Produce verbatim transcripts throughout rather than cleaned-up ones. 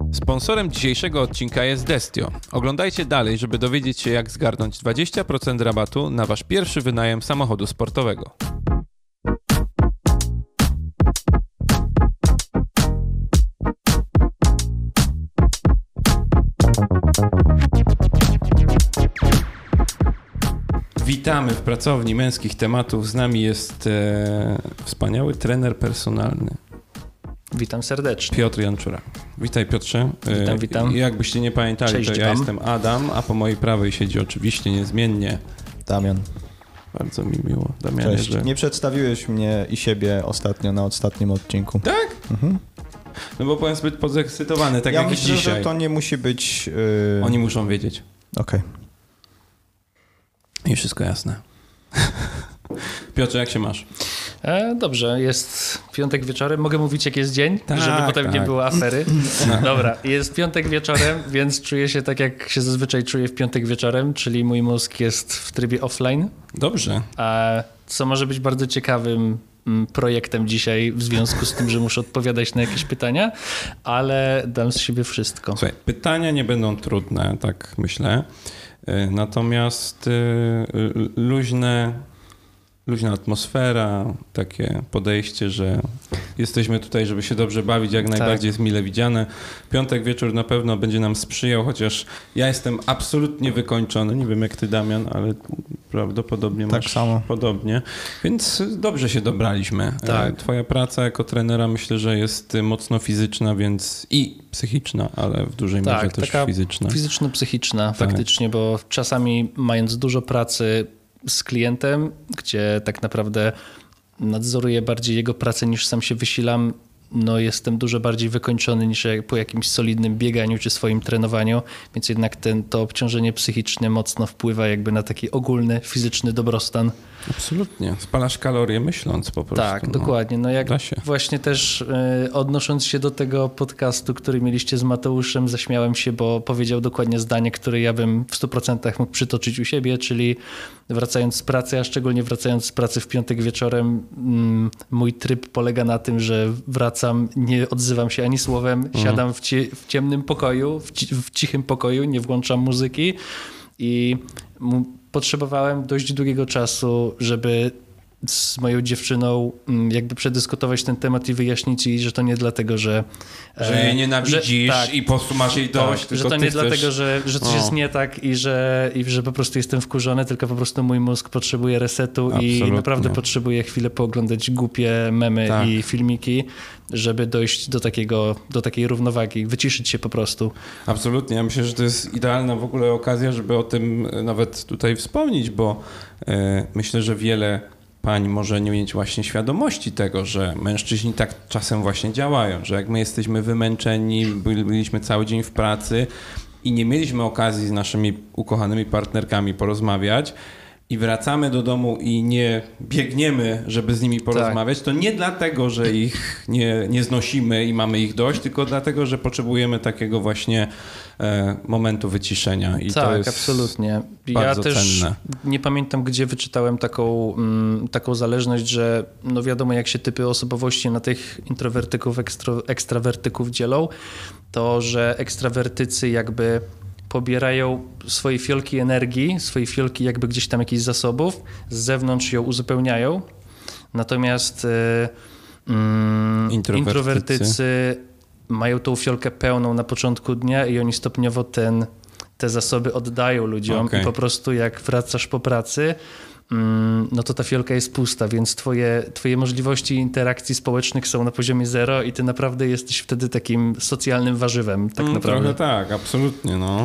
Sponsorem dzisiejszego odcinka jest Destio. Oglądajcie dalej, żeby dowiedzieć się, jak zgarnąć dwadzieścia procent rabatu na wasz pierwszy wynajem samochodu sportowego. Witamy w pracowni męskich tematów. Z nami jest e, wspaniały trener personalny. Witam serdecznie. Piotr Janczura. Witaj, Piotrze. Witam, witam. Jakbyście nie pamiętali, Cześć, to ja Adam. jestem Adam, a po mojej prawej siedzi oczywiście niezmiennie Damian. Bardzo mi miło, Damianie, Cześć. że... Nie przedstawiłeś mnie i siebie ostatnio na ostatnim odcinku. Tak? Mhm. No bo byłem zbyt podekscytowany, tak ja jak myślę, dzisiaj. że to nie musi być... Yy... Oni muszą wiedzieć. Okej. I wszystko jasne. Piotrze, jak się masz? E, dobrze, jest piątek wieczorem. Mogę mówić, jak jest dzień? Tak, żeby potem tak. nie było afery. No. Dobra, jest piątek wieczorem, więc czuję się tak, jak się zazwyczaj czuję w piątek wieczorem, czyli mój mózg jest w trybie offline. Dobrze. A co może być bardzo ciekawym mm, projektem dzisiaj w związku z tym, że muszę odpowiadać na jakieś pytania, ale dam z siebie wszystko. Słuchaj, pytania nie będą trudne, tak myślę. Natomiast luźne, luźna atmosfera, takie podejście, że jesteśmy tutaj, żeby się dobrze bawić, jak najbardziej tak. jest mile widziane. Piątek wieczór na pewno będzie nam sprzyjał, chociaż ja jestem absolutnie wykończony. Nie wiem jak ty, Damian, ale prawdopodobnie Tak masz samo. podobnie. Więc dobrze się dobraliśmy. Tak. Twoja praca jako trenera myślę, że jest mocno fizyczna, więc i psychiczna, ale w dużej mierze Tak, też taka fizyczna. fizyczno-psychiczna faktycznie, bo czasami mając dużo pracy z klientem, gdzie tak naprawdę nadzoruję bardziej jego pracę niż sam się wysilam, no jestem dużo bardziej wykończony niż po jakimś solidnym bieganiu czy swoim trenowaniu, więc jednak ten, to obciążenie psychiczne mocno wpływa jakby na taki ogólny fizyczny dobrostan. Absolutnie. Spalasz kalorie myśląc po prostu. Tak, no. dokładnie. No jak Da się. właśnie też y, odnosząc się do tego podcastu, który mieliście z Mateuszem, zaśmiałem się, bo powiedział dokładnie zdanie, które ja bym w stu procentach mógł przytoczyć u siebie, czyli wracając z pracy, a szczególnie wracając z pracy w piątek wieczorem, mm, mój tryb polega na tym, że wracam, nie odzywam się ani słowem, Mhm. siadam w, cie, w ciemnym pokoju, w, ci, w cichym pokoju, nie włączam muzyki i mu, potrzebowałem dość długiego czasu, żeby z moją dziewczyną jakby przedyskutować ten temat i wyjaśnić jej, że to nie dlatego, że... Że jej nienawidzisz że, tak, i po prostu masz jej dość, tak, tylko że to ty nie chcesz... dlatego, że, że coś O. jest nie tak i że, i że po prostu jestem wkurzony, tylko po prostu mój mózg potrzebuje resetu Absolutnie. i naprawdę potrzebuje chwilę pooglądać głupie memy Tak. i filmiki, żeby dojść do takiego, do takiej równowagi, wyciszyć się po prostu. Absolutnie. Ja myślę, że to jest idealna w ogóle okazja, żeby o tym nawet tutaj wspomnieć, bo e, myślę, że wiele pań może nie mieć właśnie świadomości tego, że mężczyźni tak czasem właśnie działają, że jak my jesteśmy wymęczeni, byli- byliśmy cały dzień w pracy i nie mieliśmy okazji z naszymi ukochanymi partnerkami porozmawiać i wracamy do domu i nie biegniemy, żeby z nimi porozmawiać, to nie dlatego, że ich nie, nie znosimy i mamy ich dość, tylko dlatego, że potrzebujemy takiego właśnie e, momentu wyciszenia. I tak, to jest absolutnie. Ja bardzo też cenne. nie pamiętam, gdzie wyczytałem taką, mm, taką zależność, że no wiadomo, jak się typy osobowości na tych introwertyków, ekstro, ekstrawertyków dzielą, to że ekstrawertycy jakby pobierają swoje fiolki energii, swoje fiolki jakby gdzieś tam jakichś zasobów, z zewnątrz ją uzupełniają. Natomiast y, mm, Introwertycy. introwertycy mają tą fiolkę pełną na początku dnia i oni stopniowo ten, te zasoby oddają ludziom Okej. i po prostu jak wracasz po pracy, mm, no to ta fiolka jest pusta, więc twoje, twoje możliwości interakcji społecznych są na poziomie zero i ty naprawdę jesteś wtedy takim socjalnym warzywem tak Mm, naprawdę. Trochę tak, absolutnie. No.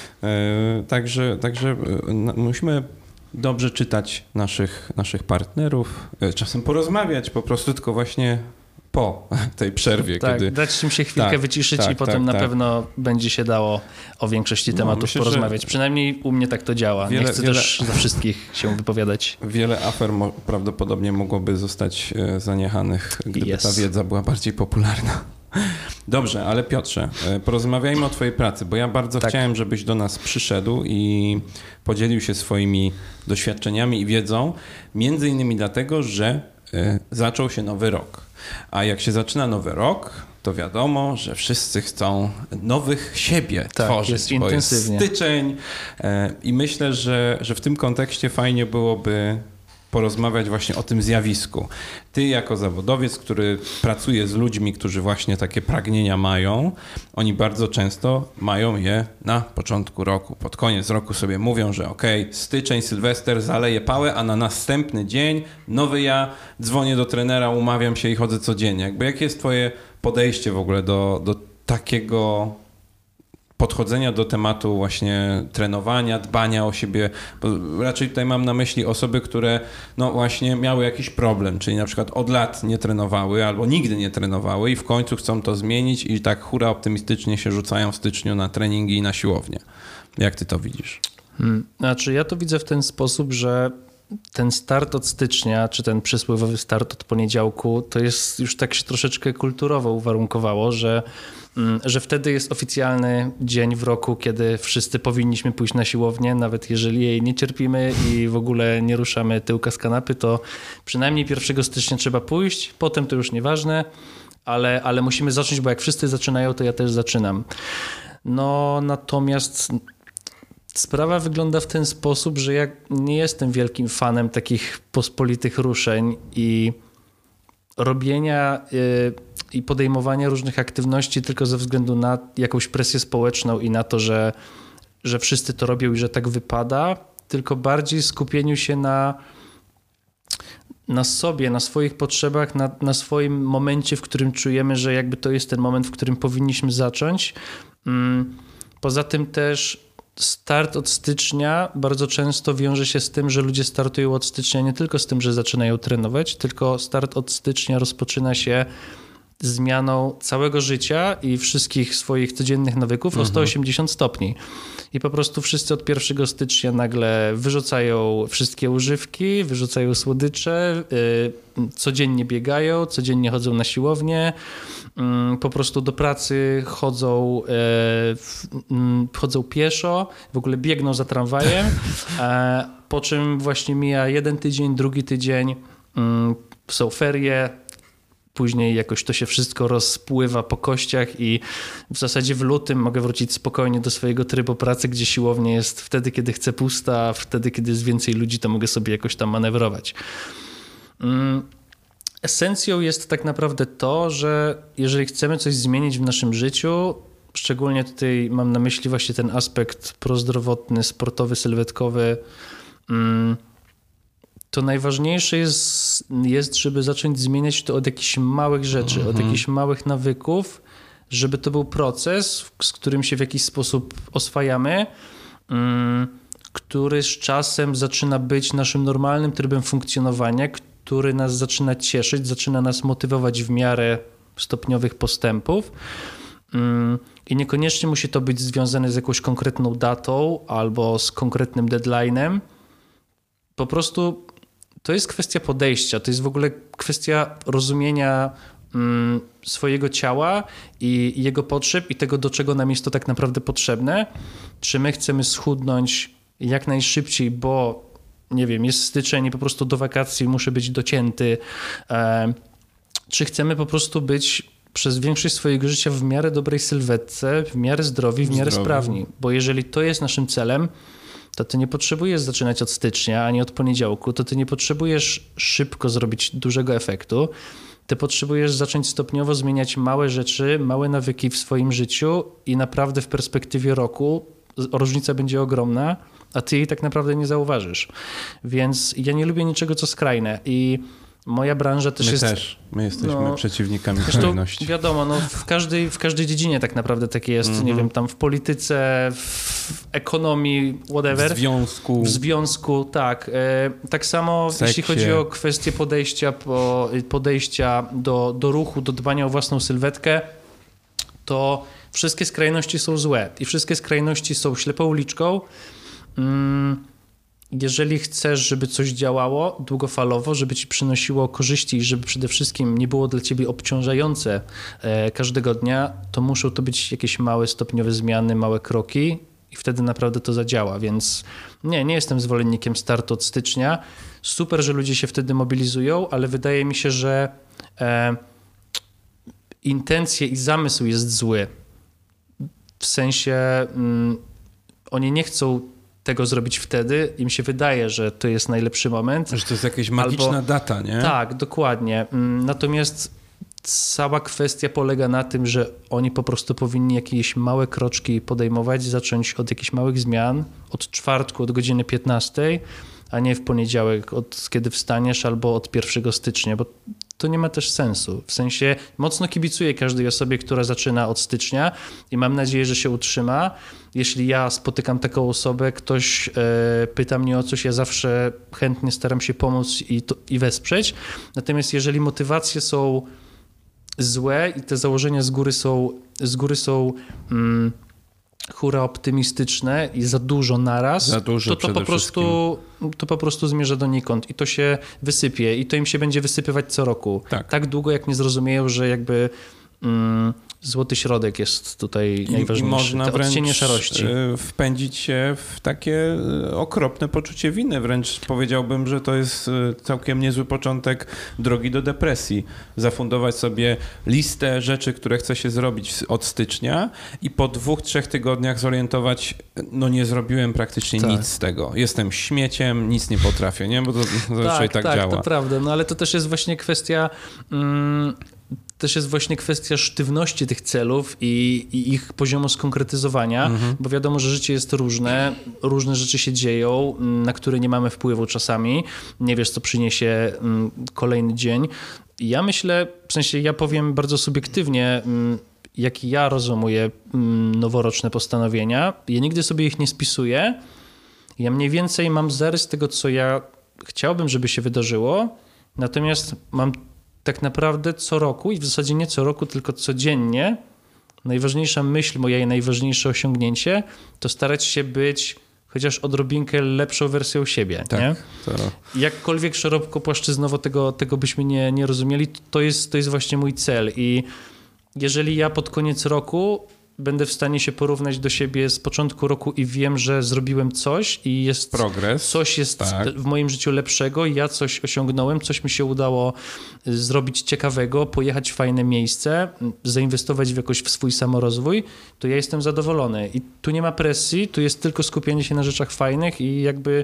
E, także także e, na, musimy dobrze czytać naszych, naszych partnerów, e, czasem porozmawiać po prostu, tylko właśnie po tej przerwie, Tak, kiedy... dać im się chwilkę Tak, wyciszyć tak, i potem tak, na tak. pewno będzie się dało o większości No, tematów myślę, że porozmawiać. Przynajmniej u mnie tak to działa. wiele- Nie chcę wiele- też za wszystkich się wypowiadać. Wiele afer mo- prawdopodobnie mogłoby zostać e, zaniechanych, gdyby Yes. ta wiedza była bardziej popularna. Dobrze, ale Piotrze, e, porozmawiajmy o twojej pracy, bo ja bardzo Tak. chciałem, żebyś do nas przyszedł i podzielił się swoimi doświadczeniami i wiedzą, między innymi dlatego, że e, zaczął się nowy rok. A jak się zaczyna nowy rok, to to wiadomo, że wszyscy chcą nowych siebie tak, tworzyć, jest bo intensywnie. jest styczeń e, i myślę, że, że w tym kontekście fajnie byłoby porozmawiać właśnie o tym zjawisku. Ty jako zawodowiec, który pracuje z ludźmi, którzy właśnie takie pragnienia mają, oni bardzo często mają je na początku roku. Pod koniec roku sobie mówią, że okej, okay, styczeń, Sylwester, zaleję pałę, a na następny dzień nowy ja, dzwonię do trenera, umawiam się i chodzę codziennie. Jakby jakie jest twoje podejście w ogóle do, do takiego podchodzenia do tematu właśnie trenowania, dbania o siebie, bo raczej tutaj mam na myśli osoby, które no właśnie miały jakiś problem, czyli na przykład od lat nie trenowały albo nigdy nie trenowały i w końcu chcą to zmienić i tak hura optymistycznie się rzucają w styczniu na treningi i na siłownię. Jak ty to widzisz? Hmm. Znaczy ja to widzę w ten sposób, że ten start od stycznia, czy ten przysłowiowy start od poniedziałku, to jest już tak się troszeczkę kulturowo uwarunkowało, że, że wtedy jest oficjalny dzień w roku, kiedy wszyscy powinniśmy pójść na siłownię, nawet jeżeli jej nie cierpimy i w ogóle nie ruszamy tyłka z kanapy, to przynajmniej pierwszego stycznia trzeba pójść, potem to już nieważne, ale, ale musimy zacząć, bo jak wszyscy zaczynają, to ja też zaczynam. No natomiast sprawa wygląda w ten sposób, że ja nie jestem wielkim fanem takich pospolitych ruszeń i robienia yy, i podejmowania różnych aktywności tylko ze względu na jakąś presję społeczną i na to, że, że wszyscy to robią i że tak wypada, tylko bardziej skupieniu się na, na sobie, na swoich potrzebach, na, na swoim momencie, w którym czujemy, że jakby to jest ten moment, w którym powinniśmy zacząć. Yy, poza tym też start od stycznia bardzo często wiąże się z tym, że ludzie startują od stycznia nie tylko z tym, że zaczynają trenować, tylko start od stycznia rozpoczyna się zmianą całego życia i wszystkich swoich codziennych nawyków mhm. o sto osiemdziesiąt stopni. I po prostu wszyscy od pierwszego stycznia nagle wyrzucają wszystkie używki, wyrzucają słodycze, yy, codziennie biegają, codziennie chodzą na siłownię, yy, po prostu do pracy chodzą, yy, yy, chodzą pieszo, w ogóle biegną za tramwajem, yy, po czym właśnie mija jeden tydzień, drugi tydzień, yy, są ferie, później jakoś to się wszystko rozpływa po kościach i w zasadzie w lutym mogę wrócić spokojnie do swojego trybu pracy, gdzie siłownia jest wtedy, kiedy chcę pusta, a wtedy, kiedy jest więcej ludzi, to mogę sobie jakoś tam manewrować. Esencją jest tak naprawdę to, że jeżeli chcemy coś zmienić w naszym życiu, szczególnie tutaj mam na myśli właśnie ten aspekt prozdrowotny, sportowy, sylwetkowy, to najważniejsze jest, jest, żeby zacząć zmieniać to od jakichś małych rzeczy, mhm. od jakichś małych nawyków, żeby to był proces, z którym się w jakiś sposób oswajamy, um, który z czasem zaczyna być naszym normalnym trybem funkcjonowania, który nas zaczyna cieszyć, zaczyna nas motywować w miarę stopniowych postępów. Um, I niekoniecznie musi to być związane z jakąś konkretną datą albo z konkretnym deadline'em. Po prostu to jest kwestia podejścia, to jest w ogóle kwestia rozumienia mm, swojego ciała i jego potrzeb i tego, do czego nam jest to tak naprawdę potrzebne. Czy my chcemy schudnąć jak najszybciej, bo nie wiem, jest styczeń i po prostu do wakacji muszę być docięty. E, czy chcemy po prostu być przez większość swojego życia w miarę dobrej sylwetce, w miarę zdrowi, w miarę Zdrowy. sprawni. Bo jeżeli to jest naszym celem, to ty nie potrzebujesz zaczynać od stycznia, ani od poniedziałku, to ty nie potrzebujesz szybko zrobić dużego efektu. Ty potrzebujesz zacząć stopniowo zmieniać małe rzeczy, małe nawyki w swoim życiu i naprawdę w perspektywie roku różnica będzie ogromna, a ty jej tak naprawdę nie zauważysz. Więc ja nie lubię niczego, co skrajne i moja branża też My jest... też. My jesteśmy no, przeciwnikami zresztą skrajności. Wiadomo, no w, każdej, w każdej dziedzinie tak naprawdę takie jest, mm-hmm. nie wiem, tam w polityce, w ekonomii, whatever. W związku. W związku, tak. E, tak samo Seksie. Jeśli chodzi o kwestię podejścia, po, podejścia do, do ruchu, do dbania o własną sylwetkę, to wszystkie skrajności są złe i wszystkie skrajności są ślepą uliczką. Mm, Jeżeli chcesz, żeby coś działało długofalowo, żeby ci przynosiło korzyści i żeby przede wszystkim nie było dla ciebie obciążające każdego dnia, to muszą to być jakieś małe stopniowe zmiany, małe kroki i wtedy naprawdę to zadziała. Więc nie, nie jestem zwolennikiem startu od stycznia. Super, że ludzie się wtedy mobilizują, ale wydaje mi się, że intencje i zamysł jest zły. W sensie mm, oni nie chcą tego zrobić wtedy, im się wydaje, że to jest najlepszy moment. Że to jest jakaś magiczna Albo, data, nie? Tak, dokładnie. Natomiast cała kwestia polega na tym, że oni po prostu powinni jakieś małe kroczki podejmować, zacząć od jakichś małych zmian, od czwartku, od godziny piętnastej, a nie w poniedziałek, od kiedy wstaniesz, albo od pierwszego stycznia, bo to nie ma też sensu. W sensie mocno kibicuję każdej osobie, która zaczyna od stycznia i mam nadzieję, że się utrzyma. Jeśli ja spotykam taką osobę, ktoś e, pyta mnie o coś, ja zawsze chętnie staram się pomóc i, to, i wesprzeć. Natomiast jeżeli motywacje są złe i te założenia z góry są, z góry są mm, hura optymistyczne i za dużo naraz, za dużo to, to, po prostu, to po prostu zmierza donikąd i to się wysypie i to im się będzie wysypywać co roku. Tak, tak długo jak nie zrozumieją, że jakby mm, złoty środek jest tutaj I, najważniejszy. I można te wręcz odcienie szarości. wpędzić się w takie okropne poczucie winy. Wręcz powiedziałbym, że to jest całkiem niezły początek drogi do depresji. Zafundować sobie listę rzeczy, które chce się zrobić od stycznia i po dwóch, trzech tygodniach zorientować, no nie zrobiłem praktycznie tak. nic z tego. Jestem śmieciem, nic nie potrafię, nie? Bo to zazwyczaj tak, tak, tak działa. Tak, to prawda. No ale to też jest właśnie kwestia... Mm, też jest właśnie kwestia sztywności tych celów i, i ich poziomu skonkretyzowania, mhm. bo wiadomo, że życie jest różne, różne rzeczy się dzieją, na które nie mamy wpływu czasami, nie wiesz, co przyniesie kolejny dzień. Ja myślę, w sensie ja powiem bardzo subiektywnie, jak ja rozumuję noworoczne postanowienia. Ja nigdy sobie ich nie spisuję. Ja mniej więcej mam zarys tego, co ja chciałbym, żeby się wydarzyło, natomiast mam tak naprawdę co roku i w zasadzie nie co roku, tylko codziennie najważniejsza myśl moja i najważniejsze osiągnięcie to starać się być chociaż odrobinkę lepszą wersją siebie. Tak, nie? To... Jakkolwiek szerokopłaszczyznowo tego, tego byśmy nie, nie rozumieli, to jest, to jest właśnie mój cel i jeżeli ja pod koniec roku będę w stanie się porównać do siebie z początku roku i wiem, że zrobiłem coś i jest progres. Coś jest tak. w moim życiu lepszego, ja coś osiągnąłem, coś mi się udało zrobić ciekawego, pojechać w fajne miejsce, zainwestować w jakoś w swój samorozwój, to ja jestem zadowolony. I tu nie ma presji, tu jest tylko skupienie się na rzeczach fajnych i jakby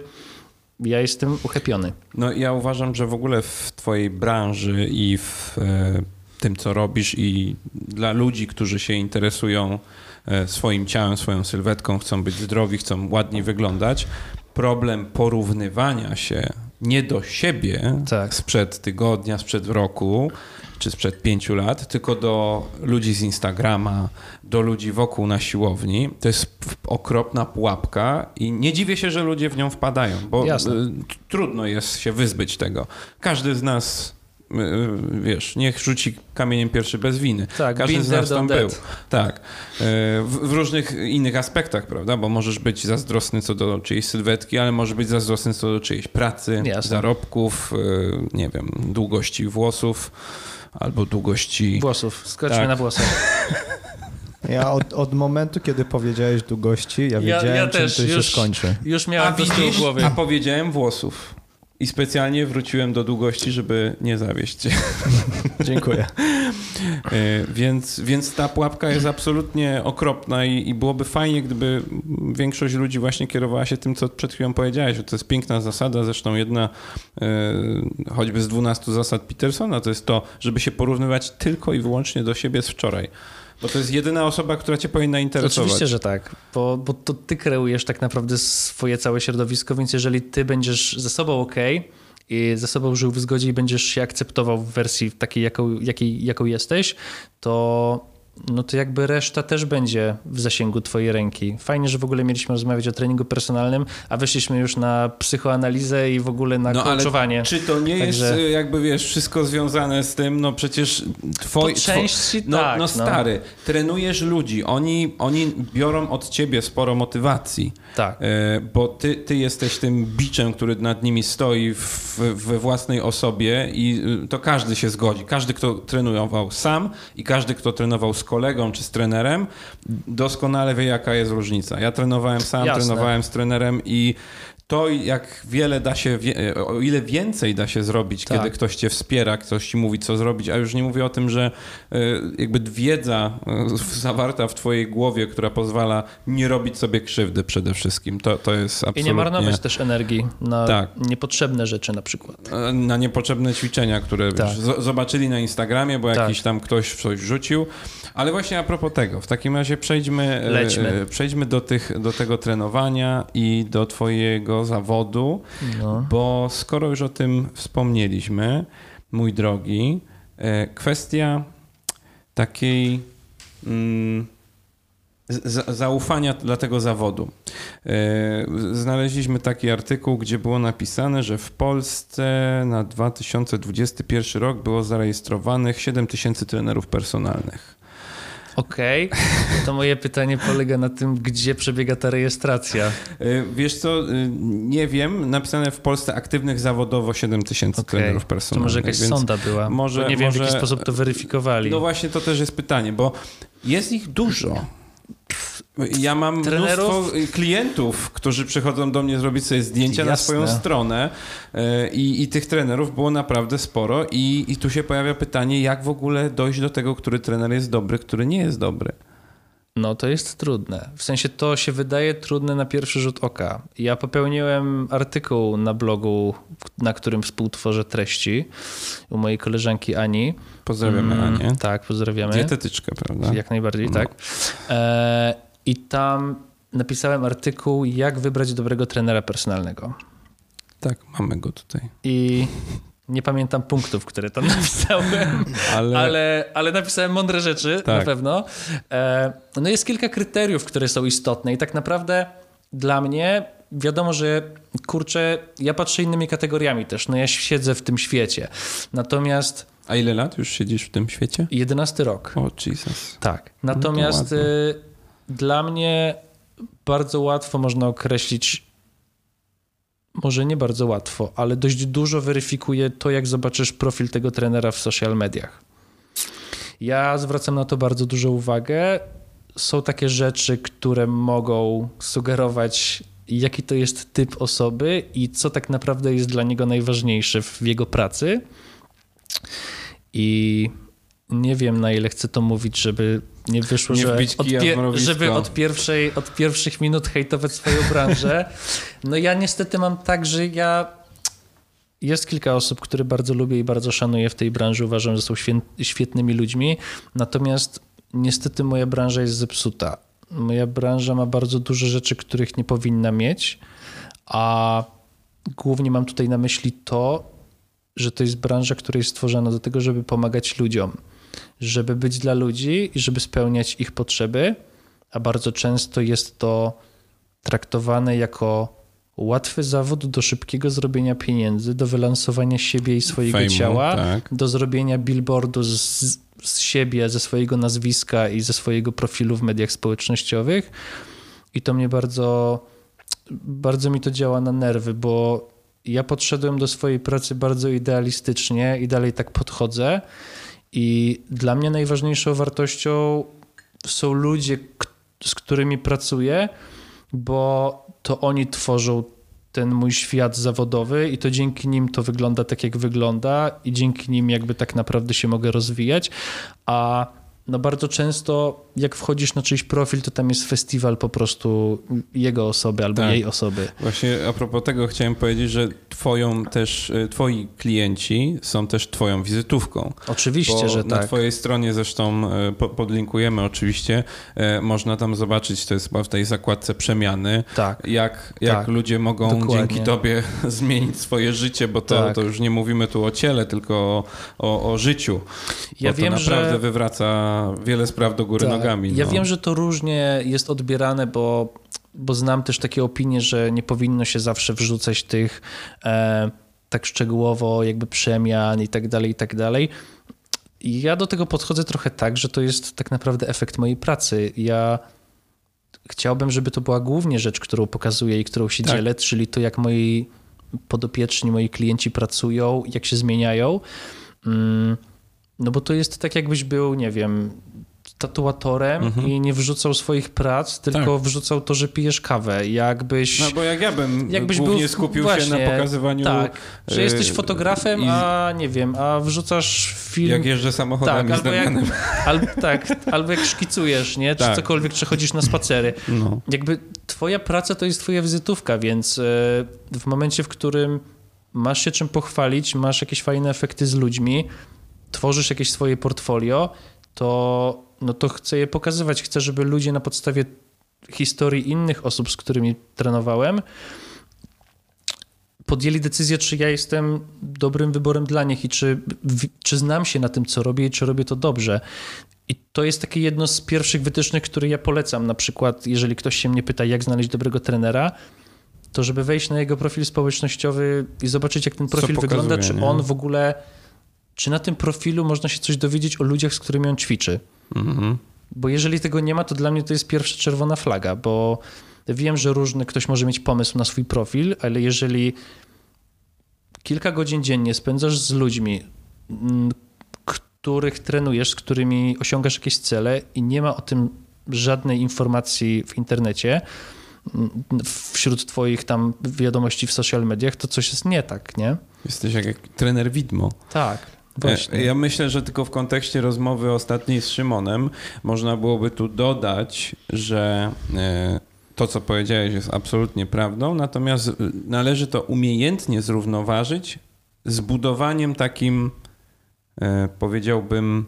ja jestem uchepiony. No ja uważam, że w ogóle w twojej branży i w e, tym, co robisz i dla ludzi, którzy się interesują swoim ciałem, swoją sylwetką, chcą być zdrowi, chcą ładnie wyglądać, problem porównywania się nie do siebie tak. sprzed tygodnia, sprzed roku czy sprzed pięciu lat, tylko do ludzi z Instagrama, do ludzi wokół na siłowni, to jest okropna pułapka i nie dziwię się, że ludzie w nią wpadają, bo Jasne. trudno jest się wyzbyć tego. Każdy z nas wiesz, niech rzuci kamieniem pierwszy bez winy. Tak, każdy z nas tam był. That. Tak. W, w różnych innych aspektach, prawda? Bo możesz być zazdrosny co do czyjejś sylwetki, ale możesz być zazdrosny co do czyjejś pracy, Jasne. zarobków, nie wiem, długości włosów albo długości... Włosów. Skoczmy tak. na włosach. Ja od, od momentu, kiedy powiedziałeś długości, ja, ja wiedziałem, ja też, czym to już, się skończy. Już miałem to z tyłu głowy. A powiedziałem włosów. I specjalnie wróciłem do długości, żeby nie zawieść cię. Dziękuję. więc, więc ta pułapka jest absolutnie okropna i, i byłoby fajnie, gdyby większość ludzi właśnie kierowała się tym, co przed chwilą powiedziałeś. To jest piękna zasada, zresztą jedna choćby z dwunastu zasad Petersona, to jest to, żeby się porównywać tylko i wyłącznie do siebie z wczoraj. Bo to jest jedyna osoba, która cię powinna interesować. Oczywiście, że tak, bo, bo to ty kreujesz tak naprawdę swoje całe środowisko, więc jeżeli ty będziesz ze sobą okej okay i ze sobą żył w zgodzie i będziesz się akceptował w wersji takiej, jaką, jakiej, jaką jesteś, to, no to jakby reszta też będzie w zasięgu twojej ręki. Fajnie, że w ogóle mieliśmy rozmawiać o treningu personalnym, a weszliśmy już na psychoanalizę i w ogóle na no, coachowanie. Ale czy to nie Także... jest jakby, wiesz, wszystko związane z tym, no przecież twoi... Po części two... no, tak. No stary, no. trenujesz ludzi, oni, oni biorą od ciebie sporo motywacji. Tak. Bo ty, ty jesteś tym biczem, który nad nimi stoi w, we własnej osobie i to każdy się zgodzi. Każdy, kto trenował sam i każdy, kto trenował z kolegą czy z trenerem, doskonale wie, jaka jest różnica. Ja trenowałem sam, Jasne. trenowałem z trenerem i to, jak wiele da się, o ile więcej da się zrobić, tak. kiedy ktoś cię wspiera, ktoś ci mówi, co zrobić, a już nie mówię o tym, że jakby wiedza zawarta w twojej głowie, która pozwala nie robić sobie krzywdy przede wszystkim, to, to jest absolutnie... I nie marnować też energii na tak. niepotrzebne rzeczy na przykład. Na niepotrzebne ćwiczenia, które tak. wiesz, z- zobaczyli na Instagramie, bo tak. jakiś tam ktoś coś rzucił. Ale właśnie a propos tego, w takim razie przejdźmy, e, przejdźmy do, tych, do tego trenowania i do twojego zawodu, no. bo skoro już o tym wspomnieliśmy, mój drogi, e, kwestia takiej mm, z, zaufania dla tego zawodu. E, znaleźliśmy taki artykuł, gdzie było napisane, że w Polsce na dwa tysiące dwudziesty pierwszy rok było zarejestrowanych siedem tysięcy trenerów personalnych. Okej, okay. To moje pytanie polega na tym, gdzie przebiega ta rejestracja. Wiesz co, nie wiem, napisane w Polsce aktywnych zawodowo siedem tysięcy okay. trenerów personalnych. To może jakaś więc sonda była, może, nie wiem może, w jaki sposób to weryfikowali. No właśnie to też jest pytanie, bo jest ich dużo. Ja mam trenerów? mnóstwo klientów, którzy przychodzą do mnie zrobić sobie zdjęcia Jasne. na swoją stronę i, i tych trenerów było naprawdę sporo i, i tu się pojawia pytanie, jak w ogóle dojść do tego, który trener jest dobry, który nie jest dobry. No to jest trudne. W sensie to się wydaje trudne na pierwszy rzut oka. Ja popełniłem artykuł na blogu, na którym współtworzę treści u mojej koleżanki Ani. Pozdrawiamy mm, Anię. Tak, pozdrawiamy. Dietetyczkę, prawda? Jak najbardziej, no. tak. E, I tam napisałem artykuł, jak wybrać dobrego trenera personalnego. Tak, mamy go tutaj. I nie pamiętam punktów, które tam napisałem, ale, ale, ale napisałem mądre rzeczy, tak. na pewno. E, no jest kilka kryteriów, które są istotne i tak naprawdę dla mnie wiadomo, że kurczę, ja patrzę innymi kategoriami też, no ja siedzę w tym świecie. Natomiast... A ile lat już siedzisz w tym świecie? jedenasty rok. O, Jesus. Tak. Natomiast no y, dla mnie bardzo łatwo można określić, może nie bardzo łatwo, ale dość dużo weryfikuje to, jak zobaczysz profil tego trenera w social mediach. Ja zwracam na to bardzo dużą uwagę. Są takie rzeczy, które mogą sugerować, jaki to jest typ osoby i co tak naprawdę jest dla niego najważniejsze w jego pracy. I nie wiem, na ile chcę to mówić, żeby nie wyszło, nie że od, pie- żeby od, pierwszej, od pierwszych minut hejtować swoją branżę. No ja niestety mam tak, że ja... Jest kilka osób, które bardzo lubię i bardzo szanuję w tej branży. Uważam, że są świę- świetnymi ludźmi. Natomiast niestety moja branża jest zepsuta. Moja branża ma bardzo dużo rzeczy, których nie powinna mieć, a głównie mam tutaj na myśli to, że to jest branża, która jest stworzona do tego, żeby pomagać ludziom, żeby być dla ludzi i żeby spełniać ich potrzeby, a bardzo często jest to traktowane jako łatwy zawód do szybkiego zrobienia pieniędzy, do wylansowania siebie i swojego Fejmu, ciała, tak. do zrobienia billboardu z, z siebie, ze swojego nazwiska i ze swojego profilu w mediach społecznościowych. I to mnie bardzo, bardzo mi to działa na nerwy, bo ja podszedłem do swojej pracy bardzo idealistycznie i dalej tak podchodzę. I dla mnie najważniejszą wartością są ludzie, z którymi pracuję, bo to oni tworzą ten mój świat zawodowy i to dzięki nim to wygląda tak, jak wygląda i dzięki nim jakby tak naprawdę się mogę rozwijać, a no bardzo często jak wchodzisz na czyjś profil, to tam jest festiwal po prostu jego osoby albo tak. jej osoby. Właśnie a propos tego chciałem powiedzieć, że twoją też, twoi klienci są też twoją wizytówką. Oczywiście, bo że na tak. Na twojej stronie zresztą podlinkujemy oczywiście, można tam zobaczyć, to jest chyba w tej zakładce przemiany, tak. jak, jak tak. ludzie mogą Dokładnie. dzięki tobie zmienić swoje życie, bo to, tak. to już nie mówimy tu o ciele, tylko o, o, o życiu. Ja bo wiem, to naprawdę że... wywraca wiele spraw do góry tak. nogami. Ja no. wiem, że to różnie jest odbierane, bo, bo znam też takie opinie, że nie powinno się zawsze wrzucać tych e, tak szczegółowo jakby przemian i tak dalej, i tak dalej. I ja do tego podchodzę trochę tak, że to jest tak naprawdę efekt mojej pracy. Ja chciałbym, żeby to była głównie rzecz, którą pokazuję i którą się tak. dzielę, czyli to, jak moi podopieczni, moi klienci pracują, jak się zmieniają. Mm, no bo to jest tak, jakbyś był, nie wiem... tatuatorem mhm. i nie wrzucał swoich prac, tylko tak. wrzucał to, że pijesz kawę. Jakbyś... No bo jak ja bym jakbyś głównie był, skupił właśnie, się na pokazywaniu... Tak, że jesteś fotografem, i... a nie wiem, a wrzucasz film... Jak jeżdżę samochodami tak, z Damianem. Al, tak, albo jak szkicujesz, nie? Czy tak. cokolwiek, czy chodzisz na spacery. No. Jakby twoja praca to jest twoja wizytówka, więc w momencie, w którym masz się czym pochwalić, masz jakieś fajne efekty z ludźmi, tworzysz jakieś swoje portfolio, to, no to chcę je pokazywać. Chcę, żeby ludzie na podstawie historii innych osób, z którymi trenowałem, podjęli decyzję, czy ja jestem dobrym wyborem dla nich i czy, czy znam się na tym, co robię i czy robię to dobrze. I to jest takie jedno z pierwszych wytycznych, które ja polecam. Na przykład, jeżeli ktoś się mnie pyta, jak znaleźć dobrego trenera, to żeby wejść na jego profil społecznościowy i zobaczyć, jak ten profil pokazuje, wygląda, czy nie? on w ogóle, czy na tym profilu można się coś dowiedzieć o ludziach, z którymi on ćwiczy. Mhm. Bo jeżeli tego nie ma, to dla mnie to jest pierwsza czerwona flaga, bo wiem, że różny ktoś może mieć pomysł na swój profil, ale jeżeli kilka godzin dziennie spędzasz z ludźmi, których trenujesz, z którymi osiągasz jakieś cele i nie ma o tym żadnej informacji w internecie, wśród twoich tam wiadomości w social mediach, to coś jest nie tak, nie? Jesteś jak, jak trener widmo. Tak, właśnie. Ja myślę, że tylko w kontekście rozmowy ostatniej z Szymonem można byłoby tu dodać, że to, co powiedziałeś, jest absolutnie prawdą, natomiast należy to umiejętnie zrównoważyć z budowaniem takim, powiedziałbym,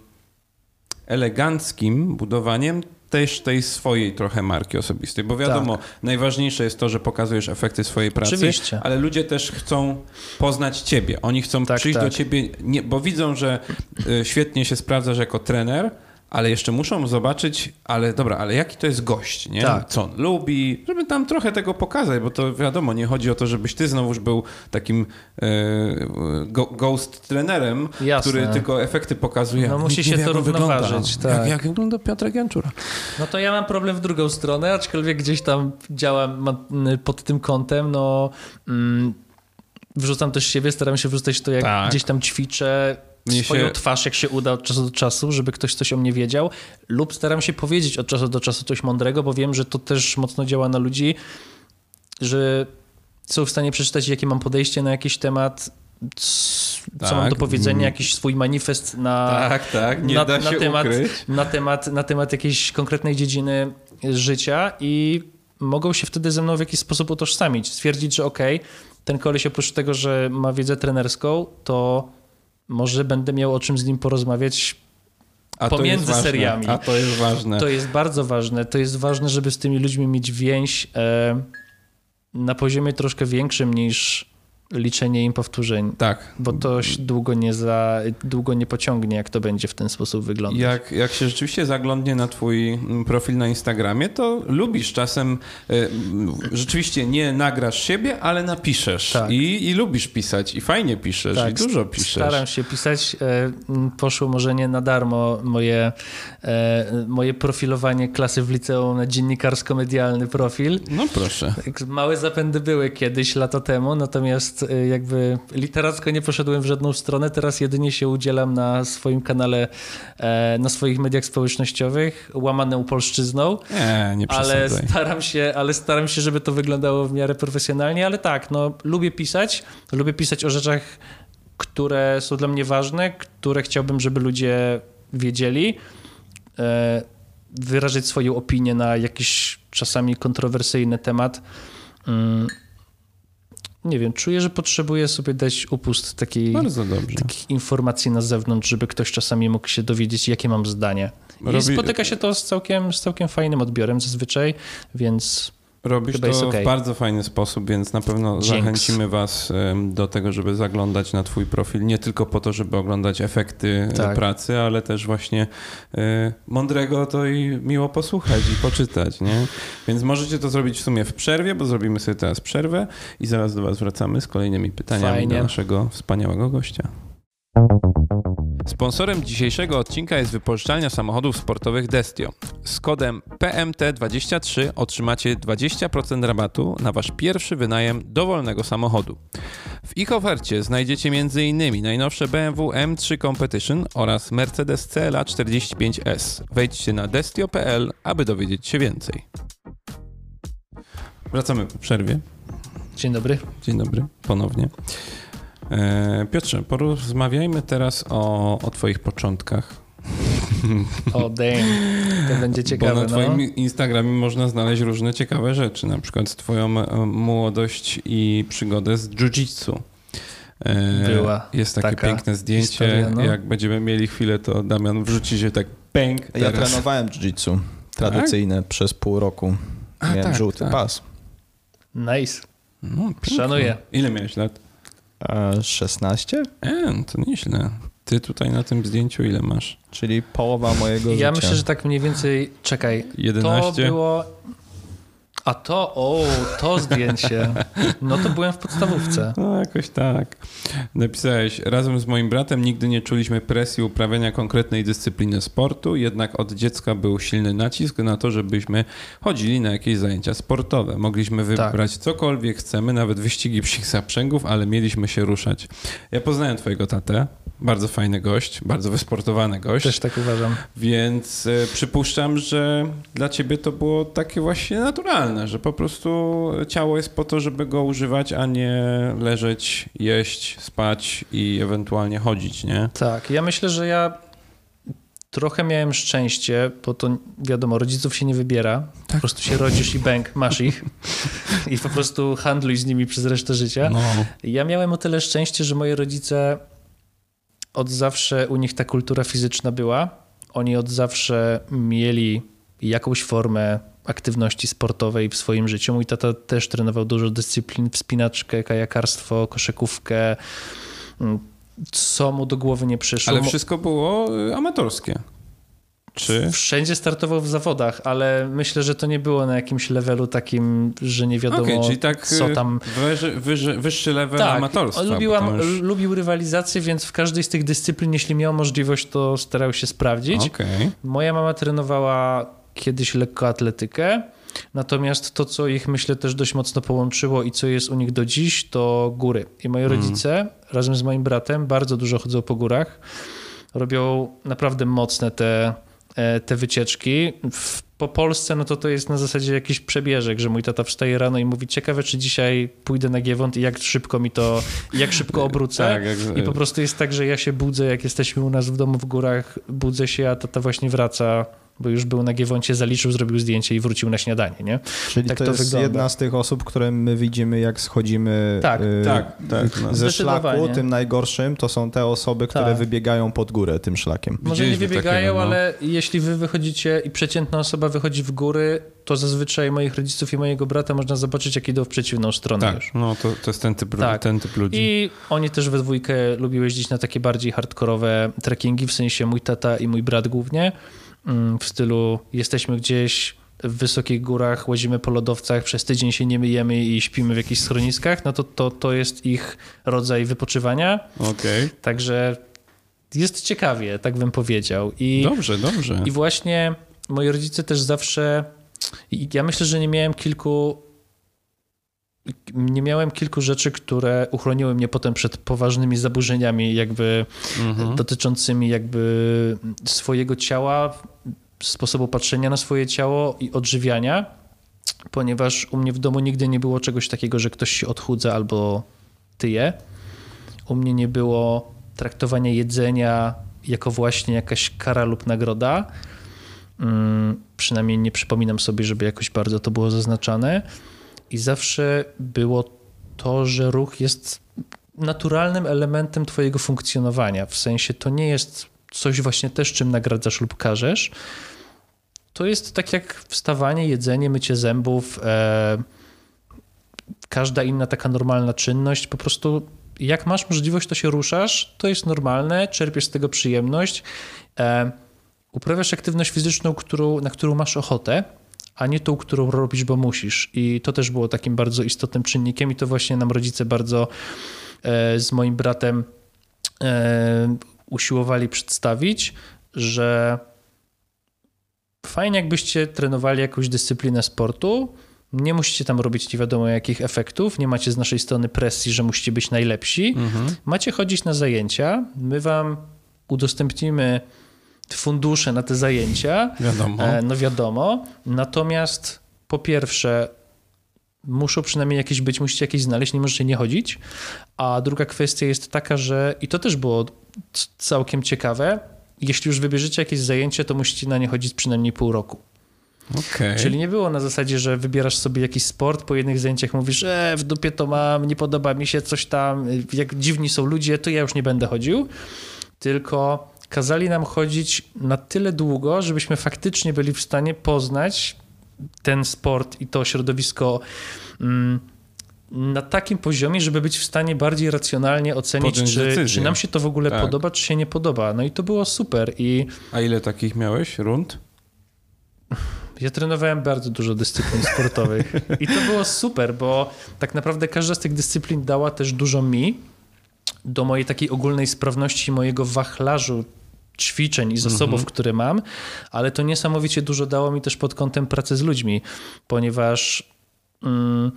eleganckim budowaniem też tej swojej trochę marki osobistej, bo wiadomo, tak. najważniejsze jest to, że pokazujesz efekty swojej pracy, Oczywiście. ale ludzie też chcą poznać ciebie. Oni chcą tak, przyjść tak. do ciebie, nie, bo widzą, że y, świetnie się sprawdzasz jako trener, ale jeszcze muszą zobaczyć, ale dobra, ale jaki to jest gość, nie? Tak. Co on lubi, żeby tam trochę tego pokazać, bo to wiadomo, nie chodzi o to, żebyś ty znowuż był takim e, go, ghost trenerem, Jasne. który tylko efekty pokazuje. No musi się to równoważyć. Tak. Jak, jak wygląda Piotrek Janczura? No to ja mam problem w drugą stronę, aczkolwiek gdzieś tam działam pod tym kątem, no mm, wrzucam też siebie, staram się wrzucać to, jak tak. gdzieś tam ćwiczę, Mnie swoją się... twarz, jak się uda od czasu do czasu, żeby ktoś coś o mnie wiedział, lub staram się powiedzieć od czasu do czasu coś mądrego, bo wiem, że to też mocno działa na ludzi, że są w stanie przeczytać, jakie mam podejście na jakiś temat, co tak. mam do powiedzenia, jakiś swój manifest na, tak, tak. Nie na, da się na, temat, ukryć. na, temat, na temat jakiejś konkretnej dziedziny życia i mogą się wtedy ze mną w jakiś sposób utożsamić, stwierdzić, że okej, okay, ten koleś oprócz tego, że ma wiedzę trenerską, to może będę miał o czym z nim porozmawiać A pomiędzy to seriami. A to jest ważne. To jest bardzo ważne. To jest ważne, żeby z tymi ludźmi mieć więź e, na poziomie troszkę większym niż liczenie im powtórzeń. Tak. Bo to długo nie, za, długo nie pociągnie, jak to będzie w ten sposób wyglądać. Jak, jak się rzeczywiście zaglądnie na twój profil na Instagramie, to lubisz czasem, y, rzeczywiście nie nagrasz siebie, ale napiszesz. Tak. I, I lubisz pisać. I fajnie piszesz. Tak. I dużo piszesz. Staram się pisać. Poszło może nie na darmo moje, moje profilowanie klasy w liceum na dziennikarsko-medialny profil. No proszę. Małe zapędy były kiedyś, lata temu, natomiast jakby literacko nie poszedłem w żadną stronę. Teraz jedynie się udzielam na swoim kanale, na swoich mediach społecznościowych, łamaną polszczyzną. Nie, nie przesadzaj. Ale staram się, ale staram się, żeby to wyglądało w miarę profesjonalnie, ale tak, no lubię pisać, lubię pisać o rzeczach, które są dla mnie ważne, które chciałbym, żeby ludzie wiedzieli, wyrazić swoją opinię na jakiś czasami kontrowersyjny temat. Nie wiem, czuję, że potrzebuję sobie dać upust takiej, takich informacji na zewnątrz, żeby ktoś czasami mógł się dowiedzieć, jakie mam zdanie. I Robi... spotyka się to z całkiem, z całkiem fajnym odbiorem zazwyczaj, więc Robisz chyba to jest okay. w bardzo fajny sposób, więc na pewno Dzięks. zachęcimy was do tego, żeby zaglądać na twój profil, nie tylko po to, żeby oglądać efekty tak. pracy, ale też właśnie y, mądrego to i miło posłuchać i poczytać, nie? Więc możecie to zrobić w sumie w przerwie, bo zrobimy sobie teraz przerwę i zaraz do was wracamy z kolejnymi pytaniami Fajnie. do naszego wspaniałego gościa. Sponsorem dzisiejszego odcinka jest wypożyczalnia samochodów sportowych Destio. Z kodem P M T dwadzieścia trzy otrzymacie dwadzieścia procent rabatu na wasz pierwszy wynajem dowolnego samochodu. W ich ofercie znajdziecie m.in. najnowsze B M W M trzy Competition oraz Mercedes C L A czterdzieści pięć S. Wejdźcie na destio kropka p l, aby dowiedzieć się więcej. Wracamy po przerwie. Dzień dobry. Dzień dobry, ponownie. E, Piotrze, porozmawiajmy teraz o, o twoich początkach. O, damn. To będzie ciekawe. Bo na twoim no. Instagramie można znaleźć różne ciekawe rzeczy, na przykład twoją młodość i przygodę z jiu-jitsu. E, Była Jest takie taka piękne zdjęcie. historia, no. Jak będziemy mieli chwilę, to Damian wrzuci się tak pęk. Ja teraz. trenowałem jiu-jitsu tradycyjne tak? przez pół roku. A, Miałem tak, żółty tak. pas. Nice. No, pięknie. Szanuję. Ile miałeś lat? E, szesnaście? E, to nieźle. Ty tutaj na tym zdjęciu ile masz? Czyli połowa mojego Ja życia. myślę, że tak mniej więcej... Czekaj. jedenaście? To było... A to, o, to zdjęcie. No to byłem w podstawówce. No jakoś tak. Napisałeś, razem z moim bratem nigdy nie czuliśmy presji uprawiania konkretnej dyscypliny sportu, jednak od dziecka był silny nacisk na to, żebyśmy chodzili na jakieś zajęcia sportowe. Mogliśmy wybrać tak. cokolwiek chcemy, nawet wyścigi psich zaprzęgów, ale mieliśmy się ruszać. Ja poznałem twojego tatę, bardzo fajny gość, bardzo wysportowany gość. Też tak uważam. Więc y, przypuszczam, że dla ciebie to było takie właśnie naturalne, że po prostu ciało jest po to, żeby go używać, a nie leżeć, jeść, spać i ewentualnie chodzić, nie? Tak, ja myślę, że ja trochę miałem szczęście, bo to wiadomo, rodziców się nie wybiera, tak. Po prostu się rodzisz i bęk, masz ich i po prostu handluj z nimi przez resztę życia. No. Ja miałem o tyle szczęście, że moi rodzice od zawsze, u nich ta kultura fizyczna była, oni od zawsze mieli jakąś formę aktywności sportowej w swoim życiu. Mój tata też trenował dużo dyscyplin, wspinaczkę, kajakarstwo, koszykówkę, co mu do głowy nie przyszło. Ale wszystko było amatorskie. Czy? Wszędzie startował w zawodach, ale myślę, że to nie było na jakimś levelu takim, że nie wiadomo okay, czyli tak co tam... Wyży, wyży, wyższy level tak, amatorstwa. Lubiłam, już... lubił rywalizację, więc w każdej z tych dyscyplin, jeśli miał możliwość, to starał się sprawdzić. Okay. Moja mama trenowała kiedyś lekkoatletykę, natomiast to, co ich myślę też dość mocno połączyło i co jest u nich do dziś, to góry. I moi mm. rodzice razem z moim bratem bardzo dużo chodzą po górach. Robią naprawdę mocne te, te wycieczki. W, po Polsce no to to jest na zasadzie jakiś przebieżek, że mój tata wstaje rano i mówi, ciekawe, czy dzisiaj pójdę na Giewont i jak szybko mi to, jak szybko obrócę. tak, jak... I po prostu jest tak, że ja się budzę, jak jesteśmy u nas w domu w górach, budzę się, a tata właśnie wraca, bo już był na Giewoncie, zaliczył, zrobił zdjęcie i wrócił na śniadanie, nie? Czyli tak to, to jest wygląda. jedna z tych osób, które my widzimy, jak schodzimy tak, y, tak, tak, no. ze szlaku, tym najgorszym, to są te osoby, które tak. wybiegają pod górę tym szlakiem. Może nie wybiegają, takiego, no. ale jeśli wy wychodzicie i przeciętna osoba wychodzi w góry, to zazwyczaj moich rodziców i mojego brata można zobaczyć, jak idą w przeciwną stronę. Tak, już. no to, to jest ten typ, tak. ten typ ludzi. I oni też we dwójkę lubią jeździć na takie bardziej hardkorowe trekkingi, w sensie mój tata i mój brat głównie. W stylu jesteśmy gdzieś w wysokich górach, łazimy po lodowcach, przez tydzień się nie myjemy i śpimy w jakichś schroniskach, no to to, to jest ich rodzaj wypoczywania. Okay. Także jest ciekawie, tak bym powiedział. I, dobrze, dobrze. I właśnie moi rodzice też zawsze, ja myślę, że nie miałem kilku nie miałem kilku rzeczy, które uchroniły mnie potem przed poważnymi zaburzeniami jakby mhm. dotyczącymi jakby swojego ciała, sposobu patrzenia na swoje ciało i odżywiania, ponieważ u mnie w domu nigdy nie było czegoś takiego, że ktoś się odchudza albo tyje. U mnie nie było traktowania jedzenia jako właśnie jakaś kara lub nagroda. Hmm, przynajmniej nie przypominam sobie, żeby jakoś bardzo to było zaznaczane. I zawsze było to, że ruch jest naturalnym elementem twojego funkcjonowania. W sensie to nie jest coś właśnie też, czym nagradzasz lub karzesz. To jest tak jak wstawanie, jedzenie, mycie zębów, e, każda inna taka normalna czynność. Po prostu jak masz możliwość, to się ruszasz, to jest normalne, czerpiesz z tego przyjemność. E, uprawiasz aktywność fizyczną, którą, na którą masz ochotę, a nie tą, którą robisz, bo musisz. I to też było takim bardzo istotnym czynnikiem i to właśnie nam rodzice bardzo e, z moim bratem e, usiłowali przedstawić, że fajnie jakbyście trenowali jakąś dyscyplinę sportu, Nie musicie tam robić nie wiadomo jakich efektów, nie macie z naszej strony presji, że musicie być najlepsi. Mhm. Macie chodzić na zajęcia, my wam udostępnimy fundusze na te zajęcia. Wiadomo. No wiadomo. Natomiast po pierwsze muszą przynajmniej jakieś być, musicie jakieś znaleźć, nie możecie nie chodzić. A druga kwestia jest taka, że i to też było całkiem ciekawe, jeśli już wybierzecie jakieś zajęcie, to musicie na nie chodzić przynajmniej pół roku. Okay. Czyli nie było na zasadzie, że wybierasz sobie jakiś sport, po jednych zajęciach mówisz, że w dupie to mam, nie podoba mi się coś tam, jak dziwni są ludzie, to ja już nie będę chodził. Tylko kazali nam chodzić na tyle długo, żebyśmy faktycznie byli w stanie poznać ten sport i to środowisko mm, na takim poziomie, żeby być w stanie bardziej racjonalnie ocenić, czy, czy nam się to w ogóle tak. podoba, czy się nie podoba. No i to było super. I... A ile takich miałeś rund? Ja trenowałem bardzo dużo dyscyplin sportowych i to było super, bo tak naprawdę każda z tych dyscyplin dała też dużo mi do mojej takiej ogólnej sprawności, mojego wachlarzu ćwiczeń i zasobów, mm-hmm. które mam, ale to niesamowicie dużo dało mi też pod kątem pracy z ludźmi, ponieważ mm,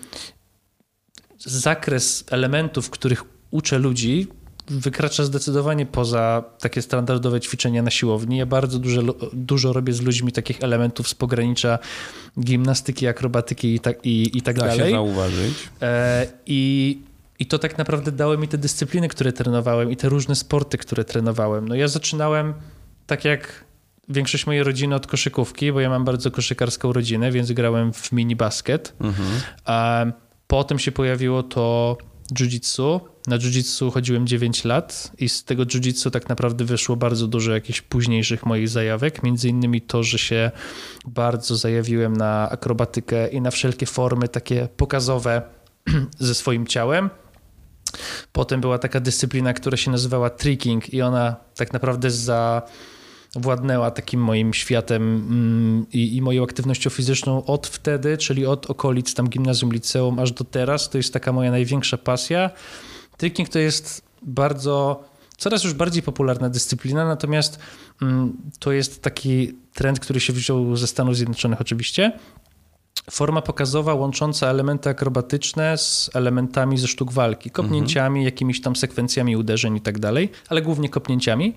zakres elementów, których uczę ludzi, wykracza zdecydowanie poza takie standardowe ćwiczenia na siłowni. Ja bardzo dużo, dużo robię z ludźmi takich elementów z pogranicza gimnastyki, akrobatyki i tak, i, i tak da dalej. Da się zauważyć. E, i, I to tak naprawdę dały mi te dyscypliny, które trenowałem i te różne sporty, które trenowałem. No ja zaczynałem tak jak większość mojej rodziny od koszykówki, bo ja mam bardzo koszykarską rodzinę, więc grałem w mini basket. Mhm. A potem się pojawiło to jiu-jitsu. Na jiu-jitsu chodziłem dziewięć lat i z tego jiu-jitsu tak naprawdę wyszło bardzo dużo jakichś późniejszych moich zajawek. Między innymi to, że się bardzo zajawiłem na akrobatykę i na wszelkie formy takie pokazowe ze swoim ciałem. Potem była taka dyscyplina, która się nazywała tricking i ona tak naprawdę zawładnęła takim moim światem mm, i, i moją aktywnością fizyczną od wtedy, czyli od okolic tam gimnazjum, liceum, aż do teraz. To jest taka moja największa pasja. Tricking to jest bardzo, coraz już bardziej popularna dyscyplina, natomiast mm, to jest taki trend, który się wziął ze Stanów Zjednoczonych oczywiście. Forma pokazowa łącząca elementy akrobatyczne z elementami ze sztuk walki, kopnięciami, mhm. jakimiś tam sekwencjami uderzeń i tak dalej, ale głównie kopnięciami.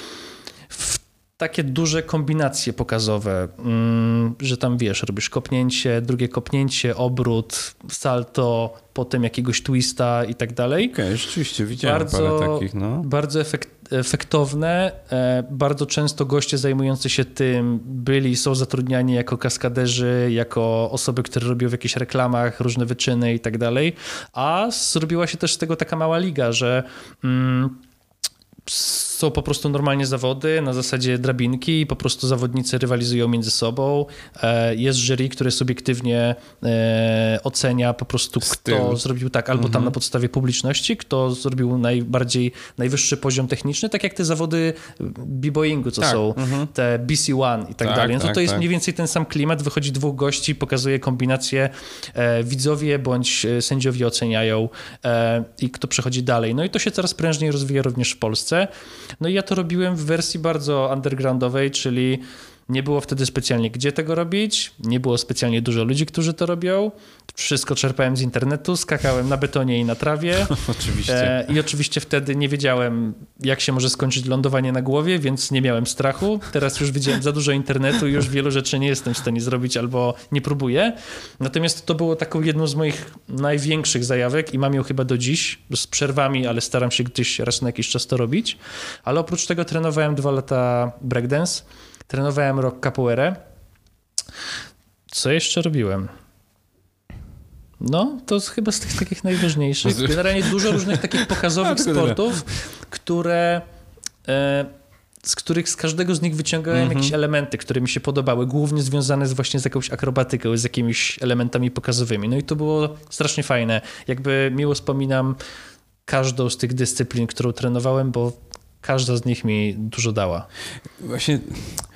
W takie duże kombinacje pokazowe, że tam wiesz, robisz kopnięcie, drugie kopnięcie, obrót, salto, potem jakiegoś twista i tak dalej. Okej, okay, rzeczywiście widziałem bardzo, parę takich. No. Bardzo efekt, efektowne. Bardzo często goście zajmujący się tym byli i są zatrudniani jako kaskaderzy, jako osoby, które robią w jakichś reklamach różne wyczyny i tak dalej. A zrobiła się też z tego taka mała liga, że mm, są po prostu normalnie zawody na zasadzie drabinki i po prostu zawodnicy rywalizują między sobą. Jest jury, które subiektywnie ocenia po prostu Styl. Kto zrobił tak, albo mhm. tam na podstawie publiczności, kto zrobił najbardziej, najwyższy poziom techniczny, tak jak te zawody b-boyingu, co tak. są mhm. te B C jeden i tak, tak dalej. No to, tak, to jest tak. mniej więcej ten sam klimat, wychodzi dwóch gości, pokazuje kombinację, widzowie bądź sędziowie oceniają i kto przechodzi dalej. No i to się coraz prężniej rozwija również w Polsce. No i ja to robiłem w wersji bardzo undergroundowej, czyli nie było wtedy specjalnie gdzie tego robić, nie było specjalnie dużo ludzi, którzy to robią. Wszystko czerpałem z internetu, skakałem na betonie i na trawie. Oczywiście. E, I oczywiście wtedy nie wiedziałem, jak się może skończyć lądowanie na głowie, więc nie miałem strachu. Teraz już widziałem za dużo internetu i już wielu rzeczy nie jestem w stanie zrobić albo nie próbuję. Natomiast to było taką jedną z moich największych zajawek i mam ją chyba do dziś, z przerwami, ale staram się gdzieś raz na jakiś czas to robić. Ale oprócz tego trenowałem dwa lata breakdance. Trenowałem rok capoeirę. Co jeszcze robiłem? No, to chyba z tych takich najważniejszych. Generalnie dużo różnych takich pokazowych sportów, które, e, z których z każdego z nich wyciągałem mm-hmm. jakieś elementy, które mi się podobały, głównie związane z właśnie z jakąś akrobatyką, z jakimiś elementami pokazowymi. No i to było strasznie fajne. Jakby miło wspominam każdą z tych dyscyplin, którą trenowałem, bo każda z nich mi dużo dała. Właśnie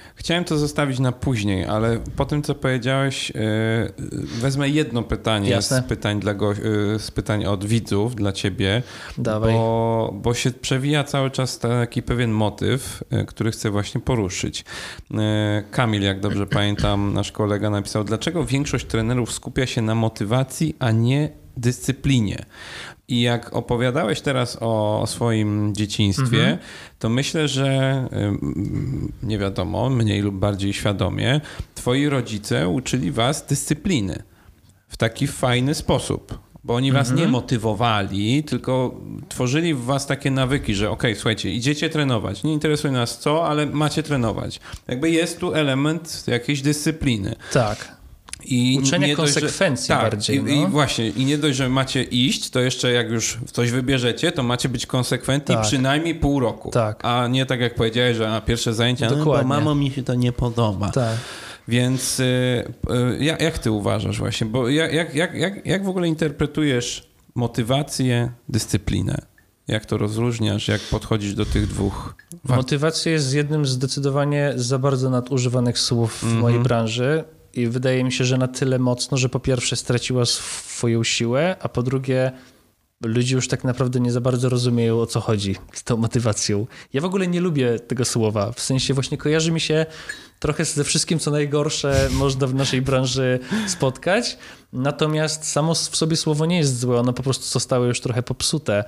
Chciałem to zostawić na później, ale po tym, co powiedziałeś, yy, wezmę jedno pytanie Jasne. z pytań, dla go, yy, z pytań od widzów dla ciebie, Dawaj. bo, bo się przewija cały czas taki pewien motyw, yy, który chcę właśnie poruszyć. Yy, Kamil, jak dobrze pamiętam, nasz kolega napisał, dlaczego większość trenerów skupia się na motywacji, a nie dyscyplinie. I jak opowiadałeś teraz o swoim dzieciństwie, mhm. to myślę, że nie wiadomo, mniej lub bardziej świadomie, twoi rodzice uczyli was dyscypliny w taki fajny sposób. Bo oni was mhm. nie motywowali, tylko tworzyli w was takie nawyki, że okej, okay, słuchajcie, idziecie trenować, nie interesuje nas co, ale macie trenować. Jakby jest tu element jakiejś dyscypliny. Tak. I uczenie nie konsekwencji dość, że, bardziej. Tak, no. i, i właśnie, i nie dość, że macie iść, to jeszcze jak już coś wybierzecie, to macie być konsekwentni tak. przynajmniej pół roku. Tak. A nie tak jak powiedziałeś, że na pierwsze zajęcia, no, bo mamo mi się to nie podoba. Tak. Więc y, y, jak, jak ty uważasz właśnie, bo jak, jak, jak, jak, jak w ogóle interpretujesz motywację, dyscyplinę? Jak to rozróżniasz, jak podchodzisz do tych dwóch? Motywacja jest jednym z zdecydowanie za bardzo nadużywanych słów w mm-hmm. mojej branży. I wydaje mi się, że na tyle mocno, że po pierwsze straciła swoją siłę, a po drugie ludzie już tak naprawdę nie za bardzo rozumieją, o co chodzi z tą motywacją. Ja w ogóle nie lubię tego słowa. W sensie właśnie kojarzy mi się trochę ze wszystkim, co najgorsze można w naszej branży spotkać. Natomiast samo w sobie słowo nie jest złe, ono po prostu zostało już trochę popsute.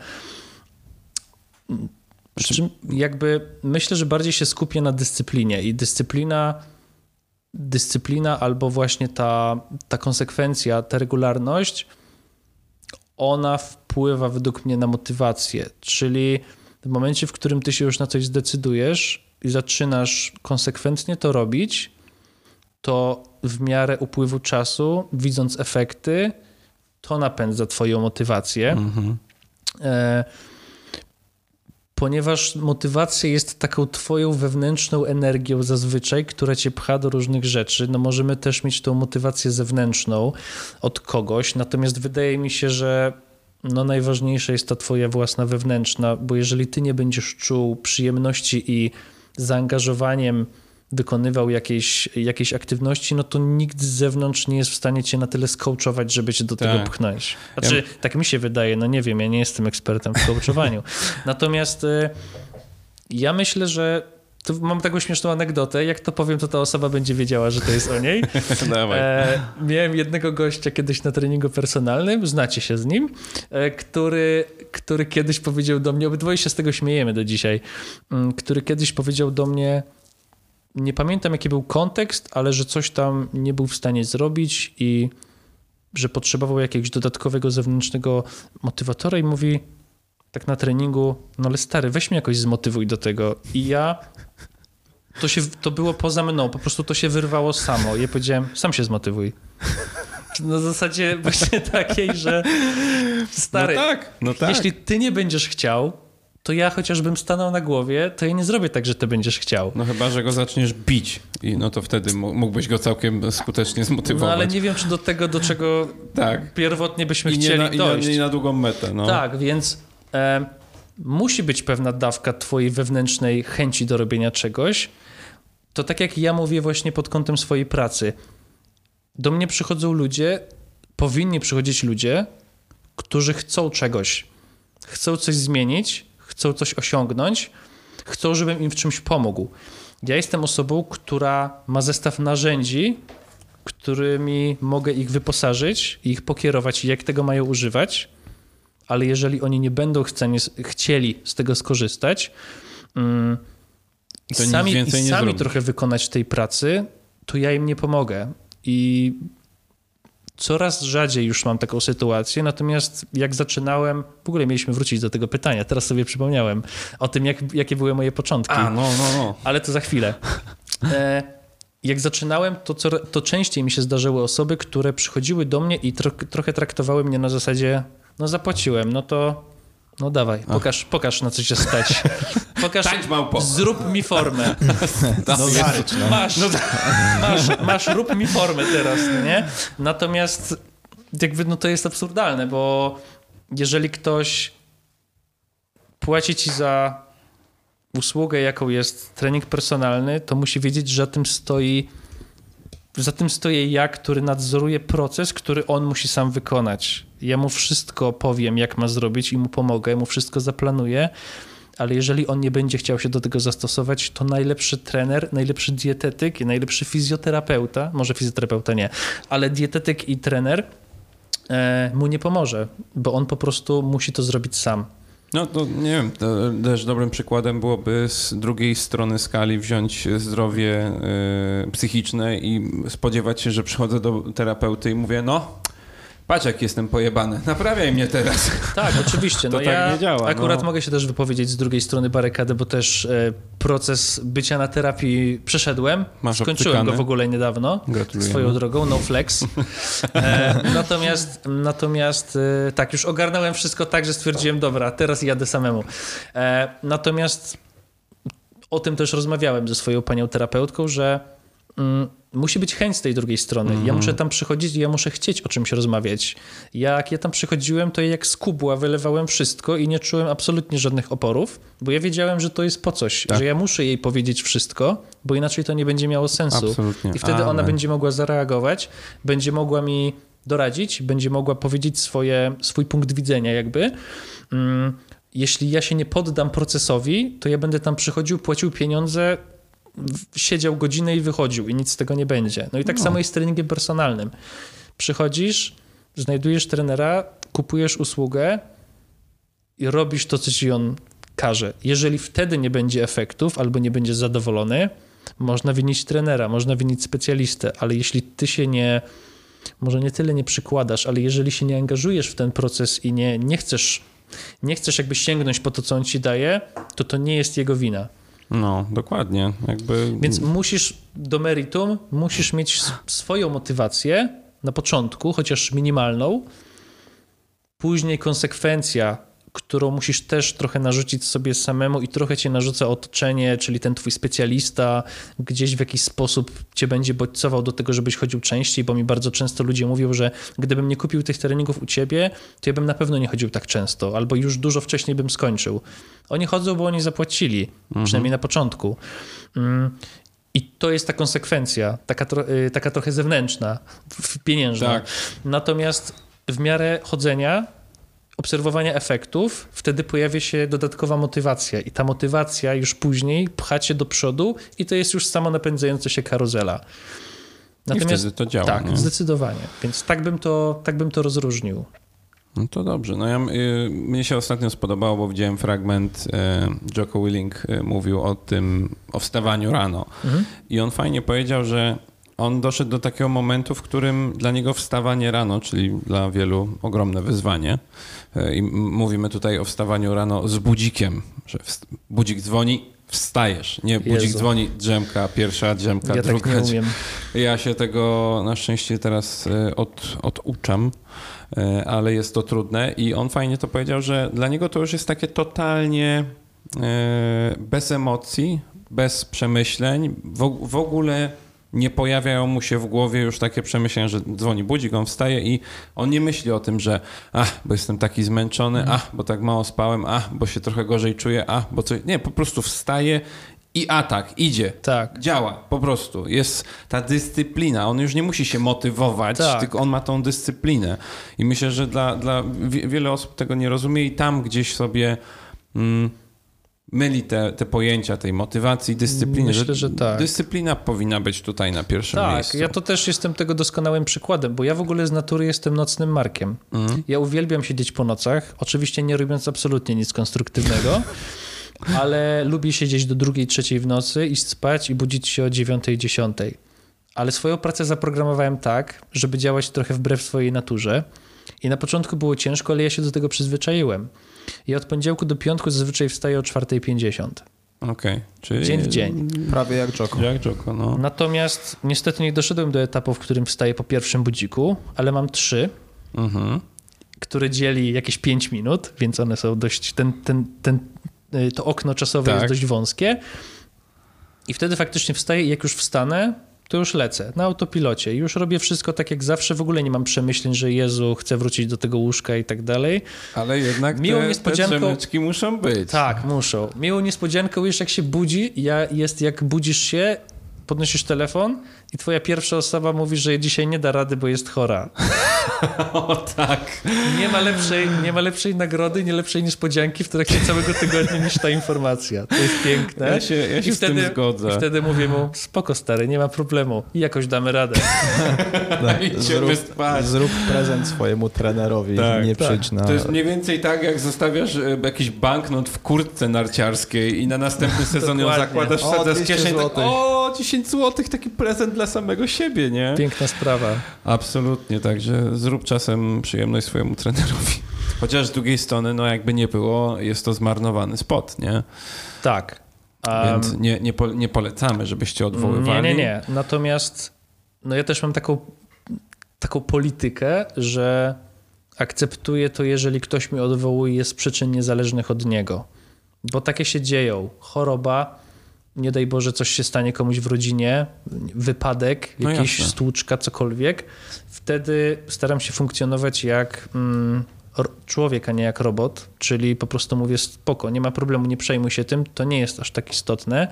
Przy czym jakby myślę, że bardziej się skupię na dyscyplinie i dyscyplina dyscyplina albo właśnie ta, ta konsekwencja, ta regularność, ona wpływa według mnie na motywację, czyli w momencie, w którym ty się już na coś zdecydujesz i zaczynasz konsekwentnie to robić, to w miarę upływu czasu, widząc efekty, to napędza twoją motywację. Mhm. E- Ponieważ motywacja jest taką twoją wewnętrzną energią zazwyczaj, która cię pcha do różnych rzeczy. No możemy też mieć tą motywację zewnętrzną od kogoś, natomiast wydaje mi się, że no najważniejsza jest ta twoja własna wewnętrzna, bo jeżeli ty nie będziesz czuł przyjemności i zaangażowaniem wykonywał jakieś, jakieś aktywności, no to nikt z zewnątrz nie jest w stanie cię na tyle skołczować, żeby cię do tak. tego pchnąć. Znaczy, ja... tak mi się wydaje, no nie wiem, ja nie jestem ekspertem w coachowaniu. Natomiast y, ja myślę, że to mam taką śmieszną anegdotę, jak to powiem, to ta osoba będzie wiedziała, że to jest o niej. e, miałem jednego gościa kiedyś na treningu personalnym, znacie się z nim, e, który, który kiedyś powiedział do mnie, obydwoje się z tego śmiejemy do dzisiaj, m, który kiedyś powiedział do mnie, nie pamiętam jaki był kontekst, ale że coś tam nie był w stanie zrobić i że potrzebował jakiegoś dodatkowego zewnętrznego motywatora i mówi tak na treningu, no ale stary, weź mnie jakoś zmotywuj do tego. I ja, to, się, to było poza mną, po prostu to się wyrwało samo. I ja powiedziałem, sam się zmotywuj. Na zasadzie właśnie takiej, że stary, no tak, no tak. jeśli ty nie będziesz chciał, to ja chociażbym stanął na głowie, to ja nie zrobię tak, że ty będziesz chciał. No chyba, że go zaczniesz bić i no to wtedy mógłbyś go całkiem skutecznie zmotywować. No ale nie wiem, czy do tego, do czego tak. pierwotnie byśmy I chcieli na, dojść. I na, i na długą metę. No. Tak, więc e, musi być pewna dawka twojej wewnętrznej chęci do robienia czegoś. To tak jak ja mówię właśnie pod kątem swojej pracy. Do mnie przychodzą ludzie, powinni przychodzić ludzie, którzy chcą czegoś. Chcą coś zmienić, chcą coś osiągnąć, chcą, żebym im w czymś pomógł. Ja jestem osobą, która ma zestaw narzędzi, którymi mogę ich wyposażyć, ich pokierować, jak tego mają używać, ale jeżeli oni nie będą chceni, chcieli z tego skorzystać um, i to sami, nic i sami trochę wykonać tej pracy, to ja im nie pomogę. I coraz rzadziej już mam taką sytuację, natomiast jak zaczynałem, w ogóle mieliśmy wrócić do tego pytania, teraz sobie przypomniałem o tym, jak, jakie były moje początki. A, no, no, no. Ale to za chwilę. E, jak zaczynałem, to, co, to częściej mi się zdarzyły osoby, które przychodziły do mnie i tro, trochę traktowały mnie na zasadzie, no zapłaciłem, no to no dawaj, pokaż, pokaż na co się stać. Pokaż, Tańcz, małpo. Zrób mi formę. No, no. Masz, no, masz, masz, rób mi formę teraz, nie? Natomiast jakby no to jest absurdalne, bo jeżeli ktoś płaci ci za usługę, jaką jest trening personalny, to musi wiedzieć, że za tym stoi za tym stoję ja, który nadzoruje proces, który on musi sam wykonać. Ja mu wszystko powiem, jak ma zrobić i mu pomogę, mu wszystko zaplanuję, ale jeżeli on nie będzie chciał się do tego zastosować, to najlepszy trener, najlepszy dietetyk i najlepszy fizjoterapeuta, może fizjoterapeuta nie, ale dietetyk i trener e, mu nie pomoże, bo on po prostu musi to zrobić sam. No to nie wiem, to też dobrym przykładem byłoby z drugiej strony skali wziąć zdrowie y, psychiczne i spodziewać się, że przychodzę do terapeuty i mówię, no patrz jak jestem pojebany, naprawiaj mnie teraz. Tak, oczywiście. To no tak ja nie działa. Akurat no. mogę się też wypowiedzieć z drugiej strony barykady, bo też e, proces bycia na terapii przeszedłem. Masz Skończyłem obcykany. go w ogóle niedawno. Gratuluję. Swoją drogą, no flex. E, natomiast natomiast e, tak, już ogarnąłem wszystko tak, że stwierdziłem, dobra, teraz jadę samemu. E, natomiast o tym też rozmawiałem ze swoją panią terapeutką, że mm, musi być chęć z tej drugiej strony. Mm. Ja muszę tam przychodzić i ja muszę chcieć o czymś rozmawiać. Jak ja tam przychodziłem, to jak z kubła wylewałem wszystko i nie czułem absolutnie żadnych oporów, bo ja wiedziałem, że to jest po coś, tak. że ja muszę jej powiedzieć wszystko, bo inaczej to nie będzie miało sensu. Absolutnie. I wtedy Amen. ona będzie mogła zareagować, będzie mogła mi doradzić, będzie mogła powiedzieć swoje, swój punkt widzenia jakby. Mm, jeśli ja się nie poddam procesowi, to ja będę tam przychodził, płacił pieniądze, siedział godzinę i wychodził i nic z tego nie będzie. No i tak no. samo jest z treningiem personalnym. Przychodzisz, znajdujesz trenera, kupujesz usługę i robisz to, co ci on każe. Jeżeli wtedy nie będzie efektów albo nie będziesz zadowolony, można winić trenera, można winić specjalistę, ale jeśli ty się nie, może nie tyle nie przykładasz, ale jeżeli się nie angażujesz w ten proces i nie, nie chcesz, nie chcesz jakby sięgnąć po to, co on ci daje, to to nie jest jego wina. No, dokładnie. Jakby... Więc musisz do meritum, musisz mieć swoją motywację na początku, chociaż minimalną. Później konsekwencja, którą musisz też trochę narzucić sobie samemu i trochę cię narzuca otoczenie, czyli ten twój specjalista gdzieś w jakiś sposób cię będzie bodźcował do tego, żebyś chodził częściej, bo mi bardzo często ludzie mówią, że gdybym nie kupił tych treningów u ciebie, to ja bym na pewno nie chodził tak często, albo już dużo wcześniej bym skończył. Oni chodzą, bo oni zapłacili, mhm. przynajmniej na początku. I to jest ta konsekwencja, taka, tro, taka trochę zewnętrzna, pieniężna. Tak. Natomiast w miarę chodzenia, obserwowania efektów, wtedy pojawia się dodatkowa motywacja i ta motywacja już później pcha cię do przodu i to jest już samo napędzająca się karuzela. Natomiast, I wtedy to działa. Tak, nie? zdecydowanie. Więc tak bym to, tak bym to rozróżnił. No to dobrze. No ja, y, mnie się ostatnio spodobało, bo widziałem fragment, y, Jocko Willing y, mówił o tym, o wstawaniu rano. Mhm. I on fajnie powiedział, że on doszedł do takiego momentu, w którym dla niego wstawanie rano, czyli dla wielu ogromne wyzwanie. I mówimy tutaj o wstawaniu rano z budzikiem, że budzik dzwoni, wstajesz. Nie, budzik Jezu. dzwoni, drzemka, pierwsza drzemka, ja druga. Tak nie umiem. Ja się tego na szczęście teraz od, oduczam, ale jest to trudne i on fajnie to powiedział, że dla niego to już jest takie totalnie bez emocji, bez przemyśleń, w, w ogóle nie pojawiają mu się w głowie już takie przemyślenia, że dzwoni budzik, on wstaje i on nie myśli o tym, że ach, bo jestem taki zmęczony, mm. ach, bo tak mało spałem, ach, bo się trochę gorzej czuję, ach, bo coś... Nie, po prostu wstaje i atak, idzie, tak. działa, po prostu. Jest ta dyscyplina, on już nie musi się motywować, tak. tylko on ma tą dyscyplinę. I myślę, że dla, dla wiele osób tego nie rozumie i tam gdzieś sobie... Mm, myli te, te pojęcia tej motywacji, dyscypliny. Myślę, że, że tak. Dyscyplina powinna być tutaj na pierwszym tak, miejscu. Tak, ja to też jestem tego doskonałym przykładem, bo ja w ogóle z natury jestem nocnym markiem. Mm. Ja uwielbiam siedzieć po nocach, oczywiście nie robiąc absolutnie nic konstruktywnego, ale lubię siedzieć do drugiej, trzeciej w nocy, iść spać i budzić się o dziewiątej, dziesiątej. Ale swoją pracę zaprogramowałem tak, żeby działać trochę wbrew swojej naturze. I na początku było ciężko, ale ja się do tego przyzwyczaiłem. I od poniedziałku do piątku zazwyczaj wstaję o czwarta pięćdziesiąt. Okej, okay. Czyli... Dzień w dzień. Prawie jak Jocko. Jak Jocko, no. Natomiast niestety nie doszedłem do etapu, w którym wstaję po pierwszym budziku, ale mam trzy, mhm. które dzieli jakieś pięć minut, więc one są dość... Ten, ten, ten, to okno czasowe tak. jest dość wąskie. I wtedy faktycznie wstaję i jak już wstanę, to już lecę na autopilocie. Już robię wszystko tak jak zawsze. W ogóle nie mam przemyśleń, że Jezu, chcę wrócić do tego łóżka i tak dalej. Ale jednak Miłą te, niespodzianką... te drzemeczki muszą być. Tak, muszą. Miłą niespodzianką już jak się budzi, ja, jest jak budzisz się, podnosisz telefon i twoja pierwsza osoba mówi, że dzisiaj nie da rady, bo jest chora. O tak. Nie ma lepszej, nie ma lepszej nagrody, nie lepszej niespodzianki w trakcie całego tygodnia niż ta informacja. To jest piękne. Ja się, ja się I z wtedy, tym zgodzę. I wtedy mówię mu, spoko stary, nie ma problemu. I jakoś damy radę. Tak, idziemy spać. Zrób prezent swojemu trenerowi, Tak, nie tak. przyjdź na... To jest mniej więcej tak, jak zostawiasz e, jakiś banknot w kurtce narciarskiej i na następny sezon ją Dokładnie. zakładasz, O, wsadzasz w dwieście kieszeń, tak, złotych. o, dziesięć złotych, taki prezent dla samego siebie, nie? Piękna sprawa. Absolutnie, także zrób czasem przyjemność swojemu trenerowi. Chociaż z drugiej strony, no jakby nie było, jest to zmarnowany spot, nie? Tak. Um, Więc nie, nie, po, nie polecamy, żebyście odwoływali. Nie, nie, nie. Natomiast no ja też mam taką, taką politykę, że akceptuję to, jeżeli ktoś mnie odwołuje z przyczyn niezależnych od niego. Bo takie się dzieją. Choroba, nie daj Boże, coś się stanie komuś w rodzinie, wypadek, No jakiś jasne. stłuczka, cokolwiek. Wtedy staram się funkcjonować jak mm, człowiek, a nie jak robot, czyli po prostu mówię spoko, nie ma problemu, nie przejmuj się tym, to nie jest aż tak istotne.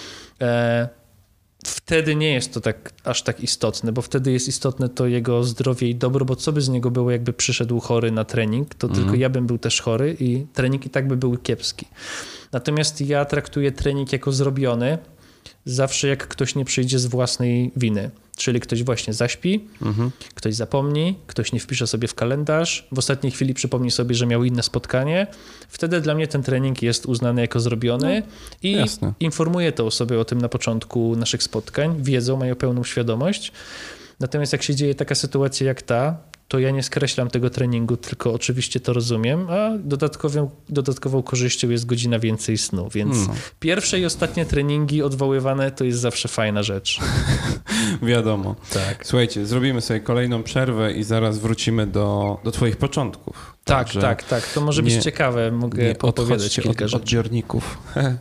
E, wtedy nie jest to tak, aż tak istotne, bo wtedy jest istotne to jego zdrowie i dobro, bo co by z niego było, jakby przyszedł chory na trening, to Mhm. tylko ja bym był też chory i trening i tak by był kiepski. Natomiast ja traktuję trening jako zrobiony zawsze jak ktoś nie przyjdzie z własnej winy. Czyli ktoś właśnie zaśpi, Mhm. ktoś zapomni, ktoś nie wpisze sobie w kalendarz, w ostatniej chwili przypomni sobie, że miał inne spotkanie. Wtedy dla mnie ten trening jest uznany jako zrobiony i jasne. informuję te osoby o tym na początku naszych spotkań, wiedzą, mają pełną świadomość. Natomiast jak się dzieje taka sytuacja jak ta, to ja nie skreślam tego treningu, tylko oczywiście to rozumiem, a dodatkową, dodatkową korzyścią jest godzina więcej snu, więc No. pierwsze i ostatnie treningi odwoływane to jest zawsze fajna rzecz. Wiadomo. Tak. Słuchajcie, zrobimy sobie kolejną przerwę i zaraz wrócimy do, do twoich początków. Tak, Także tak, tak. To może nie- być ciekawe. Mogę nie opowiadać odchodźcie kilka od rzeczy. odbiorników.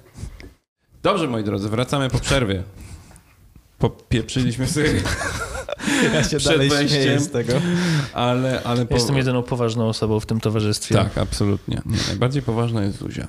Dobrze, moi drodzy, wracamy po przerwie. Popieprzyliśmy sobie, Ja się przed dalej wejściem. śmieję z tego. ale... ale po... Jestem jedyną poważną osobą w tym towarzystwie. Tak, absolutnie. Nie, najbardziej poważna jest Zuzia.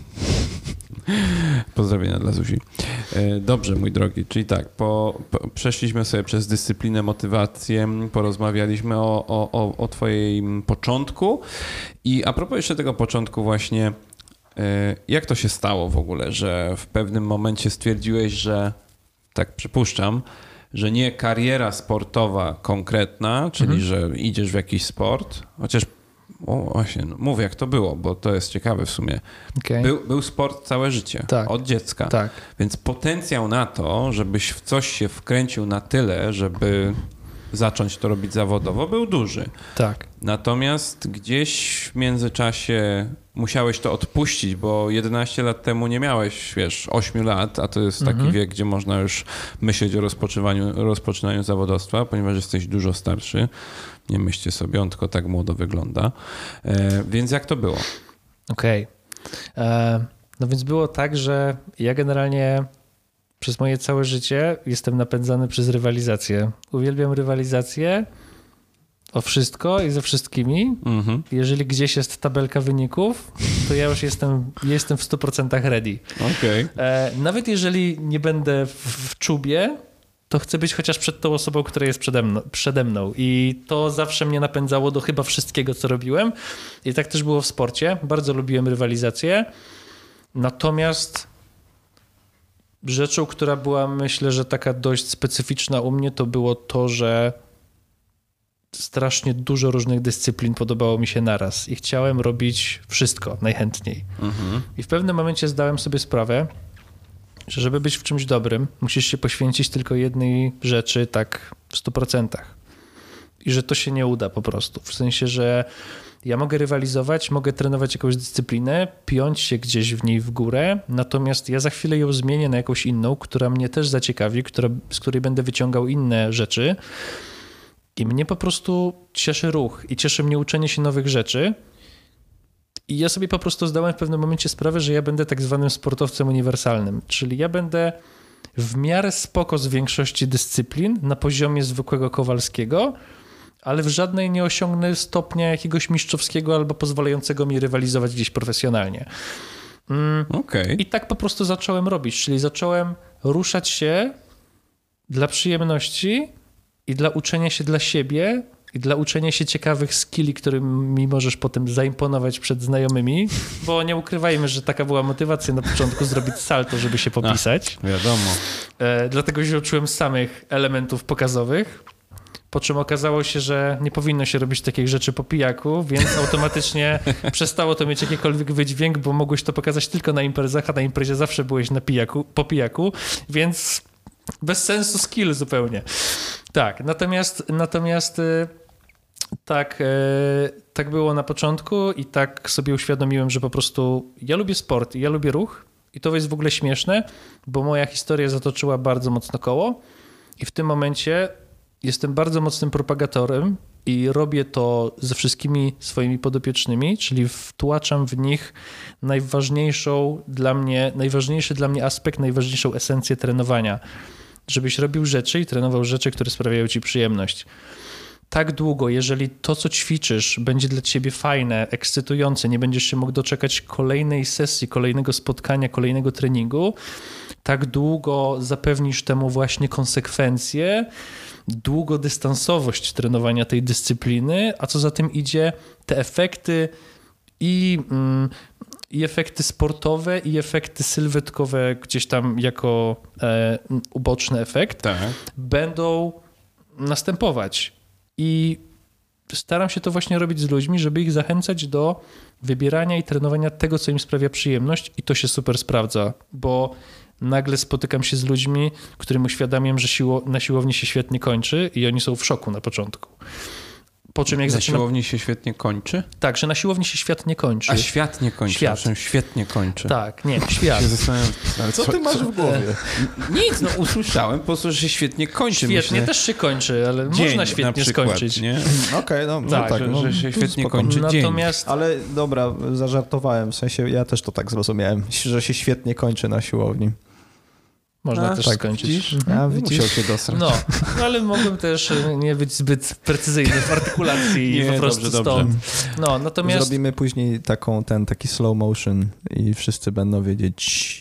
Pozdrowienia dla Zuzi. E, Dobrze, mój drogi, czyli tak, po, po, przeszliśmy sobie przez dyscyplinę, motywację, porozmawialiśmy o, o, o, o twoim początku i a propos jeszcze tego początku właśnie, e, jak to się stało w ogóle, że w pewnym momencie stwierdziłeś, że, tak przypuszczam, że nie kariera sportowa konkretna, czyli Mhm. że idziesz w jakiś sport, chociaż o, właśnie, no, mów jak to było, bo to jest ciekawe w sumie. Okay. Był, był sport całe życie, Tak. od dziecka. Tak. Więc potencjał na to, żebyś w coś się wkręcił na tyle, żeby zacząć to robić zawodowo, był duży. Tak. Natomiast gdzieś w międzyczasie musiałeś to odpuścić, bo jedenaście lat temu nie miałeś, wiesz, osiem lat, a to jest taki Mhm. wiek, gdzie można już myśleć o rozpoczynaniu, rozpoczynaniu zawodowstwa, ponieważ jesteś dużo starszy. Nie myślcie sobie, on tylko tak młodo wygląda. E, więc jak to było? Okej. Okay. No więc było tak, że ja generalnie przez moje całe życie jestem napędzany przez rywalizację. Uwielbiam rywalizację o wszystko i ze wszystkimi. Mhm. Jeżeli gdzieś jest tabelka wyników, to ja już jestem, jestem w stu procentach ready. Okej. E, nawet jeżeli nie będę w, w czubie, to chcę być chociaż przed tą osobą, która jest przede mną, przede mną. I to zawsze mnie napędzało do chyba wszystkiego, co robiłem. I tak też było w sporcie. Bardzo lubiłem rywalizację. Natomiast rzeczą, która była, myślę, że taka dość specyficzna u mnie, to było to, że strasznie dużo różnych dyscyplin podobało mi się naraz i chciałem robić wszystko najchętniej. Mhm. I w pewnym momencie zdałem sobie sprawę, że żeby być w czymś dobrym, musisz się poświęcić tylko jednej rzeczy tak w stu procentach. I że to się nie uda po prostu. W sensie, że ja mogę rywalizować, mogę trenować jakąś dyscyplinę, piąć się gdzieś w niej w górę, natomiast ja za chwilę ją zmienię na jakąś inną, która mnie też zaciekawi, która, z której będę wyciągał inne rzeczy. I mnie po prostu cieszy ruch i cieszy mnie uczenie się nowych rzeczy. I ja sobie po prostu zdałem w pewnym momencie sprawę, że ja będę tak zwanym sportowcem uniwersalnym, czyli ja będę w miarę spoko z większości dyscyplin na poziomie zwykłego Kowalskiego, ale w żadnej nie osiągnę stopnia jakiegoś mistrzowskiego albo pozwalającego mi rywalizować gdzieś profesjonalnie. Mm. Okay. I tak po prostu zacząłem robić, czyli zacząłem ruszać się dla przyjemności i dla uczenia się dla siebie i dla uczenia się ciekawych skilli, którymi możesz potem zaimponować przed znajomymi, bo nie ukrywajmy, że taka była motywacja na początku zrobić salto, żeby się popisać. A, wiadomo. E, dlatego się uczyłem samych elementów pokazowych, po czym okazało się, że nie powinno się robić takich rzeczy po pijaku, więc automatycznie przestało to mieć jakikolwiek wydźwięk, bo mogłeś to pokazać tylko na imprezach, a na imprezie zawsze byłeś na pijaku, po pijaku, więc bez sensu skill zupełnie. Tak, natomiast, natomiast tak, tak było na początku i tak sobie uświadomiłem, że po prostu ja lubię sport, ja lubię ruch i to jest w ogóle śmieszne, bo moja historia zatoczyła bardzo mocno koło i w tym momencie jestem bardzo mocnym propagatorem i robię to ze wszystkimi swoimi podopiecznymi, czyli wtłaczam w nich najważniejszą dla mnie, najważniejszy dla mnie aspekt, najważniejszą esencję trenowania. Żebyś robił rzeczy i trenował rzeczy, które sprawiają ci przyjemność. Tak długo, jeżeli to, co ćwiczysz, będzie dla ciebie fajne, ekscytujące, nie będziesz się mógł doczekać kolejnej sesji, kolejnego spotkania, kolejnego treningu, tak długo zapewnisz temu właśnie konsekwencje, długodystansowość trenowania tej dyscypliny, a co za tym idzie, te efekty i, mm, i efekty sportowe, i efekty sylwetkowe gdzieś tam jako e, uboczny efekt tak. będą następować. I staram się to właśnie robić z ludźmi, żeby ich zachęcać do wybierania i trenowania tego, co im sprawia przyjemność i to się super sprawdza, bo nagle spotykam się z ludźmi, którym uświadamiam, że siło, na siłowni się świetnie kończy i oni są w szoku na początku. Po czym jak na zaczynam... siłowni się świetnie kończy? Tak, że na siłowni się świat nie kończy. A świat nie kończy. Świat. Proszę, świetnie kończy. Tak, nie, świat. Się zastanawiam, ale Co ty masz w głowie? Nic, no usłyszałem po prostu, że się świetnie kończy. Świetnie Myślę, też się kończy, ale dzień można świetnie na przykład, skończyć. Nie? Okej, okay, no, tak, no tak. Że, No, że się świetnie spoko. kończy dzień. Natomiast... Ale dobra, zażartowałem, w sensie ja też to tak zrozumiałem, że się świetnie kończy na siłowni. Można A, też tak, skończyć. widzisz? Mhm. A, widzisz? Musiał się dosrać. No, no, ale mogłem też nie być zbyt precyzyjny w artykulacji i Nie, po prostu dobrze, stąd. dobrze. No, natomiast... Zrobimy później taką, ten taki slow motion i wszyscy będą wiedzieć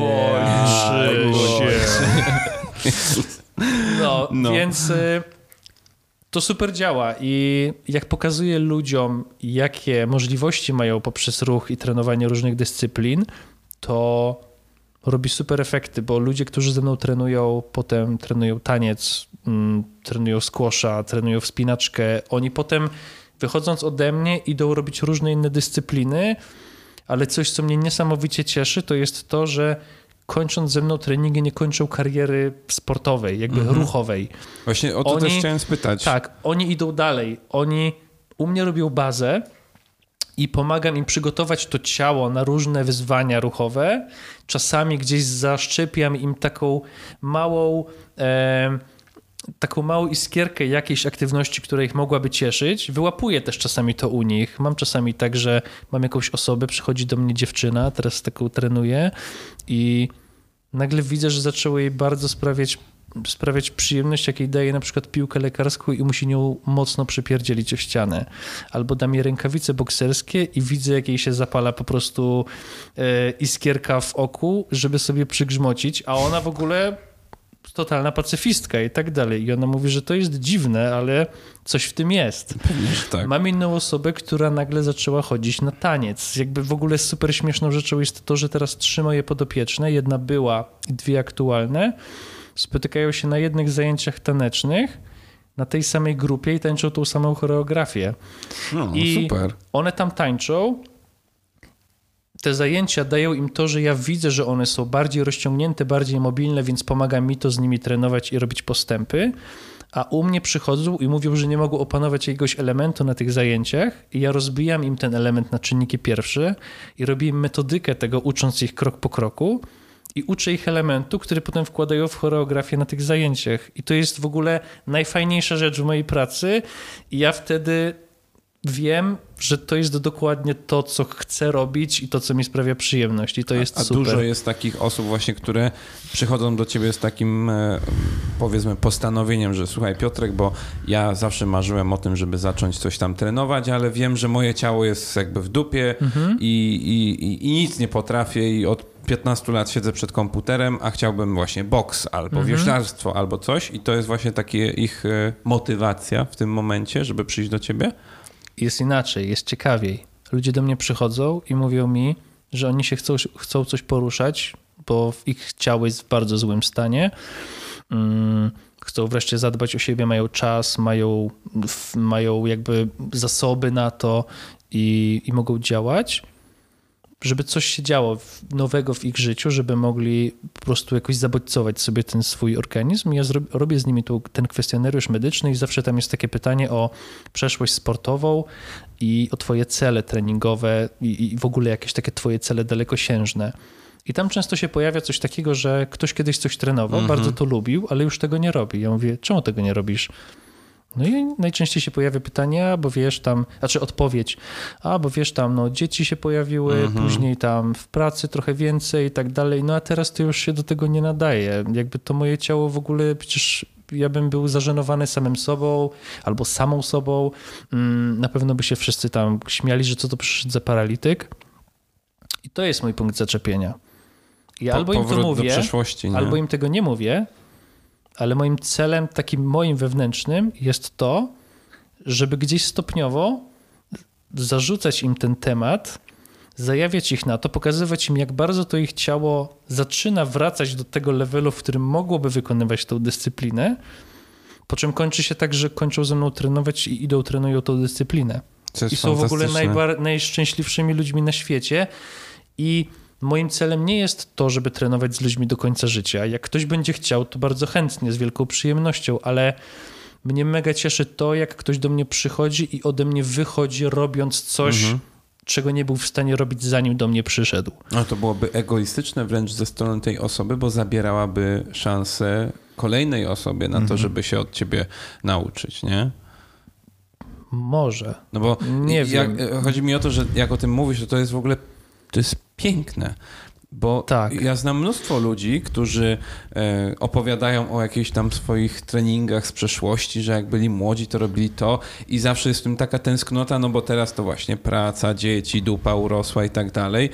Kończy się. No, No. więc y, to super działa i jak pokazuję ludziom, jakie możliwości mają poprzez ruch i trenowanie różnych dyscyplin, to robi super efekty, bo ludzie, którzy ze mną trenują, potem trenują taniec, mm, trenują squasha, trenują wspinaczkę, oni potem wychodząc ode mnie idą robić różne inne dyscypliny, ale coś, co mnie niesamowicie cieszy, to jest to, że kończąc ze mną treningi nie kończą kariery sportowej, jakby Mhm. ruchowej. Właśnie o to Oni- też chciałem spytać. Tak, oni idą dalej. Oni u mnie robią bazę i pomagam im przygotować to ciało na różne wyzwania ruchowe. Czasami gdzieś zaszczepiam im taką małą, e, taką małą iskierkę jakiejś aktywności, która ich mogłaby cieszyć. Wyłapuję też czasami to u nich. Mam czasami tak, że mam jakąś osobę, przychodzi do mnie dziewczyna, teraz taką trenuję i nagle widzę, że zaczęło jej bardzo sprawiać sprawiać przyjemność, jakiej daje na przykład piłkę lekarską i musi nią mocno przypierdzielić o ścianę. Albo da mi rękawice bokserskie i widzę, jak jej się zapala po prostu e, iskierka w oku, żeby sobie przygrzmocić, a ona w ogóle totalna pacyfistka i tak dalej. I ona mówi, że to jest dziwne, ale coś w tym jest. Pewnie, że tak. Mam inną osobę, która nagle zaczęła chodzić na taniec. Jakby w ogóle super śmieszną rzeczą jest to, że teraz trzy moje podopieczne, jedna była i dwie aktualne, spotykają się na jednych zajęciach tanecznych, na tej samej grupie i tańczą tą samą choreografię. No, I super. one tam tańczą. Te zajęcia dają im to, że ja widzę, że one są bardziej rozciągnięte, bardziej mobilne, więc pomaga mi to z nimi trenować i robić postępy. A u mnie przychodzą i mówią, że nie mogą opanować jakiegoś elementu na tych zajęciach i ja rozbijam im ten element na czynniki pierwsze i robię im metodykę tego, ucząc ich krok po kroku i uczę ich elementu, który potem wkładają w choreografię na tych zajęciach. I to jest w ogóle najfajniejsza rzecz w mojej pracy i ja wtedy wiem, że to jest dokładnie to, co chcę robić i to, co mi sprawia przyjemność i to jest a, a super. dużo jest takich osób właśnie, które przychodzą do ciebie z takim powiedzmy postanowieniem, że słuchaj Piotrek, bo ja zawsze marzyłem o tym, żeby zacząć coś tam trenować, ale wiem, że moje ciało jest jakby w dupie mhm. i, i, i nic nie potrafię i od piętnastu lat siedzę przed komputerem, a chciałbym właśnie boks albo mhm. wioślarstwo albo coś i to jest właśnie takie ich motywacja w tym momencie, żeby przyjść do ciebie? Jest inaczej, jest ciekawiej. Ludzie do mnie przychodzą i mówią mi, że oni się chcą, chcą coś poruszać, bo ich ciało jest w bardzo złym stanie. Hmm, chcą wreszcie zadbać o siebie, mają czas, mają, mają jakby zasoby na to i, i mogą działać, żeby coś się działo nowego w ich życiu, żeby mogli po prostu jakoś zabodźcować sobie ten swój organizm. Ja zrobię, robię z nimi tu, ten kwestionariusz medyczny i zawsze tam jest takie pytanie o przeszłość sportową i o twoje cele treningowe i, i w ogóle jakieś takie twoje cele dalekosiężne. I tam często się pojawia coś takiego, że ktoś kiedyś coś trenował, mm-hmm. bardzo to lubił, ale już tego nie robi. Ja mówię, czemu tego nie robisz? No i najczęściej się pojawia pytanie, a bo wiesz tam, znaczy odpowiedź, a bo wiesz tam, no dzieci się pojawiły, mhm. później tam w pracy trochę więcej i tak dalej, no a teraz to już się do tego nie nadaje. Jakby to moje ciało w ogóle, przecież ja bym był zażenowany samym sobą albo samą sobą. Na pewno by się wszyscy tam śmiali, że co to przyszedł za paralityk. I to jest mój punkt zaczepienia. I po, albo im to mówię, do przeszłości, nie? albo im tego nie mówię, ale moim celem, takim moim wewnętrznym jest to, żeby gdzieś stopniowo zarzucać im ten temat, zajawiać ich na to, pokazywać im, jak bardzo to ich ciało zaczyna wracać do tego levelu, w którym mogłoby wykonywać tą dyscyplinę, po czym kończy się tak, że kończą ze mną trenować i idą, trenują tą dyscyplinę. I są w ogóle najbar- najszczęśliwszymi ludźmi na świecie i moim celem nie jest to, żeby trenować z ludźmi do końca życia. Jak ktoś będzie chciał, to bardzo chętnie, z wielką przyjemnością, ale mnie mega cieszy to, jak ktoś do mnie przychodzi i ode mnie wychodzi, robiąc coś, mhm. czego nie był w stanie robić, zanim do mnie przyszedł. No to byłoby egoistyczne wręcz ze strony tej osoby, bo zabierałaby szansę kolejnej osobie na mhm. to, żeby się od ciebie nauczyć, nie? Może. No bo nie jak, wiem. Chodzi mi o to, że jak o tym mówisz, to to jest w ogóle to jest piękne, bo tak. ja znam mnóstwo ludzi, którzy e, opowiadają o jakichś tam swoich treningach z przeszłości, że jak byli młodzi, to robili to i zawsze jest w tym taka tęsknota, no bo teraz to właśnie praca, dzieci, dupa urosła i tak dalej.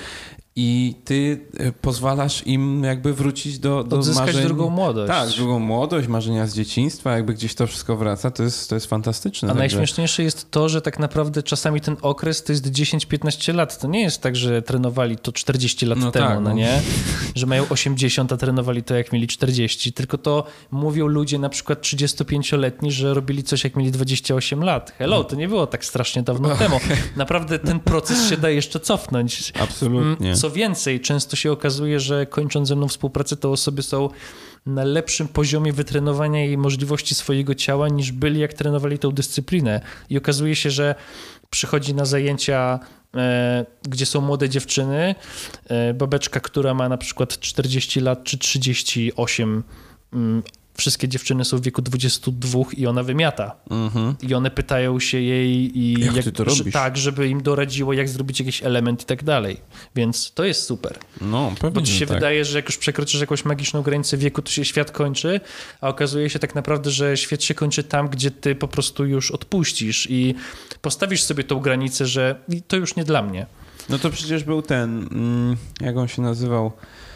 I ty pozwalasz im jakby wrócić do, do Odzyskać marzeń. drugą młodość. Tak, drugą młodość, marzenia z dzieciństwa, jakby gdzieś to wszystko wraca, to jest, to jest fantastyczne. A także... najśmieszniejsze jest to, że tak naprawdę czasami ten okres to jest dziesięć piętnaście lat. To nie jest tak, że trenowali to czterdzieści lat no temu, tak, no. no nie? Że mają osiemdziesiąt, a trenowali to jak mieli czterdzieści. Tylko to mówią ludzie na przykład trzydziestopięcioletni, że robili coś jak mieli dwadzieścia osiem lat. Hello, to nie było tak strasznie dawno okay. temu. Naprawdę ten proces się da jeszcze cofnąć. Absolutnie. Co więcej, często się okazuje, że kończąc ze mną współpracę, to osoby są na lepszym poziomie wytrenowania i możliwości swojego ciała, niż byli, jak trenowali tą dyscyplinę. I okazuje się, że przychodzi na zajęcia, e, gdzie są młode dziewczyny, e, babeczka, która ma na przykład czterdzieści lat czy trzydzieści osiem, mm, wszystkie dziewczyny są w wieku dwudziestu dwóch i ona wymiata. Mm-hmm. I one pytają się jej, i jak, jak ty to robisz? Tak, żeby im doradziło, jak zrobić jakiś element i tak dalej. Więc to jest super. No, pewnie, bo ci się tak. wydaje, że jak już przekroczysz jakąś magiczną granicę wieku, to się świat kończy, a okazuje się tak naprawdę, że świat się kończy tam, gdzie ty po prostu już odpuścisz i postawisz sobie tą granicę, że to już nie dla mnie. No to przecież był ten, jak on się nazywał,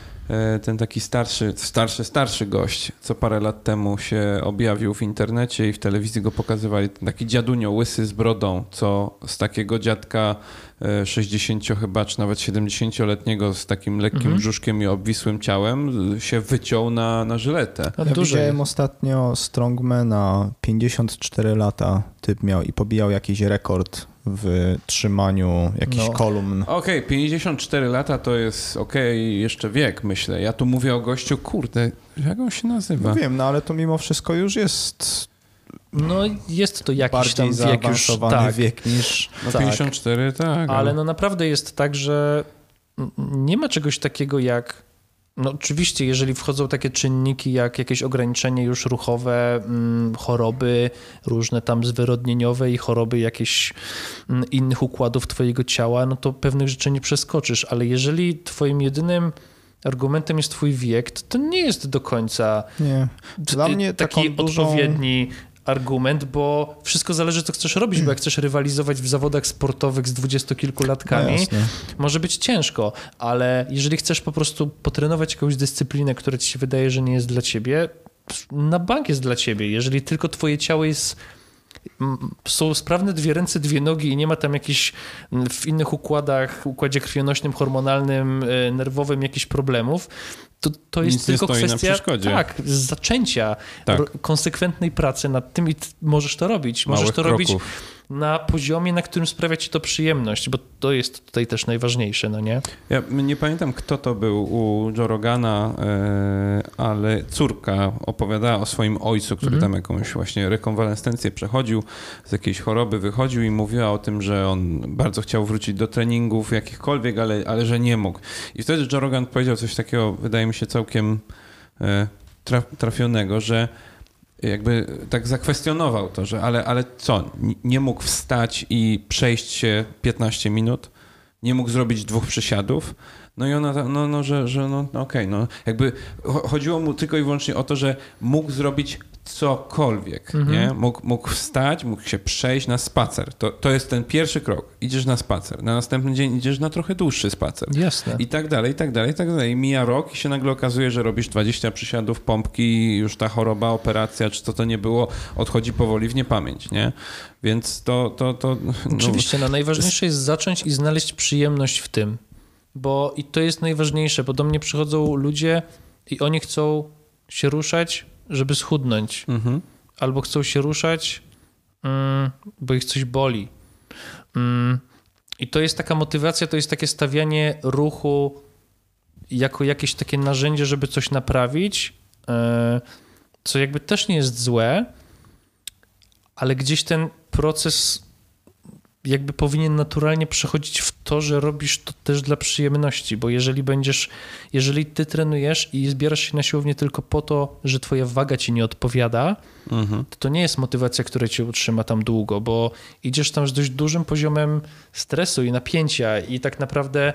ten taki starszy, starszy, starszy gość, co parę lat temu się objawił w internecie i w telewizji go pokazywali. Ten taki dziadunio, łysy z brodą, co z takiego dziadka sześćdziesięcio chyba, czy nawet siedemdziesięcioletniego z takim lekkim mhm. brzuszkiem i obwisłym ciałem się wyciął na, na żyletę. Ja widziałem ostatnio Strongmana, pięćdziesiąt cztery lata typ miał i pobijał jakiś rekord w trzymaniu jakichś no. kolumn. Okej, okay, pięćdziesiąt cztery lata to jest okej, okay, jeszcze wiek, myślę. Ja tu mówię o gościu, kurde, jak on się nazywa? No wiem, no ale to mimo wszystko już jest... No jest to jakiś bardziej tam wiek już, tak. wiek niż... No tak. pięćdziesiąt cztery, tak. Ale no naprawdę jest tak, że nie ma czegoś takiego jak No oczywiście, jeżeli wchodzą takie czynniki jak jakieś ograniczenie już ruchowe, mm, choroby różne tam zwyrodnieniowe i choroby jakieś mm, innych układów twojego ciała, no to pewnych rzeczy nie przeskoczysz, ale jeżeli twoim jedynym argumentem jest twój wiek, to, to nie jest do końca Nie. Dla mnie taki taką dużą... odpowiedni argument, bo wszystko zależy, co chcesz robić, bo jak chcesz rywalizować w zawodach sportowych z dwudziestokilkulatkami, No może być ciężko, ale jeżeli chcesz po prostu potrenować jakąś dyscyplinę, która ci się wydaje, że nie jest dla ciebie, na bank jest dla ciebie. Jeżeli tylko twoje ciało jest są sprawne dwie ręce, dwie nogi i nie ma tam jakichś w innych układach, układzie krwionośnym, hormonalnym, nerwowym jakichś problemów, to, to jest Nic tylko nie stoi kwestia na przeszkodzie. tak, zaczęcia, Tak. ro, konsekwentnej pracy nad tym i t- możesz to robić. Możesz Małych to robić kroków. na poziomie, na którym sprawia ci to przyjemność, bo to jest tutaj też najważniejsze, no nie? Ja nie pamiętam, kto to był u Joe Rogana, e, ale córka opowiadała o swoim ojcu, który Mhm. tam jakąś właśnie rekonwalescencję przechodził, z jakiejś choroby wychodził i mówiła o tym, że on bardzo chciał wrócić do treningów jakichkolwiek, ale, ale że nie mógł. I wtedy Joe Rogan powiedział coś takiego, wydaje mi się całkiem e, traf- trafionego, że jakby tak zakwestionował to, że ale, ale co, nie mógł wstać i przejść się piętnaście minut? Nie mógł zrobić dwóch przysiadów? No i ona, no, no że, że no, no okej, okay, no jakby chodziło mu tylko i wyłącznie o to, że mógł zrobić cokolwiek, Mhm. nie? Mógł, mógł wstać, mógł się przejść na spacer. To, to jest ten pierwszy krok. Idziesz na spacer. Na następny dzień idziesz na trochę dłuższy spacer. Jasne. I tak dalej, i tak dalej, i tak dalej. I mija rok i się nagle okazuje, że robisz dwadzieścia przysiadów, pompki i już ta choroba, operacja, czy co to nie było, odchodzi powoli w niepamięć, nie? Więc to... to, to no, Oczywiście, no najważniejsze jest zacząć i znaleźć przyjemność w tym, bo i to jest najważniejsze, bo do mnie przychodzą ludzie i oni chcą się ruszać, żeby schudnąć, Mhm. albo chcą się ruszać, mm, bo ich coś boli. Mm, I to jest taka motywacja, to jest takie stawianie ruchu jako jakieś takie narzędzie, żeby coś naprawić, e, co jakby też nie jest złe, ale gdzieś ten proces jakby powinien naturalnie przechodzić w to, że robisz to też dla przyjemności, bo jeżeli będziesz, jeżeli ty trenujesz i zbierasz się na siłownię tylko po to, że twoja waga ci nie odpowiada, Mhm. to to nie jest motywacja, która cię utrzyma tam długo, bo idziesz tam z dość dużym poziomem stresu i napięcia i tak naprawdę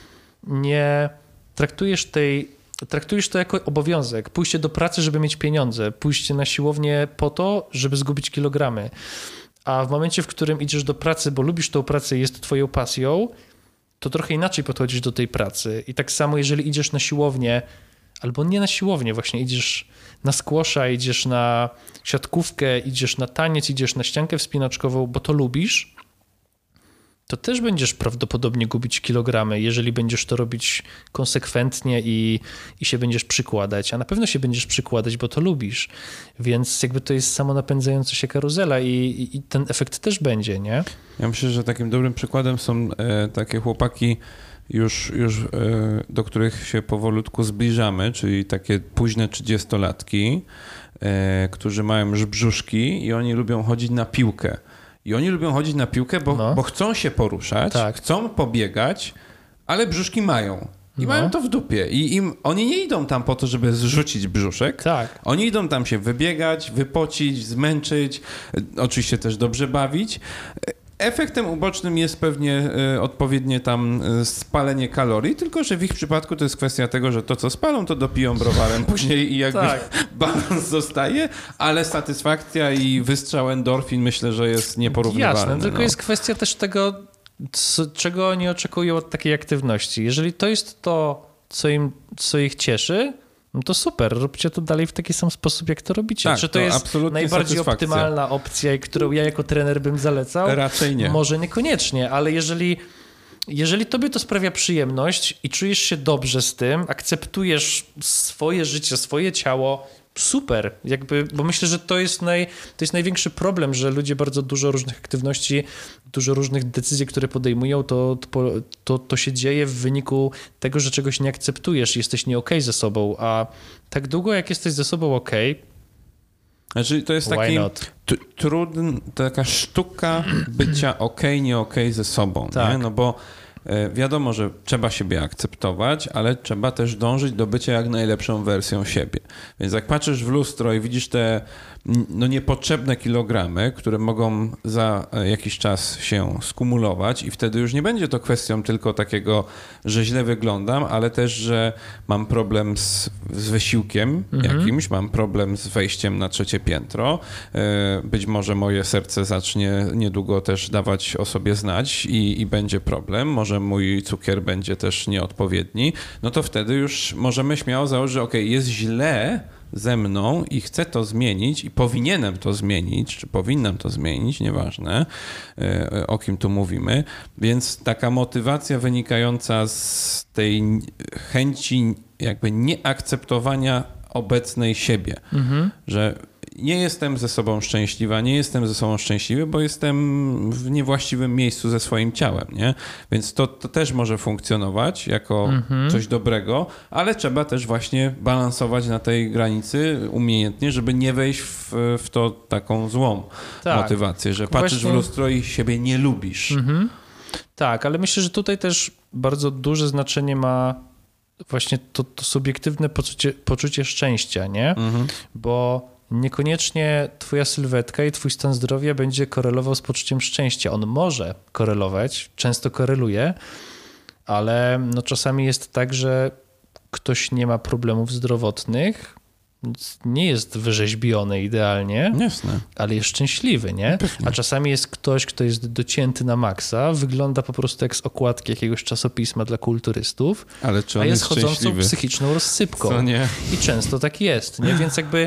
nie traktujesz tej, traktujesz to jako obowiązek. Pójście do pracy, żeby mieć pieniądze, pójście na siłownię po to, żeby zgubić kilogramy. A w momencie, w którym idziesz do pracy, bo lubisz tą pracę i jest twoją pasją, to trochę inaczej podchodzisz do tej pracy. I tak samo, jeżeli idziesz na siłownię, albo nie na siłownię, właśnie idziesz na squasha, idziesz na siatkówkę, idziesz na taniec, idziesz na ściankę wspinaczkową, bo to lubisz, to też będziesz prawdopodobnie gubić kilogramy, jeżeli będziesz to robić konsekwentnie i, i się będziesz przykładać. A na pewno się będziesz przykładać, bo to lubisz. Więc jakby to jest samonapędzająca się karuzela i, i, i ten efekt też będzie, nie? Ja myślę, że takim dobrym przykładem są e, takie chłopaki już, już e, do których się powolutku zbliżamy, czyli takie późne trzydziestolatki, e, którzy mają już brzuszki i oni lubią chodzić na piłkę. I oni lubią chodzić na piłkę, bo, No. bo chcą się poruszać, Tak. chcą pobiegać, ale brzuszki mają. I No. mają to w dupie. I im, oni nie idą tam po to, żeby zrzucić brzuszek. Tak. Oni idą tam się wybiegać, wypocić, zmęczyć, e, oczywiście też dobrze bawić. E, Efektem ubocznym jest pewnie e, odpowiednie tam e, spalenie kalorii, tylko że w ich przypadku to jest kwestia tego, że to co spalą, to dopiją browarem później i jakby Tak. balans zostaje, ale satysfakcja i wystrzał endorfin myślę, że jest nieporównywalny. Jasne, tylko no. jest kwestia też tego, co, czego oni oczekują od takiej aktywności. Jeżeli to jest to, co, im, co ich cieszy, no to super, róbcie to dalej w taki sam sposób, jak to robicie. Tak, Czy to, to jest absolutnie najbardziej satysfakcja. optymalna opcja, którą ja jako trener bym zalecał? Raczej nie. Może niekoniecznie, ale jeżeli, jeżeli tobie to sprawia przyjemność i czujesz się dobrze z tym, akceptujesz swoje życie, swoje ciało, super, jakby, bo myślę, że to jest, naj, to jest największy problem, że ludzie bardzo dużo różnych aktywności, dużo różnych decyzji, które podejmują, to, to, to, to się dzieje w wyniku tego, że czegoś nie akceptujesz, jesteś nie okej ze sobą, a tak długo jak jesteś ze sobą okej, Znaczy to jest Why taki not? t- trudny, taka sztuka bycia okej, nie okej ze sobą, Tak. nie? No bo Wiadomo, że trzeba siebie akceptować, ale trzeba też dążyć do bycia jak najlepszą wersją siebie. Więc jak patrzysz w lustro i widzisz te no, niepotrzebne kilogramy, które mogą za jakiś czas się skumulować i wtedy już nie będzie to kwestią tylko takiego, że źle wyglądam, ale też, że mam problem z, z wysiłkiem mhm. jakimś, mam problem z wejściem na trzecie piętro. Być może moje serce zacznie niedługo też dawać o sobie znać i, i będzie problem. Może mój cukier będzie też nieodpowiedni. No to wtedy już możemy śmiało założyć, że okej, jest źle ze mną i chcę to zmienić i powinienem to zmienić, czy powinnam to zmienić, nieważne o kim tu mówimy, więc taka motywacja wynikająca z tej chęci jakby nieakceptowania obecnej siebie, mhm. że nie jestem ze sobą szczęśliwa, nie jestem ze sobą szczęśliwy, bo jestem w niewłaściwym miejscu ze swoim ciałem, nie? Więc to, to też może funkcjonować jako mm-hmm. coś dobrego, ale trzeba też właśnie balansować na tej granicy umiejętnie, żeby nie wejść w, w to taką złą tak. motywację, że patrzysz właśnie w lustro i siebie nie lubisz. Mm-hmm. Tak, ale myślę, że tutaj też bardzo duże znaczenie ma właśnie to, to subiektywne poczucie, poczucie szczęścia, nie? Mm-hmm. Bo niekoniecznie twoja sylwetka i twój stan zdrowia będzie korelował z poczuciem szczęścia. On może korelować, często koreluje, ale no czasami jest tak, że ktoś nie ma problemów zdrowotnych, nie jest wyrzeźbiony idealnie, Jasne. ale jest szczęśliwy, nie? Pewnie. A czasami jest ktoś, kto jest docięty na maksa, wygląda po prostu jak z okładki jakiegoś czasopisma dla kulturystów, ale czy on a jest, jest chodzącą szczęśliwy? Psychiczną rozsypką. Co nie? I często tak jest, nie? Więc jakby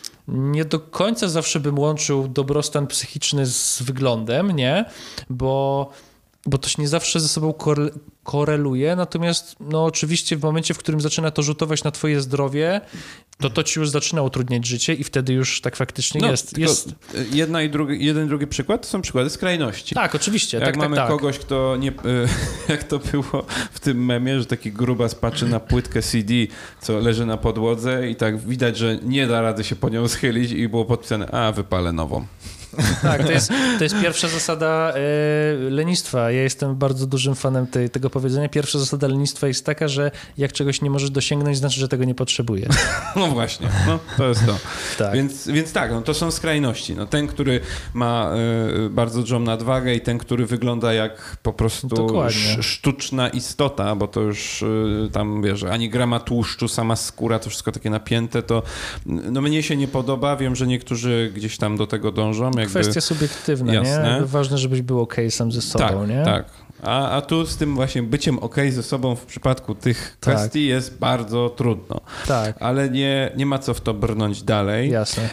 nie do końca zawsze bym łączył dobrostan psychiczny z wyglądem, nie? Bo, bo to się nie zawsze ze sobą kore, koreluje, natomiast no oczywiście w momencie, w którym zaczyna to rzutować na twoje zdrowie, to to ci już zaczyna utrudniać życie i wtedy już tak faktycznie no, jest. jest... Jedna i drugi, jeden i drugi przykład to są przykłady skrajności. Tak, oczywiście. Jak tak, mamy tak, kogoś, kto nie, jak to było w tym memie, że taki grubas patrzy na płytkę C D, co leży na podłodze i tak widać, że nie da rady się po nią schylić i było podpisane, a wypalę nową. Tak, to jest, to jest pierwsza zasada y, lenistwa. Ja jestem bardzo dużym fanem tej, tego powiedzenia. Pierwsza zasada lenistwa jest taka, że jak czegoś nie możesz dosięgnąć, znaczy, że tego nie potrzebujesz. No właśnie, no, to jest to. Tak. Więc, więc tak, no, to są skrajności. No, ten, który ma y, bardzo dużą nadwagę i ten, który wygląda jak po prostu sz, sztuczna istota, bo to już y, tam, wiesz, ani grama tłuszczu, sama skóra, to wszystko takie napięte, to no, mnie się nie podoba. Wiem, że niektórzy gdzieś tam do tego dążą. Jakby, kwestia subiektywna, jasne. Nie? Ważne, żebyś był okej okay sam ze sobą, tak, nie? Tak, a, a tu z tym właśnie byciem okej okay ze sobą w przypadku tych tak. kwestii jest bardzo trudno. Tak. Ale nie, nie ma co w to brnąć dalej. Jasne.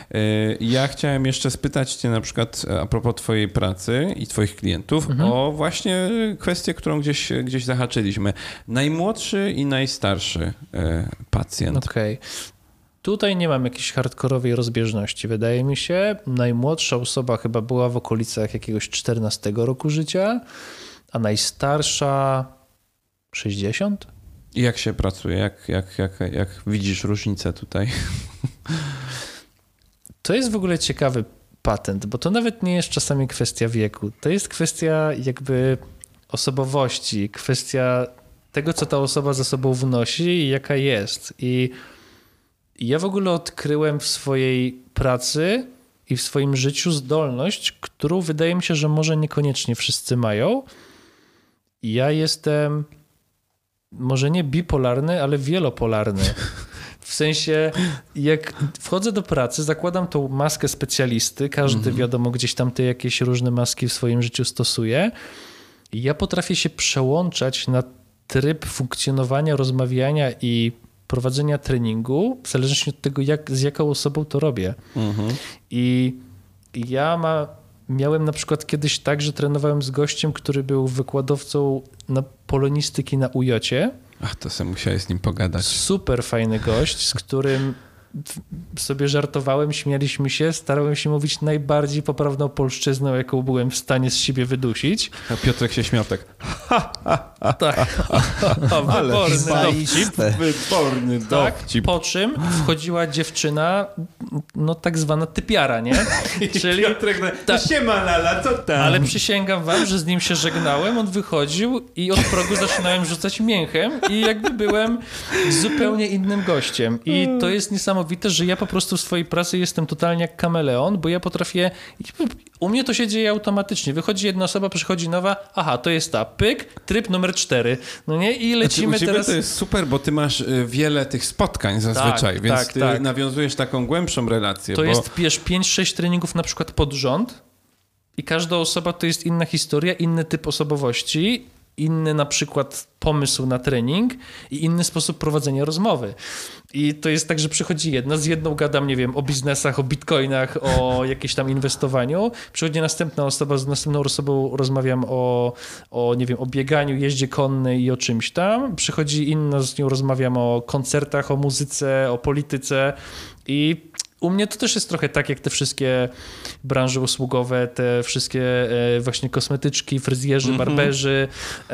Ja chciałem jeszcze spytać cię na przykład a propos twojej pracy i twoich klientów mhm. o właśnie kwestię, którą gdzieś, gdzieś zahaczyliśmy. Najmłodszy i najstarszy pacjent. Okej. Okay. Tutaj nie mam jakiejś hardkorowej rozbieżności. Wydaje mi się, najmłodsza osoba chyba była w okolicach jakiegoś czternastego roku życia, a najstarsza sześćdziesiąt. I jak się pracuje? Jak, jak, jak, jak widzisz różnicę tutaj? To jest w ogóle ciekawy patent, bo to nawet nie jest czasami kwestia wieku. To jest kwestia jakby osobowości, kwestia tego, co ta osoba ze sobą wnosi i jaka jest. I ja w ogóle odkryłem w swojej pracy i w swoim życiu zdolność, którą wydaje mi się, że może niekoniecznie wszyscy mają. Ja jestem może nie bipolarny, ale wielopolarny. W sensie, jak wchodzę do pracy, zakładam tą maskę specjalisty, każdy mm-hmm. wiadomo gdzieś tam te jakieś różne maski w swoim życiu stosuje. I ja potrafię się przełączać na tryb funkcjonowania, rozmawiania i prowadzenia treningu, w zależności od tego, jak, z jaką osobą to robię. Mhm. I ja ma, miałem na przykład kiedyś tak, że trenowałem z gościem, który był wykładowcą na polonistyki na U J-cie. Ach, to sobie musiałeś z nim pogadać. Super fajny gość, z którym sobie żartowałem, śmialiśmy się, starałem się mówić najbardziej poprawną polszczyzną, jaką byłem w stanie z siebie wydusić. A Piotrek się śmiał tak. Tak. O, wyborny dowcip. Wyborny Tak, dowcip. po czym wchodziła dziewczyna, no tak zwana typiara, nie? Czyli Piotrek, na... Ta... siema Lala, co tam? Ale przysięgam wam, że z nim się żegnałem, on wychodził i od progu zaczynałem rzucać mięchem i jakby byłem zupełnie innym gościem. I to jest niesamowite, że ja po prostu w swojej pracy jestem totalnie jak kameleon, bo ja potrafię... U mnie to się dzieje automatycznie. Wychodzi jedna osoba, przychodzi nowa, aha, to jest ta, pyk, tryb numer cztery. No nie? I lecimy znaczy, u teraz... to jest super, bo ty masz wiele tych spotkań zazwyczaj, tak, więc tak, ty tak. nawiązujesz taką głębszą relację. To bo... jest, wiesz, pięć sześć treningów na przykład pod rząd i każda osoba to jest inna historia, inny typ osobowości, inny na przykład pomysł na trening i inny sposób prowadzenia rozmowy. I to jest tak, że przychodzi jedna, z jedną gadam, nie wiem, o biznesach, o bitcoinach, o jakimś tam inwestowaniu. Przychodzi następna osoba, z następną osobą rozmawiam o, o, nie wiem, o bieganiu, jeździe konnej i o czymś tam. Przychodzi inna, z nią rozmawiam o koncertach, o muzyce, o polityce i u mnie to też jest trochę tak, jak te wszystkie branże usługowe, te wszystkie właśnie kosmetyczki, fryzjerzy, mm-hmm. barberzy,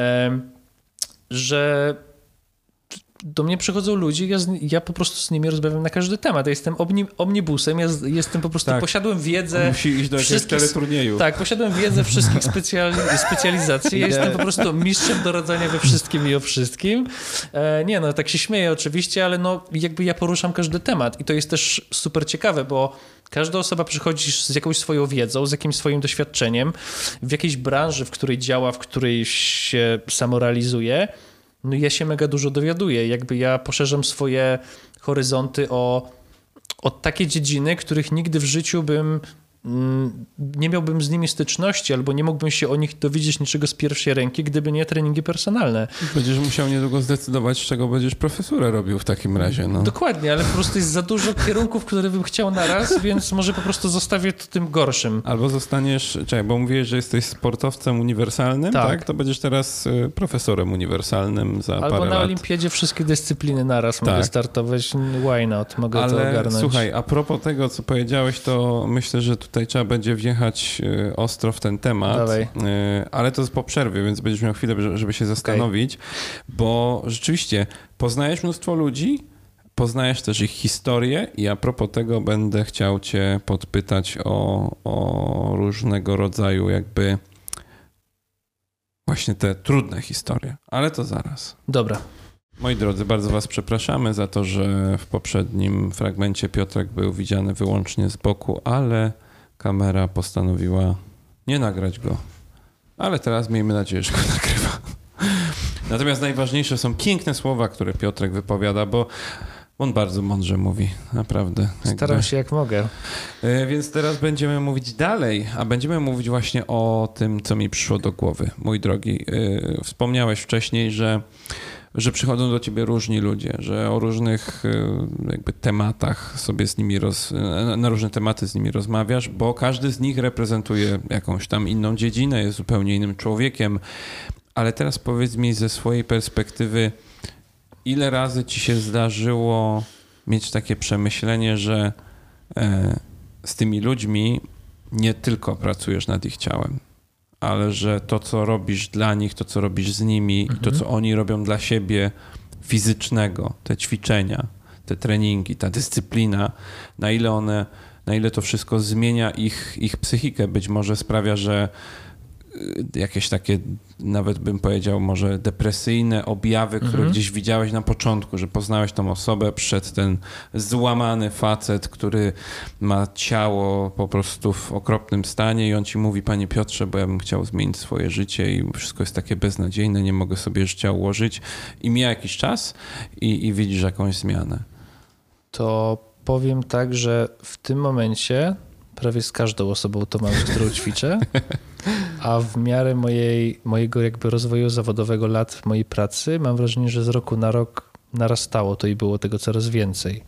że do mnie przychodzą ludzie, ja, z, ja po prostu z nimi rozmawiam na każdy temat. Ja jestem omni, omnibusem, ja z, jestem po prostu, tak. posiadłem wiedzę... Musi iść do jakiegoś teleturnieju. Tak, posiadłem wiedzę wszystkich specjali, specjalizacji. Ja jestem po prostu mistrzem doradzania we wszystkim i o wszystkim. E, nie no, tak się śmieję oczywiście, ale no jakby ja poruszam każdy temat i to jest też super ciekawe, bo każda osoba przychodzi z jakąś swoją wiedzą, z jakimś swoim doświadczeniem w jakiejś branży, w której działa, w której się samorealizuje. No ja się mega dużo dowiaduję. Jakby ja poszerzam swoje horyzonty o, o takie dziedziny, których nigdy w życiu bym nie miałbym z nimi styczności albo nie mógłbym się o nich dowiedzieć niczego z pierwszej ręki, gdyby nie treningi personalne. Będziesz musiał niedługo zdecydować, z czego będziesz profesurę robił w takim razie. No. Dokładnie, ale po prostu jest za dużo kierunków, które bym chciał naraz, więc może po prostu zostawię to tym gorszym. Albo zostaniesz, czekaj, bo mówiłeś, że jesteś sportowcem uniwersalnym, tak? tak? To będziesz teraz profesorem uniwersalnym za Albo parę lat. Albo na olimpiadzie wszystkie dyscypliny naraz tak. mogę startować. Why not? Mogę ale, to ogarnąć. Słuchaj, a propos tego, co powiedziałeś, to myślę, że tutaj Tutaj trzeba będzie wjechać ostro w ten temat, Dawaj. ale to jest po przerwie, więc będziesz miał chwilę, żeby się zastanowić, okay. bo rzeczywiście poznajesz mnóstwo ludzi, poznajesz też ich historię i a propos tego będę chciał cię podpytać o, o różnego rodzaju jakby właśnie te trudne historie, ale to zaraz. Dobra. Moi drodzy, bardzo was przepraszamy za to, że w poprzednim fragmencie Piotrek był widziany wyłącznie z boku, ale kamera postanowiła nie nagrać go. Ale teraz miejmy nadzieję, że go nagrywa. Natomiast najważniejsze są piękne słowa, które Piotrek wypowiada, bo on bardzo mądrze mówi, naprawdę. Staram jakby. się jak mogę. Więc teraz będziemy mówić dalej, a będziemy mówić właśnie o tym, co mi przyszło do głowy. Mój drogi, wspomniałeś wcześniej, że że przychodzą do ciebie różni ludzie, że o różnych jakby tematach sobie z nimi, roz, na różne tematy z nimi rozmawiasz, bo każdy z nich reprezentuje jakąś tam inną dziedzinę, jest zupełnie innym człowiekiem. Ale teraz powiedz mi ze swojej perspektywy, ile razy ci się zdarzyło mieć takie przemyślenie, że z tymi ludźmi nie tylko pracujesz nad ich ciałem, ale że to, co robisz dla nich, to, co robisz z nimi mhm. i to, co oni robią dla siebie fizycznego, te ćwiczenia, te treningi, ta dyscyplina, na ile one, na ile to wszystko zmienia ich, ich psychikę, być może sprawia, że jakieś takie, nawet bym powiedział, może depresyjne objawy, które mhm. gdzieś widziałeś na początku, że poznałeś tą osobę, przyszedł ten złamany facet, który ma ciało po prostu w okropnym stanie i on ci mówi: panie Piotrze, bo ja bym chciał zmienić swoje życie i wszystko jest takie beznadziejne, nie mogę sobie życia ułożyć. I mija jakiś czas i, i widzisz jakąś zmianę. To powiem tak, że w tym momencie prawie z każdą osobą to mam, z którą ćwiczę, a w miarę mojej, mojego jakby rozwoju zawodowego lat w mojej pracy mam wrażenie, że z roku na rok narastało to i było tego coraz więcej.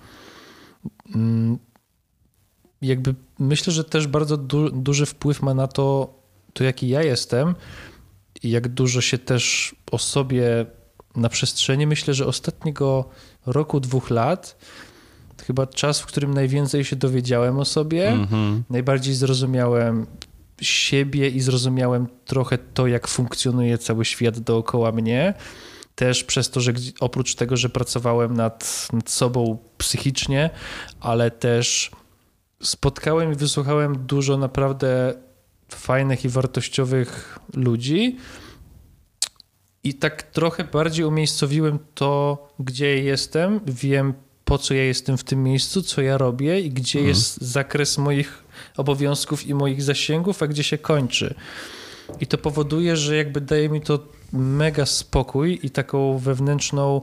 Jakby myślę, że też bardzo du- duży wpływ ma na to, to jaki ja jestem i jak dużo się też o sobie na przestrzeni, myślę, że ostatniego roku, dwóch lat chyba czas, w którym najwięcej się dowiedziałem o sobie, mm-hmm. najbardziej zrozumiałem siebie i zrozumiałem trochę to, jak funkcjonuje cały świat dookoła mnie. Też przez to, że oprócz tego, że pracowałem nad, nad sobą psychicznie, ale też spotkałem i wysłuchałem dużo naprawdę fajnych i wartościowych ludzi i tak trochę bardziej umiejscowiłem to, gdzie jestem, wiem, po co ja jestem w tym miejscu, co ja robię i gdzie mhm. jest zakres moich obowiązków i moich zasięgów, a gdzie się kończy. I to powoduje, że jakby daje mi to mega spokój i taką wewnętrzną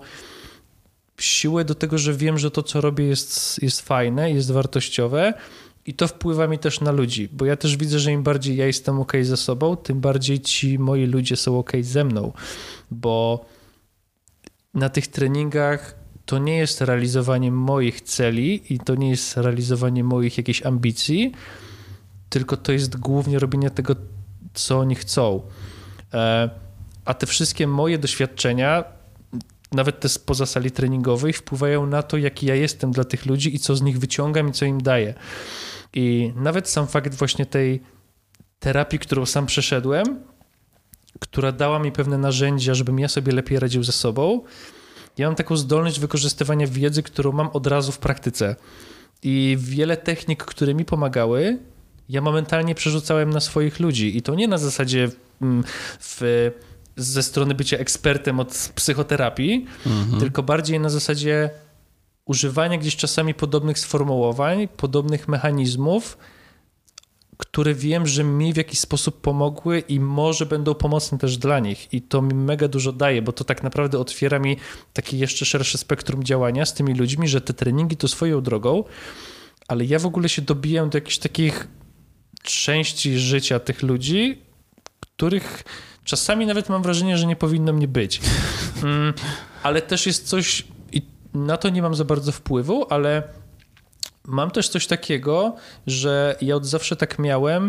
siłę do tego, że wiem, że to, co robię jest, jest fajne, jest wartościowe i to wpływa mi też na ludzi, bo ja też widzę, że im bardziej ja jestem okej ze sobą, tym bardziej ci moi ludzie są okej ze mną, bo na tych treningach to nie jest realizowanie moich celi i to nie jest realizowanie moich jakichś ambicji, tylko to jest głównie robienie tego, co oni chcą. A te wszystkie moje doświadczenia, nawet te spoza sali treningowej, wpływają na to, jaki ja jestem dla tych ludzi i co z nich wyciągam i co im daję. I nawet sam fakt właśnie tej terapii, którą sam przeszedłem, która dała mi pewne narzędzia, żebym ja sobie lepiej radził ze sobą, ja mam taką zdolność wykorzystywania wiedzy, którą mam od razu w praktyce. I wiele technik, które mi pomagały, ja momentalnie przerzucałem na swoich ludzi. I to nie na zasadzie w, ze strony bycia ekspertem od psychoterapii, mhm. tylko bardziej na zasadzie używania gdzieś czasami podobnych sformułowań, podobnych mechanizmów, które wiem, że mi w jakiś sposób pomogły i może będą pomocne też dla nich. I to mi mega dużo daje, bo to tak naprawdę otwiera mi takie jeszcze szersze spektrum działania z tymi ludźmi, że te treningi to swoją drogą, ale ja w ogóle się dobijam do jakichś takich części życia tych ludzi, których czasami nawet mam wrażenie, że nie powinno mnie być. Mm, ale też jest coś, i na to nie mam za bardzo wpływu, ale mam też coś takiego, że ja od zawsze tak miałem.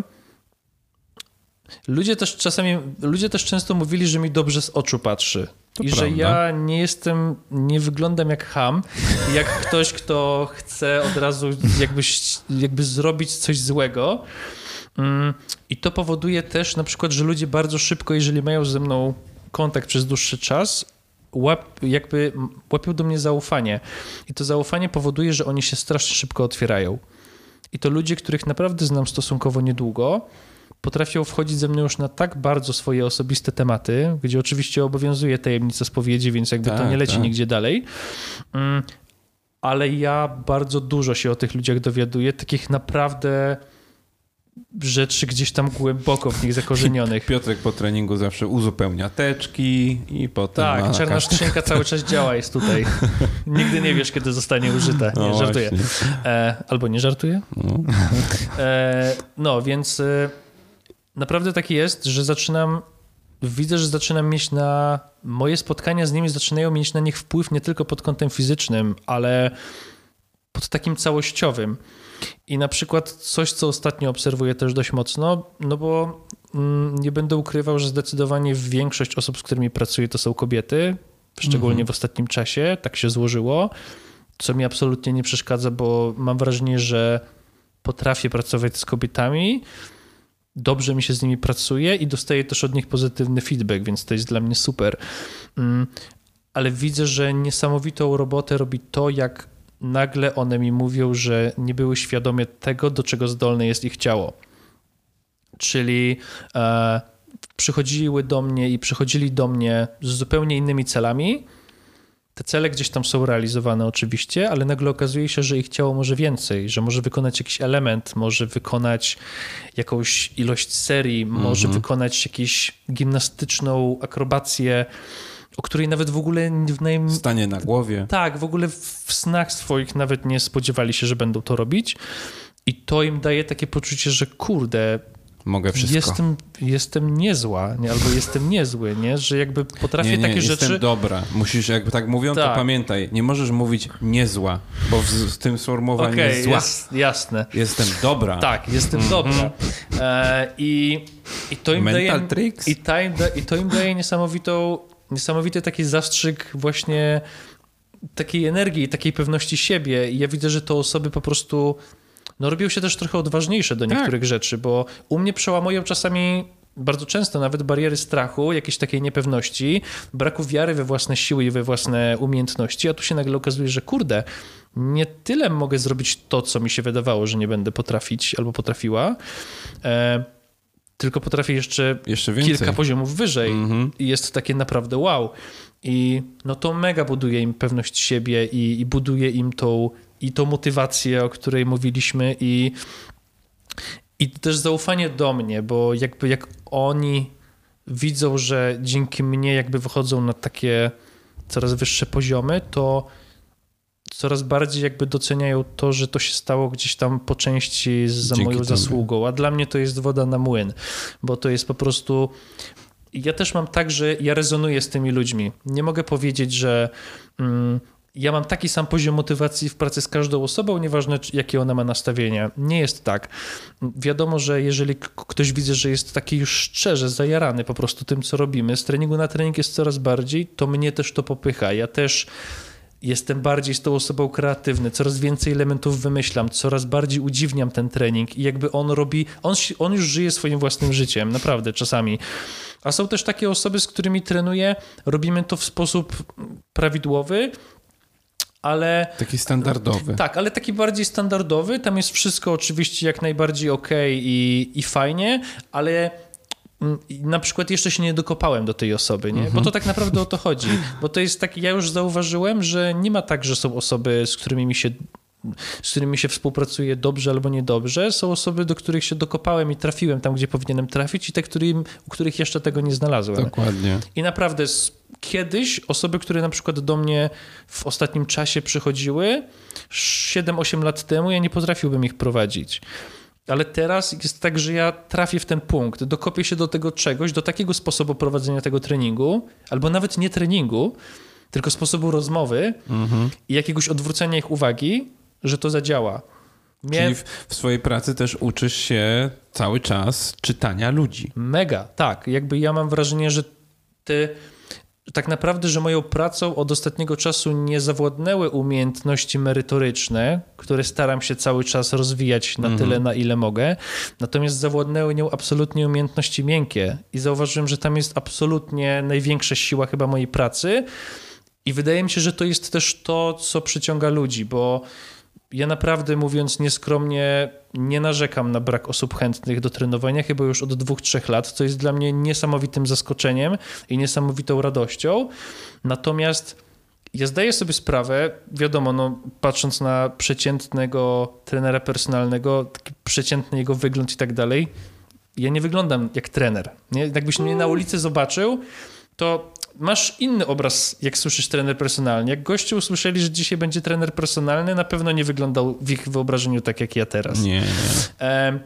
Ludzie też czasami, ludzie też często mówili, że mi dobrze z oczu patrzy. To I prawda. Że ja nie jestem, nie wyglądam jak cham, jak ktoś, kto chce od razu jakby, jakby zrobić coś złego. I to powoduje też na przykład, że ludzie bardzo szybko, jeżeli mają ze mną kontakt przez dłuższy czas, łap, jakby łapią do mnie zaufanie. I to zaufanie powoduje, że oni się strasznie szybko otwierają. I to ludzie, których naprawdę znam stosunkowo niedługo, potrafią wchodzić ze mną już na tak bardzo swoje osobiste tematy, gdzie oczywiście obowiązuje tajemnica spowiedzi, więc jakby tak, to nie leci tak. nigdzie dalej. Ale ja bardzo dużo się o tych ludziach dowiaduję, takich naprawdę rzeczy gdzieś tam głęboko w nich zakorzenionych. Piotrek po treningu zawsze uzupełnia teczki i potem... Tak, czarna skrzynka cały czas działa, jest tutaj. Nigdy nie wiesz, kiedy zostanie użyta. Nie, no żartuję. E, albo nie żartuję. No, e, no więc e, naprawdę tak jest, że zaczynam... Widzę, że zaczynam mieć na... Moje spotkania z nimi zaczynają mieć na nich wpływ nie tylko pod kątem fizycznym, ale pod takim całościowym. I na przykład coś, co ostatnio obserwuję też dość mocno, no bo mm, nie będę ukrywał, że zdecydowanie większość osób, z którymi pracuję, to są kobiety, szczególnie mhm. w ostatnim czasie, tak się złożyło, co mi absolutnie nie przeszkadza, bo mam wrażenie, że potrafię pracować z kobietami, dobrze mi się z nimi pracuje i dostaję też od nich pozytywny feedback, więc to jest dla mnie super. Mm, ale widzę, że niesamowitą robotę robi to, jak nagle one mi mówią, że nie były świadome tego, do czego zdolne jest ich ciało. Czyli e, przychodziły do mnie i przychodzili do mnie z zupełnie innymi celami. Te cele gdzieś tam są realizowane oczywiście, ale nagle okazuje się, że ich ciało może więcej, że może wykonać jakiś element, może wykonać jakąś ilość serii, mm-hmm. może wykonać jakąś gimnastyczną akrobację, o której nawet w ogóle... W naj... Stanie na głowie. Tak, w ogóle w snach swoich nawet nie spodziewali się, że będą to robić. I to im daje takie poczucie, że kurde, mogę wszystko. Jestem, jestem niezła, nie? Albo jestem niezły, nie? Że jakby potrafię nie, nie, takie jestem rzeczy... jestem dobra. Musisz, jakby tak mówią, tak. to pamiętaj, nie możesz mówić niezła, bo w, z tym sformułowaniem okay, jest zła. Jest, jasne. Jestem dobra. Tak, jestem mm-hmm. dobra. E, i, i to im Mental daje... tricks. I, ta im da, I to im daje niesamowitą... Niesamowity taki zastrzyk właśnie takiej energii, takiej pewności siebie i ja widzę, że te osoby po prostu no, robią się też trochę odważniejsze do niektórych tak. rzeczy, bo u mnie przełamują czasami bardzo często nawet bariery strachu, jakiejś takiej niepewności, braku wiary we własne siły i we własne umiejętności, a tu się nagle okazuje, że kurde, nie tyle mogę zrobić to, co mi się wydawało, że nie będę potrafić albo potrafiła, e, tylko potrafię jeszcze, jeszcze kilka poziomów wyżej mm-hmm. i jest takie naprawdę wow. I no to mega buduje im pewność siebie i, i buduje im tą, i tą motywację, o której mówiliśmy i I też zaufanie do mnie, bo jakby jak oni widzą, że dzięki mnie jakby wychodzą na takie coraz wyższe poziomy, to coraz bardziej jakby doceniają to, że to się stało gdzieś tam po części za dzięki moją zasługą, a dla mnie to jest woda na młyn, bo to jest po prostu... Ja też mam tak, że ja rezonuję z tymi ludźmi. Nie mogę powiedzieć, że... Mm, ja mam taki sam poziom motywacji w pracy z każdą osobą, nieważne jakie ona ma nastawienia. Nie jest tak. Wiadomo, że jeżeli ktoś widzę, że jest taki już szczerze zajarany po prostu tym, co robimy, z treningu na trening jest coraz bardziej, to mnie też to popycha. Ja też jestem bardziej z tą osobą kreatywny, coraz więcej elementów wymyślam, coraz bardziej udziwniam ten trening i jakby on robi, on, on już żyje swoim własnym życiem, naprawdę czasami. A są też takie osoby, z którymi trenuję, robimy to w sposób prawidłowy, ale... Taki standardowy. Tak, ale taki bardziej standardowy. Tam jest wszystko oczywiście jak najbardziej okej i, i fajnie, ale na przykład jeszcze się nie dokopałem do tej osoby, nie? Mhm. Bo to tak naprawdę o to chodzi. Bo to jest tak, ja już zauważyłem, że nie ma tak, że są osoby, z którymi mi się z którymi się współpracuje dobrze albo niedobrze. Są osoby, do których się dokopałem i trafiłem tam, gdzie powinienem trafić i te, którym, u których jeszcze tego nie znalazłem. Dokładnie. I naprawdę kiedyś osoby, które na przykład do mnie w ostatnim czasie przychodziły, siedem osiem lat temu, ja nie potrafiłbym ich prowadzić. Ale teraz jest tak, że ja trafię w ten punkt, dokopię się do tego czegoś, do takiego sposobu prowadzenia tego treningu, albo nawet nie treningu, tylko sposobu rozmowy mhm. i jakiegoś odwrócenia ich uwagi, że to zadziała. Mnie... Czyli w, w swojej pracy też uczysz się cały czas czytania ludzi. Mega, tak. Jakby ja mam wrażenie, że ty tak naprawdę, że moją pracą od ostatniego czasu nie zawładnęły umiejętności merytoryczne, które staram się cały czas rozwijać na mhm. tyle, na ile mogę. Natomiast zawładnęły nią absolutnie umiejętności miękkie i zauważyłem, że tam jest absolutnie największa siła chyba mojej pracy i wydaje mi się, że to jest też to, co przyciąga ludzi, bo ja naprawdę, mówiąc nieskromnie, nie narzekam na brak osób chętnych do trenowania chyba już od dwóch, trzech lat, co jest dla mnie niesamowitym zaskoczeniem i niesamowitą radością. Natomiast ja zdaję sobie sprawę, wiadomo, no, patrząc na przeciętnego trenera personalnego, taki przeciętny jego wygląd i tak dalej, ja nie wyglądam jak trener. Nie? Jakbyś mnie na ulicy zobaczył, to masz inny obraz, jak słyszysz trener personalny. Jak goście usłyszeli, że dzisiaj będzie trener personalny, na pewno nie wyglądał w ich wyobrażeniu tak, jak ja teraz. Nie, nie. E,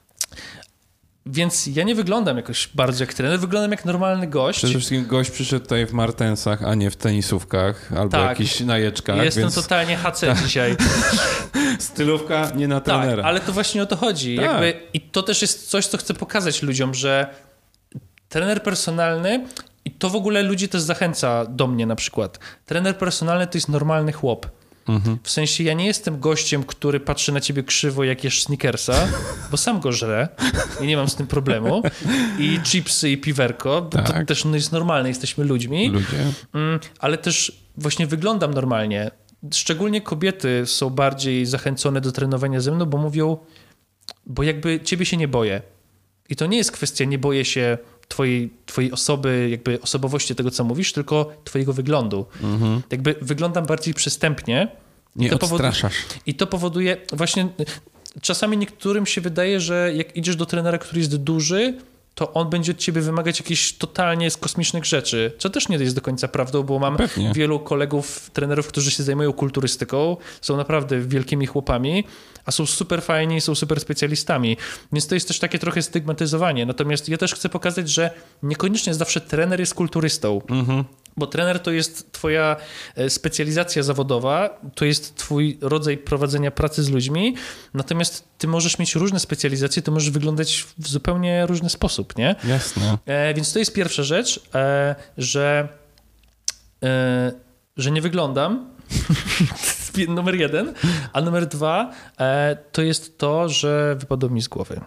więc ja nie wyglądam jakoś bardzo jak trener, wyglądam jak normalny gość. Przede wszystkim gość przyszedł tutaj w martensach, a nie w tenisówkach albo tak. jakichś najeczkach. Jestem więc... totalnie H C dzisiaj. Stylówka nie na trenera. Tak, ale to właśnie o to chodzi. Tak. Jakby, i to też jest coś, co chcę pokazać ludziom, że trener personalny, i to w ogóle ludzi też zachęca do mnie na przykład. Trener personalny to jest normalny chłop. Mhm. W sensie ja nie jestem gościem, który patrzy na ciebie krzywo, jak jesz Snickersa, bo sam go żrę i nie mam z tym problemu. I chipsy i piwerko, bo tak. to też no, jest normalne, jesteśmy ludźmi. Ludzie. Mm, ale też właśnie wyglądam normalnie. Szczególnie kobiety są bardziej zachęcone do trenowania ze mną, bo mówią, bo jakby ciebie się nie boję. I to nie jest kwestia, nie boję się twojej, twojej osoby, jakby osobowości tego, co mówisz, tylko twojego wyglądu. Mhm. Jakby wyglądam bardziej przystępnie. Nie I to odstraszasz. Powoduje, I to powoduje właśnie, czasami niektórym się wydaje, że jak idziesz do trenera, który jest duży, to on będzie od ciebie wymagać jakichś totalnie z kosmicznych rzeczy, co też nie jest do końca prawdą, bo mam Pewnie. wielu kolegów, trenerów, którzy się zajmują kulturystyką, są naprawdę wielkimi chłopami, a są super fajni, są super specjalistami, więc to jest też takie trochę stygmatyzowanie. Natomiast ja też chcę pokazać, że niekoniecznie zawsze trener jest kulturystą. Mhm. Bo trener to jest twoja specjalizacja zawodowa, to jest twój rodzaj prowadzenia pracy z ludźmi, natomiast ty możesz mieć różne specjalizacje, ty możesz wyglądać w zupełnie różny sposób, nie? Jasne. E, więc to jest pierwsza rzecz, e, że, e, że nie wyglądam numer jeden. A numer dwa e, to jest to, że wypadło mi z głowy.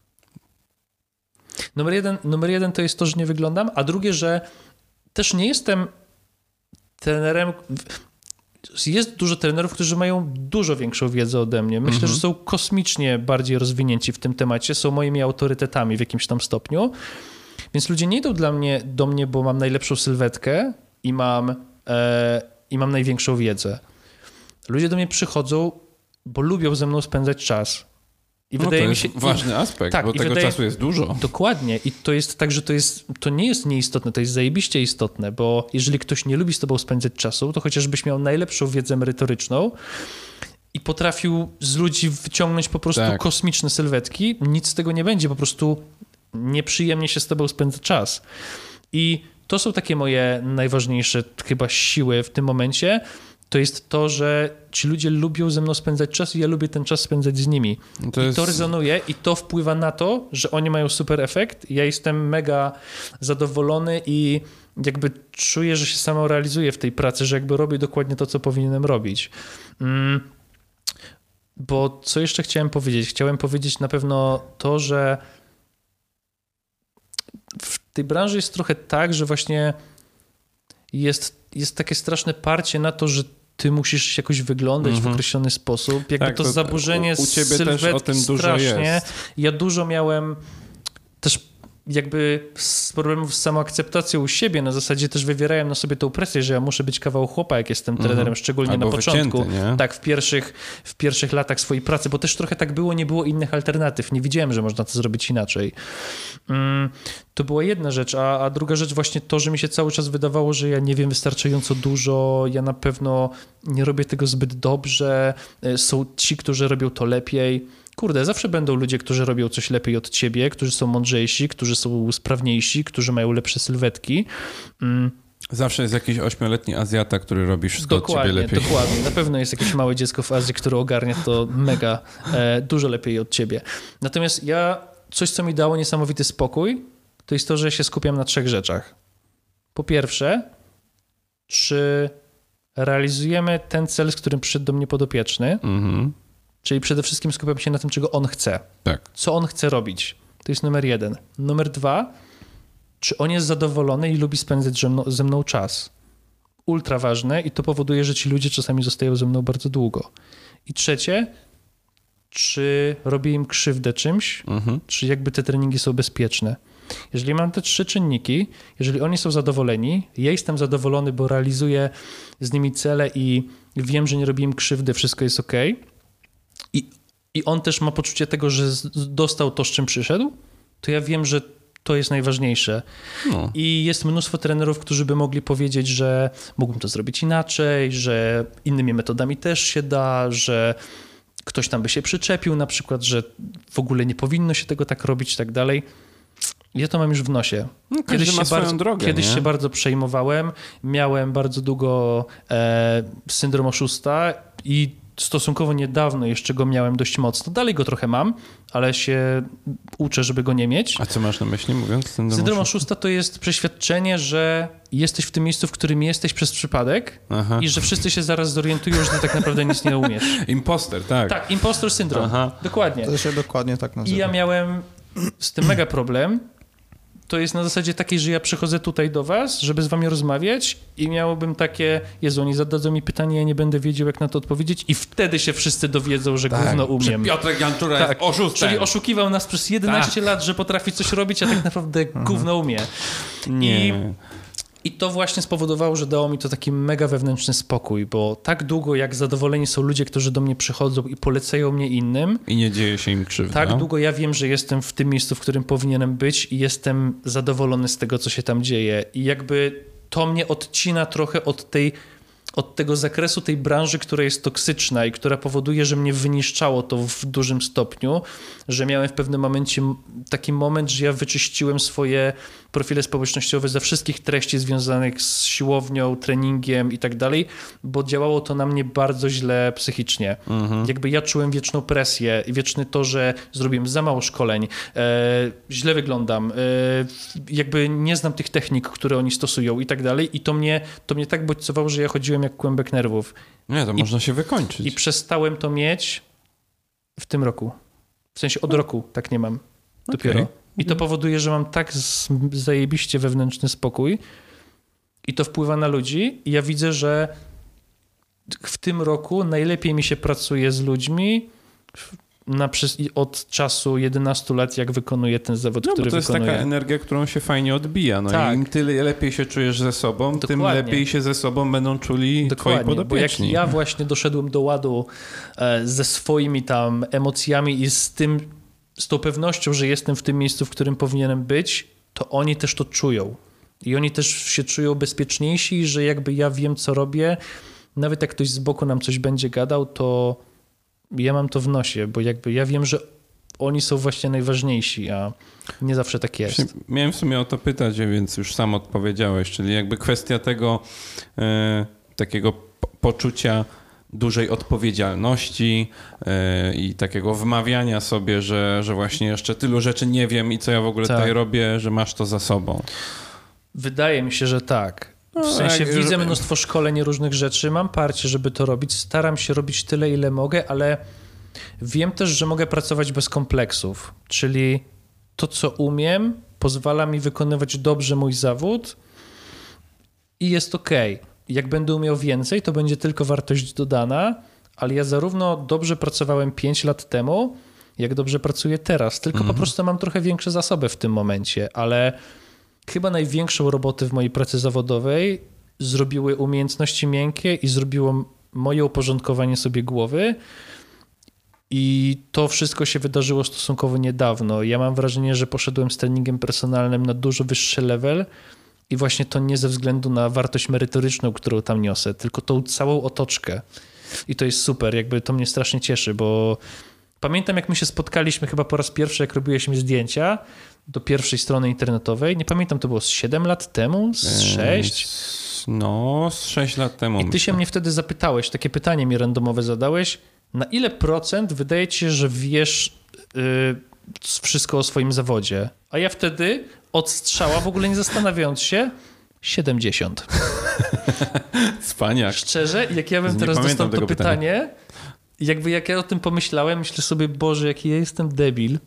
Numer jeden, numer jeden to jest to, że nie wyglądam, a drugie, że też nie jestem trenerem. Jest dużo trenerów, którzy mają dużo większą wiedzę ode mnie. Myślę, mhm. że są kosmicznie bardziej rozwinięci w tym temacie, są moimi autorytetami w jakimś tam stopniu. Więc ludzie nie idą dla mnie, do mnie, bo mam najlepszą sylwetkę i mam, e, i mam największą wiedzę. Ludzie do mnie przychodzą, bo lubią ze mną spędzać czas. I no wydaje to mi jest się, ważny aspekt, tak, bo tego wydaje, czasu jest dużo. Dokładnie. I to jest tak, że to, jest, to nie jest nieistotne, to jest zajebiście istotne, bo jeżeli ktoś nie lubi z tobą spędzać czasu, to chociażbyś miał najlepszą wiedzę merytoryczną i potrafił z ludzi wyciągnąć po prostu tak. kosmiczne sylwetki, nic z tego nie będzie, po prostu nieprzyjemnie się z tobą spędza czas. I to są takie moje najważniejsze chyba siły w tym momencie. To jest to, że ci ludzie lubią ze mną spędzać czas i ja lubię ten czas spędzać z nimi. To I jest... to rezonuje i to wpływa na to, że oni mają super efekt. Ja jestem mega zadowolony i jakby czuję, że się samo realizuję w tej pracy, że jakby robię dokładnie to, co powinienem robić. Mm. Bo co jeszcze chciałem powiedzieć? Chciałem powiedzieć na pewno to, że w tej branży jest trochę tak, że właśnie jest, jest takie straszne parcie na to, że ty musisz jakoś wyglądać mm-hmm. w określony sposób. Jakby tak, to, to zaburzenie u, u ciebie też o tym strasznie. dużo jest. Ja dużo miałem też jakby z problemów z samoakceptacją u siebie, na zasadzie też wywierałem na sobie tą presję, że ja muszę być kawał chłopa, jak jestem trenerem, mm-hmm. szczególnie Albo na początku. Wycięty, tak, w pierwszych, w pierwszych latach swojej pracy, bo też trochę tak było, nie było innych alternatyw. Nie widziałem, że można to zrobić inaczej. Mm, to była jedna rzecz, a, a druga rzecz właśnie to, że mi się cały czas wydawało, że ja nie wiem wystarczająco dużo, ja na pewno nie robię tego zbyt dobrze, są ci, którzy robią to lepiej. Kurde, zawsze będą ludzie, którzy robią coś lepiej od ciebie, którzy są mądrzejsi, którzy są sprawniejsi, którzy mają lepsze sylwetki. Mm. Zawsze jest jakiś ośmioletni Azjata, który robi wszystko dokładnie, od ciebie lepiej. Dokładnie, na pewno jest jakieś małe dziecko w Azji, które ogarnia to mega, e, dużo lepiej od ciebie. Natomiast ja, coś co mi dało niesamowity spokój, to jest to, że się skupiam na trzech rzeczach. Po pierwsze, czy realizujemy ten cel, z którym przyszedł do mnie podopieczny, mhm. Czyli przede wszystkim skupiam się na tym, czego on chce. Tak. Co on chce robić. To jest numer jeden. Numer dwa, czy on jest zadowolony i lubi spędzać ze mną, ze mną czas. Ultra ważne i to powoduje, że ci ludzie czasami zostają ze mną bardzo długo. I trzecie, czy robię im krzywdę czymś, mhm. czy jakby te treningi są bezpieczne. Jeżeli mam te trzy czynniki, jeżeli oni są zadowoleni, ja jestem zadowolony, bo realizuję z nimi cele i wiem, że nie robię im krzywdy, wszystko jest okej, I, I on też ma poczucie tego, że z, dostał to, z czym przyszedł, to ja wiem, że to jest najważniejsze. No. I jest mnóstwo trenerów, którzy by mogli powiedzieć, że mógłbym to zrobić inaczej, że innymi metodami też się da, że ktoś tam by się przyczepił na przykład, że w ogóle nie powinno się tego tak robić i tak dalej. Ja to mam już w nosie. No, kiedyś się, bardzo, drogę, kiedyś się bardzo przejmowałem, miałem bardzo długo e, syndrom oszusta i stosunkowo niedawno jeszcze go miałem dość mocno. Dalej go trochę mam, ale się uczę, żeby go nie mieć. A co masz na myśli, mówiąc syndrom, syndrom oszusta? To jest przeświadczenie, że jesteś w tym miejscu, w którym jesteś przez przypadek. Aha. I że wszyscy się zaraz zorientują, że ty tak naprawdę nic nie umiesz. Imposter, tak. Tak, impostor syndrom. Aha. Dokładnie. To się dokładnie tak nazywa. I ja miałem z tym mega problem. To jest na zasadzie takiej, że ja przychodzę tutaj do was, żeby z wami rozmawiać i miałbym takie, Jezu, oni zadadzą mi pytanie, ja nie będę wiedział, jak na to odpowiedzieć i wtedy się wszyscy dowiedzą, że tak, gówno umiem. Piotrek Janczura tak, jest oszustem. Czyli oszukiwał nas przez jedenaście tak. lat, że potrafi coś robić, a tak naprawdę gówno umie. Nie. I, I to właśnie spowodowało, że dało mi to taki mega wewnętrzny spokój, bo tak długo jak zadowoleni są ludzie, którzy do mnie przychodzą i polecają mnie innym. I nie dzieje się im krzywda. Tak długo ja wiem, że jestem w tym miejscu, w którym powinienem być i jestem zadowolony z tego, co się tam dzieje. I jakby to mnie odcina trochę od tej, od tego zakresu tej branży, która jest toksyczna i która powoduje, że mnie wyniszczało to w dużym stopniu, że miałem w pewnym momencie taki moment, że ja wyczyściłem swoje profile społecznościowe ze wszystkich treści związanych z siłownią, treningiem i tak dalej, bo działało to na mnie bardzo źle psychicznie. Mhm. Jakby ja czułem wieczną presję i wieczny to, że zrobiłem za mało szkoleń, e, źle wyglądam, e, jakby nie znam tych technik, które oni stosują i tak dalej i to mnie, to mnie tak bodźcowało, że ja chodziłem jak kłębek nerwów. Nie, to I, można się wykończyć. I przestałem to mieć w tym roku. W sensie od roku tak nie mam dopiero. Okay. I to powoduje, że mam tak zajebiście wewnętrzny spokój i to wpływa na ludzi i ja widzę, że w tym roku najlepiej mi się pracuje z ludźmi na, od czasu jedenastu lat, jak wykonuję ten zawód, no, który bo to jest wykonuję. taka energia, którą się fajnie odbija. No tak. I im tyle lepiej się czujesz ze sobą, Dokładnie. tym lepiej się ze sobą będą czuli Dokładnie, twoi podopieczni. Bo jak ja właśnie doszedłem do ładu ze swoimi tam emocjami i z tym, z tą pewnością, że jestem w tym miejscu, w którym powinienem być, to oni też to czują. I oni też się czują bezpieczniejsi, że jakby ja wiem, co robię. Nawet jak ktoś z boku nam coś będzie gadał, to ja mam to w nosie, bo jakby ja wiem, że oni są właśnie najważniejsi, a nie zawsze tak jest. Miałem w sumie o to pytać, więc już sam odpowiedziałeś, czyli jakby kwestia tego e, takiego poczucia dużej odpowiedzialności yy, i takiego wmawiania sobie, że, że właśnie jeszcze tylu rzeczy nie wiem i co ja w ogóle tak. tutaj robię, że masz to za sobą. Wydaje mi się, że tak. W no, sensie jak, widzę że... mnóstwo szkoleń różnych rzeczy, mam parcie, żeby to robić, staram się robić tyle, ile mogę, ale wiem też, że mogę pracować bez kompleksów, czyli to, co umiem, pozwala mi wykonywać dobrze mój zawód i jest okej. Okay. Jak będę umiał więcej, to będzie tylko wartość dodana, ale ja zarówno dobrze pracowałem pięć lat temu, jak dobrze pracuję teraz, tylko mm-hmm. po prostu mam trochę większe zasoby w tym momencie, ale chyba największą robotę w mojej pracy zawodowej zrobiły umiejętności miękkie i zrobiło moje uporządkowanie sobie głowy i to wszystko się wydarzyło stosunkowo niedawno. Ja mam wrażenie, że poszedłem z treningiem personalnym na dużo wyższy level, i właśnie to nie ze względu na wartość merytoryczną, którą tam niosę, tylko tą całą otoczkę. I to jest super, jakby to mnie strasznie cieszy, bo pamiętam, jak my się spotkaliśmy chyba po raz pierwszy, jak robiłeś mi zdjęcia do pierwszej strony internetowej. Nie pamiętam, to było z siedem lat temu, z sześć? No, z sześć lat temu. I ty myślę. się mnie wtedy zapytałeś, takie pytanie mi randomowe zadałeś, na ile procent wydaje ci się, że wiesz yy, wszystko o swoim zawodzie? A ja wtedy od strzała, w ogóle nie zastanawiając się, siedemdziesiąt. Cwaniak. Szczerze, jak ja bym nie teraz dostał to pytanie, pytania. jakby jak ja o tym pomyślałem, myślę sobie, Boże, jaki ja jestem debil.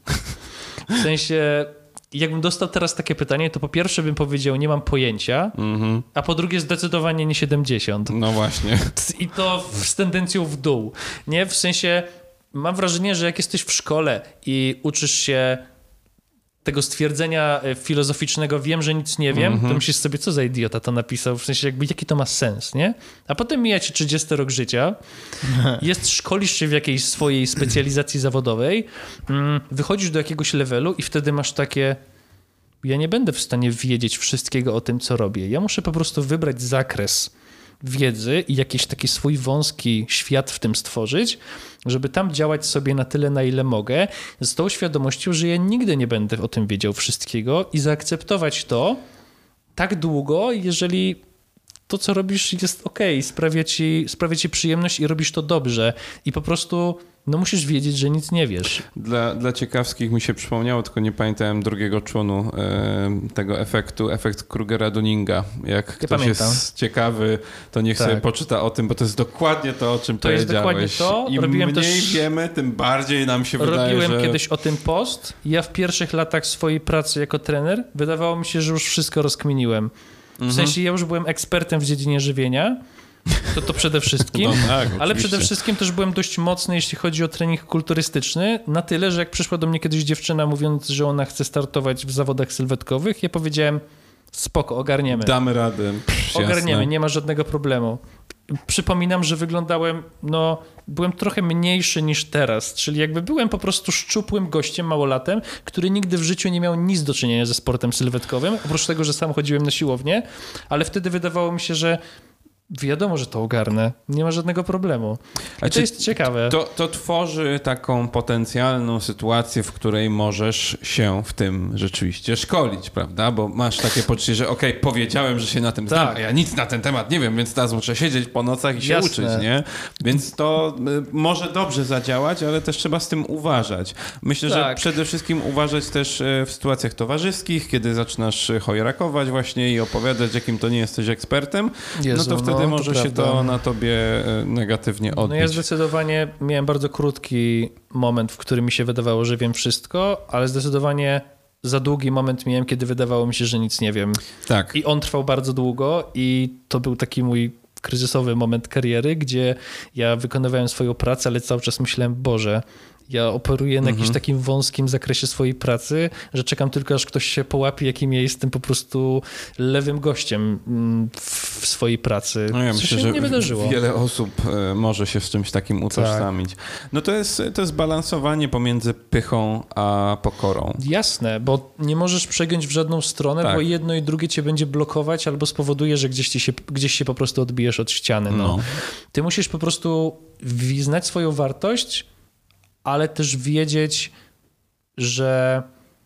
W sensie, jakbym dostał teraz takie pytanie, to po pierwsze bym powiedział, nie mam pojęcia, mm-hmm. a po drugie zdecydowanie nie siedemdziesiąt. No właśnie. I to z tendencją w dół. Nie? W sensie, mam wrażenie, że jak jesteś w szkole i uczysz się tego stwierdzenia filozoficznego, wiem, że nic nie wiem, mm-hmm. to myślisz sobie, co za idiota to napisał, w sensie jakby jaki to ma sens, nie? A potem mija ci trzydziesty rok życia, jest, szkolisz się w jakiejś swojej specjalizacji zawodowej, wychodzisz do jakiegoś levelu i wtedy masz takie, ja nie będę w stanie wiedzieć wszystkiego o tym, co robię. Ja muszę po prostu wybrać zakres wiedzy i jakiś taki swój wąski świat w tym stworzyć, żeby tam działać sobie na tyle, na ile mogę, z tą świadomością, że ja nigdy nie będę o tym wiedział wszystkiego i zaakceptować to tak długo, jeżeli to, co robisz, jest okej, sprawia ci, sprawia ci przyjemność i robisz to dobrze i po prostu no musisz wiedzieć, że nic nie wiesz. Dla, dla ciekawskich mi się przypomniało, tylko nie pamiętałem drugiego członu e, tego efektu, efekt Krugera-Dunninga. Jak ja ktoś pamiętam. jest ciekawy, to niech tak. sobie poczyta o tym, bo to jest dokładnie to, o czym to powiedziałeś. Jest dokładnie to. Im Robiłem mniej też... wiemy, tym bardziej nam się wydaje, Robiłem że... kiedyś o tym post. Ja w pierwszych latach swojej pracy jako trener wydawało mi się, że już wszystko rozkminiłem. W mhm. sensie ja już byłem ekspertem w dziedzinie żywienia, to to przede wszystkim, no tak, ale przede wszystkim też byłem dość mocny, jeśli chodzi o trening kulturystyczny, na tyle, że jak przyszła do mnie kiedyś dziewczyna mówiąc, że ona chce startować w zawodach sylwetkowych, ja powiedziałem, spoko, ogarniemy. Damy radę. Pff, ogarniemy, jasne. Nie ma żadnego problemu. Przypominam, że wyglądałem, no, byłem trochę mniejszy niż teraz, czyli jakby byłem po prostu szczupłym gościem, małolatem, który nigdy w życiu nie miał nic do czynienia ze sportem sylwetkowym, oprócz tego, że sam chodziłem na siłownię, ale wtedy wydawało mi się, że wiadomo, że to ogarnę. Nie ma żadnego problemu. I A to jest ciekawe. To, to tworzy taką potencjalną sytuację, w której możesz się w tym rzeczywiście szkolić, prawda? Bo masz takie poczucie, że okej, okay, powiedziałem, że się na tym znam, Tak. a ja nic na ten temat nie wiem, więc teraz muszę siedzieć po nocach i się Jasne. uczyć, nie? Więc to y, może dobrze zadziałać, ale też trzeba z tym uważać. Myślę, Tak. że przede wszystkim uważać też y, w sytuacjach towarzyskich, kiedy zaczynasz chojrakować właśnie i opowiadać, jakim to nie jesteś ekspertem, Jezu, no to wtedy no, może to się prawda. to na tobie y, negatywnie odbić. No ja zdecydowanie miałem bardzo krótki moment, w którym mi się wydawało, że wiem wszystko, ale zdecydowanie za długi moment miałem, kiedy wydawało mi się, że nic nie wiem. Tak. I on trwał bardzo długo i to był taki mój kryzysowy moment kariery, gdzie ja wykonywałem swoją pracę, ale cały czas myślałem, Boże, ja operuję na Mhm. jakimś takim wąskim zakresie swojej pracy, że czekam tylko, aż ktoś się połapie, jakim ja jestem po prostu lewym gościem w swojej pracy. No ja Co myślę, się że nie wydarzyło. wiele osób e, może się z czymś takim utożsamić. No to jest, to jest balansowanie pomiędzy pychą a pokorą. Jasne, bo nie możesz przegiąć w żadną stronę, Tak. bo jedno i drugie cię będzie blokować albo spowoduje, że gdzieś, ci się, gdzieś się po prostu odbijesz od ściany. No. No. Ty musisz po prostu wi- znać swoją wartość, ale też wiedzieć, że...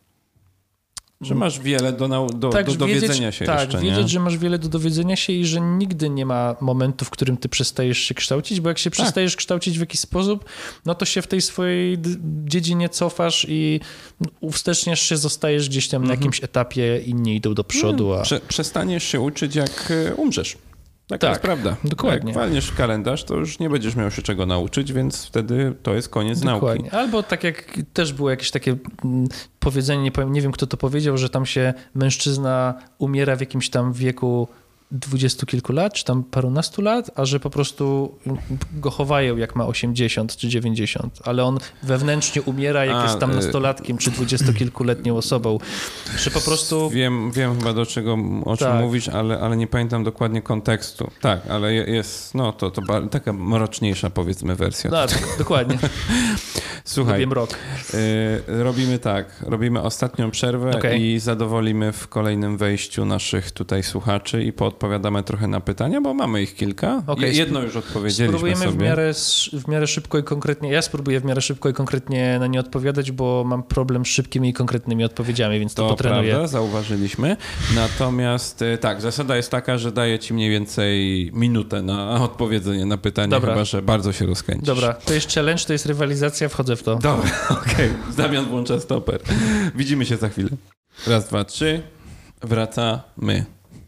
Że masz wiele do, nau- do, tak, do dowiedzenia wiedzieć, się tak, jeszcze, wiedzieć, nie? że masz wiele do dowiedzenia się i że nigdy nie ma momentu, w którym ty przestajesz się kształcić, bo jak się Tak. przestajesz kształcić w jakiś sposób, no to się w tej swojej d- dziedzinie cofasz i uwsteczniasz się, zostajesz gdzieś tam Mhm. na jakimś etapie, inni idą do przodu, a... Prze- przestaniesz się uczyć, jak e, umrzesz. Tak, to Tak, jest prawda. dokładnie. Jak walniesz w kalendarz, to już nie będziesz miał się czego nauczyć, więc wtedy to jest koniec Dokładnie. nauki. Albo tak jak też było jakieś takie mm, powiedzenie, nie powiem, nie wiem kto to powiedział, że tam się mężczyzna umiera w jakimś tam wieku dwudziestu kilku lat, czy tam parunastu lat, a że po prostu go chowają jak ma osiemdziesiąt czy dziewięćdziesiąt, ale on wewnętrznie umiera jak A, jest tam y- nastolatkiem czy dwudziestokilkuletnią osobą, że po prostu... Wiem, wiem chyba do czego, o czym Tak. mówisz, ale, ale nie pamiętam dokładnie kontekstu. Tak, ale je- jest, no to, to ba- taka mroczniejsza powiedzmy wersja. No, dokładnie. Słuchaj, Lubię mrok. y, robimy tak, robimy ostatnią przerwę Okej. i zadowolimy w kolejnym wejściu naszych tutaj słuchaczy i poodpowiadamy trochę na pytania, bo mamy ich kilka. Okej, Je- Jedno już odpowiedzieliśmy Spróbujemy sobie. w miarę, s- w miarę szybko i konkretnie, ja spróbuję w miarę szybko i konkretnie na nie odpowiadać, bo mam problem z szybkimi i konkretnymi odpowiedziami, więc to, To potrenuję. prawda, zauważyliśmy. Natomiast y, tak, zasada jest taka, że daję ci mniej więcej minutę na odpowiedzenie na pytanie, Dobra. chyba że bardzo się rozkręcisz. Dobra, to jest challenge, to jest rywalizacja, wchodzę w to. Dobra, okej. Damian włącza stoper. Widzimy się za chwilę. Raz, dwa, trzy. Wracamy.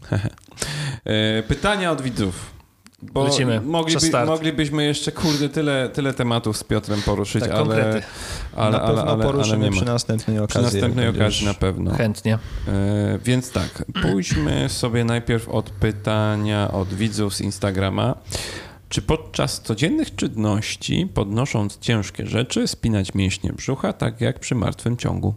E, Pytania od widzów. Bo Lecimy. Mogliby, Czas start. moglibyśmy jeszcze, kurde, tyle, tyle tematów z Piotrem poruszyć, Tak, ale, konkrety. ale, na ale, pewno ale, ale poruszymy nie ma. przy następnej Przy okazji. następnej jak okazji będziesz- na pewno. Chętnie. E, więc tak, pójdźmy sobie najpierw od pytania od widzów z Instagrama. Czy podczas codziennych czynności, podnosząc ciężkie rzeczy, spinać mięśnie brzucha, tak jak przy martwym ciągu?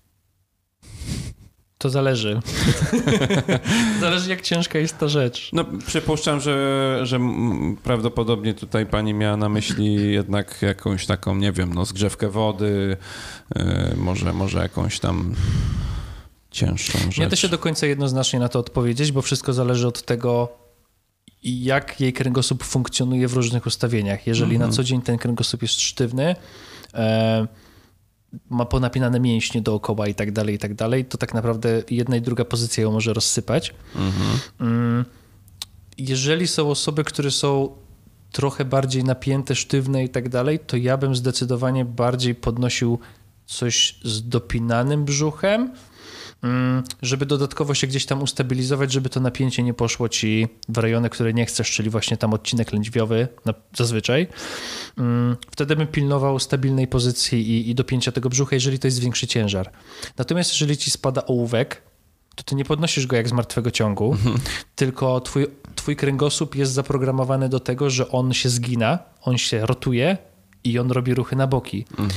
To zależy. Zależy, jak ciężka jest ta rzecz. No, przypuszczam, że, że mm, prawdopodobnie tutaj pani miała na myśli jednak jakąś taką, nie wiem, no, zgrzewkę wody, yy, może, może jakąś tam cięższą rzecz. Nie da się do końca jednoznacznie na to odpowiedzieć, bo wszystko zależy od tego, jak jej kręgosłup funkcjonuje w różnych ustawieniach. Jeżeli Mhm. na co dzień ten kręgosłup jest sztywny, e, ma ponapinane mięśnie dookoła i tak dalej, i tak dalej, to tak naprawdę jedna i druga pozycja ją może rozsypać. Mhm. Mm, Jeżeli są osoby, które są trochę bardziej napięte, sztywne i tak dalej, to ja bym zdecydowanie bardziej podnosił coś z dopinanym brzuchem, mm, żeby dodatkowo się gdzieś tam ustabilizować, żeby to napięcie nie poszło ci w rejony, które nie chcesz, czyli właśnie tam odcinek lędźwiowy na, zazwyczaj. Mm, Wtedy bym pilnował stabilnej pozycji i, i dopięcia tego brzucha, jeżeli to jest większy ciężar. Natomiast jeżeli ci spada ołówek, to ty nie podnosisz go jak z martwego ciągu, Mhm. tylko twój, twój kręgosłup jest zaprogramowany do tego, że on się zgina, on się rotuje i on robi ruchy na boki. Mhm.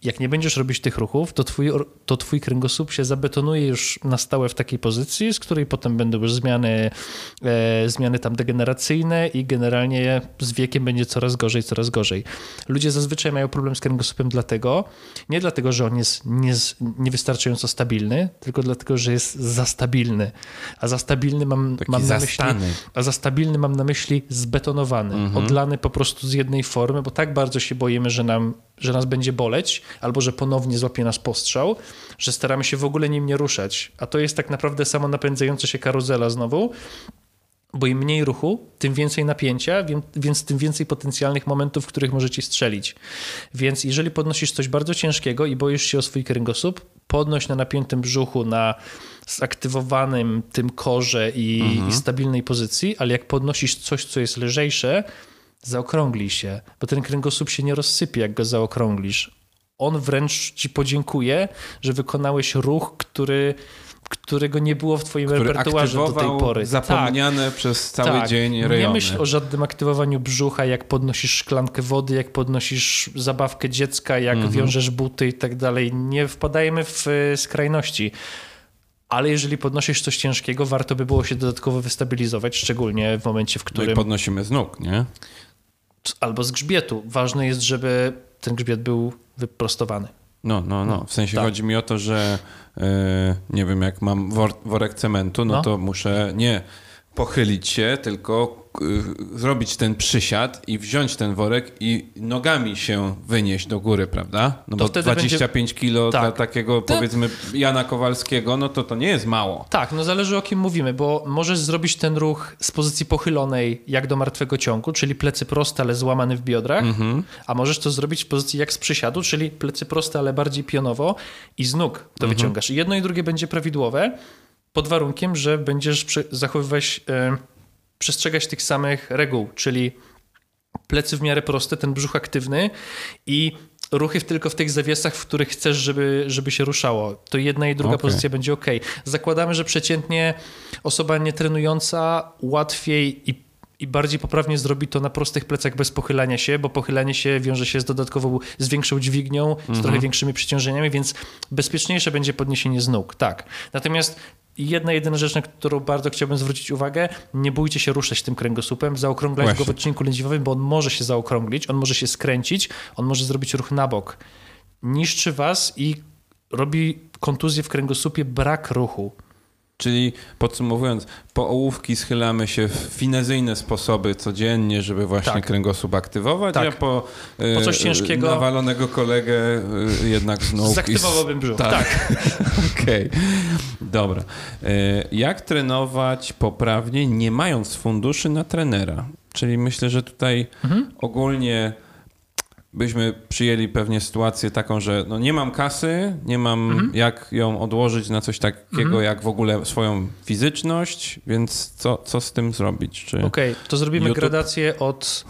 jak nie będziesz robić tych ruchów, to twój, to twój kręgosłup się zabetonuje już na stałe w takiej pozycji, z której potem będą już zmiany, e, zmiany tam degeneracyjne i generalnie z wiekiem będzie coraz gorzej, coraz gorzej. Ludzie zazwyczaj mają problem z kręgosłupem dlatego, nie dlatego, że on jest nie, niewystarczająco stabilny, tylko dlatego, że jest za stabilny. A za stabilny mam, mam na myśli, a za stabilny mam na myśli zbetonowany, mhm. odlany po prostu z jednej formy, bo tak bardzo się boimy, że nam że nas będzie boleć, albo że ponownie złapie nas postrzał, że staramy się w ogóle nim nie ruszać. A to jest tak naprawdę samo napędzająca się karuzela znowu, bo im mniej ruchu, tym więcej napięcia, więc tym więcej potencjalnych momentów, w których może ci strzelić. Więc jeżeli podnosisz coś bardzo ciężkiego i boisz się o swój kręgosłup, podnoś na napiętym brzuchu, na zaktywowanym tym korze i, mhm. i stabilnej pozycji, ale jak podnosisz coś, co jest lżejsze, zaokrąglij się, bo ten kręgosłup się nie rozsypie, jak go zaokrąglisz. On wręcz ci podziękuje, że wykonałeś ruch, który, którego nie było w twoim który repertuarze do tej pory. Zapomniane tak, przez cały tak. dzień rejony. Nie myśl o żadnym aktywowaniu brzucha, jak podnosisz szklankę wody, jak podnosisz zabawkę dziecka, jak mhm. wiążesz buty i tak dalej. Nie wpadajmy w skrajności. Ale jeżeli podnosisz coś ciężkiego, warto by było się dodatkowo wystabilizować, szczególnie w momencie, w którym... No i podnosimy z nóg, nie? Albo z grzbietu. Ważne jest, żeby ten grzbiet był wyprostowany. No, no, no. W sensie tak. chodzi mi o to, że yy, nie wiem, jak mam wor- worek cementu, no, no to muszę nie pochylić się, tylko y, zrobić ten przysiad i wziąć ten worek i nogami się wynieść do góry, prawda? No to bo dwadzieścia pięć kilo tak. dla takiego to... powiedzmy Jana Kowalskiego, no to to nie jest mało. Tak, no zależy o kim mówimy, bo możesz zrobić ten ruch z pozycji pochylonej jak do martwego ciągu, czyli plecy proste, ale złamane w biodrach, mm-hmm. a możesz to zrobić w pozycji jak z przysiadu, czyli plecy proste, ale bardziej pionowo i z nóg to mm-hmm. wyciągasz. I jedno i drugie będzie prawidłowe, pod warunkiem, że będziesz zachowywać, e, przestrzegać tych samych reguł, czyli plecy w miarę proste, ten brzuch aktywny i ruchy tylko w tych zawiesach, w których chcesz, żeby, żeby się ruszało. To jedna i druga okay. pozycja będzie ok. Zakładamy, że przeciętnie osoba nietrenująca łatwiej i i bardziej poprawnie zrobi to na prostych plecach bez pochylania się, bo pochylanie się wiąże się z dodatkową, z większą dźwignią, mm-hmm. z trochę większymi przeciążeniami, więc bezpieczniejsze będzie podniesienie z nóg, tak. Natomiast jedna, jedyna rzecz, na którą bardzo chciałbym zwrócić uwagę, nie bójcie się ruszać tym kręgosłupem, zaokrąglać Właśnie. go w odcinku lędźwiowym, bo on może się zaokrąglić, on może się skręcić, on może zrobić ruch na bok. Niszczy was i robi kontuzję w kręgosłupie brak ruchu. Czyli podsumowując, po ołówki schylamy się w finezyjne sposoby codziennie, żeby właśnie tak. kręgosłup aktywować, tak. a po, po coś ciężkiego nawalonego kolegę jednak znowu... Zaktywowałbym brzuch. Tak. tak. Okej, okay. Dobra. Jak trenować poprawnie, nie mając funduszy na trenera? Czyli myślę, że tutaj mhm. ogólnie... byśmy przyjęli pewnie sytuację taką, że no nie mam kasy, nie mam mhm. jak ją odłożyć na coś takiego mhm. jak w ogóle swoją fizyczność, więc co, co z tym zrobić? Czy Okej, okay, to zrobimy YouTube? gradację od,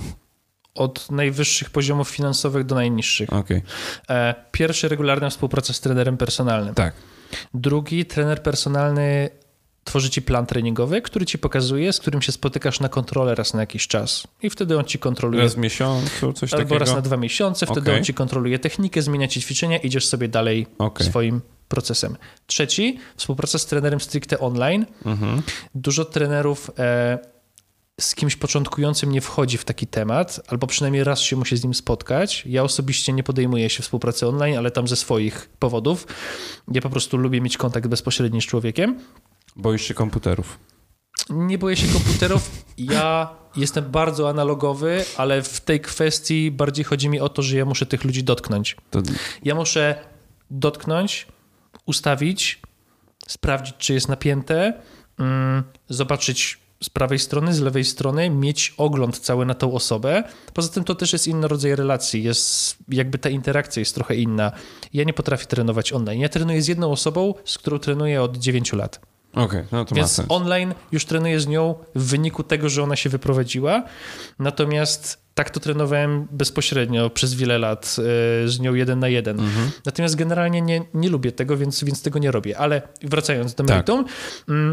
od najwyższych poziomów finansowych do najniższych. Okay. Pierwszy, regularna współpraca z trenerem personalnym. Tak. Drugi, trener personalny tworzy ci plan treningowy, który ci pokazuje, z którym się spotykasz na kontrolę raz na jakiś czas. I wtedy on ci kontroluje... Raz w miesiącu, coś albo takiego? Albo raz na dwa miesiące. Wtedy okay. on ci kontroluje technikę, zmienia ci ćwiczenia, idziesz sobie dalej okay. swoim procesem. Trzeci, współpraca z trenerem stricte online. Mhm. Dużo trenerów e, z kimś początkującym nie wchodzi w taki temat, albo przynajmniej raz się musi z nim spotkać. Ja osobiście nie podejmuję się współpracy online, ale tam ze swoich powodów. Ja po prostu lubię mieć kontakt bezpośredni z człowiekiem. Boisz się komputerów? Nie boję się komputerów. Ja jestem bardzo analogowy, ale w tej kwestii bardziej chodzi mi o to, że ja muszę tych ludzi dotknąć. To... Ja muszę dotknąć, ustawić, sprawdzić, czy jest napięte, mm, zobaczyć z prawej strony, z lewej strony, mieć ogląd cały na tą osobę. Poza tym to też jest inny rodzaj relacji. Jest, jakby ta interakcja jest trochę inna. Ja nie potrafię trenować online. Ja trenuję z jedną osobą, z którą trenuję od dziewięciu lat. Okay, no to Więc online już trenuję z nią w wyniku tego, że ona się wyprowadziła. Natomiast tak to trenowałem bezpośrednio przez wiele lat z nią jeden na jeden. Mm-hmm. Natomiast generalnie nie, nie lubię tego, więc, więc tego nie robię. Ale wracając do meritum, tak.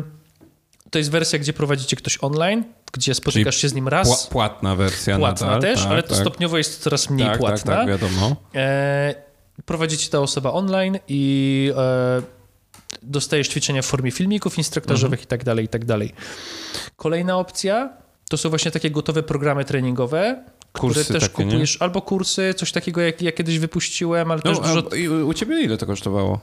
to jest wersja, gdzie prowadzicie ktoś online, gdzie spotykasz Czyli się z nim raz. Płatna wersja Płatna nadal. też, tak, ale tak. to stopniowo jest coraz mniej tak, płatna. Tak, tak, wiadomo. E- prowadzi ci ta osoba online i e, dostajesz ćwiczenia w formie filmików instruktażowych mhm. i tak dalej, i tak dalej. Kolejna opcja to są właśnie takie gotowe programy treningowe, kursy które też takie, kupujesz, nie? Albo kursy, coś takiego jak ja kiedyś wypuściłem, ale no, też dużo... I u ciebie ile to kosztowało?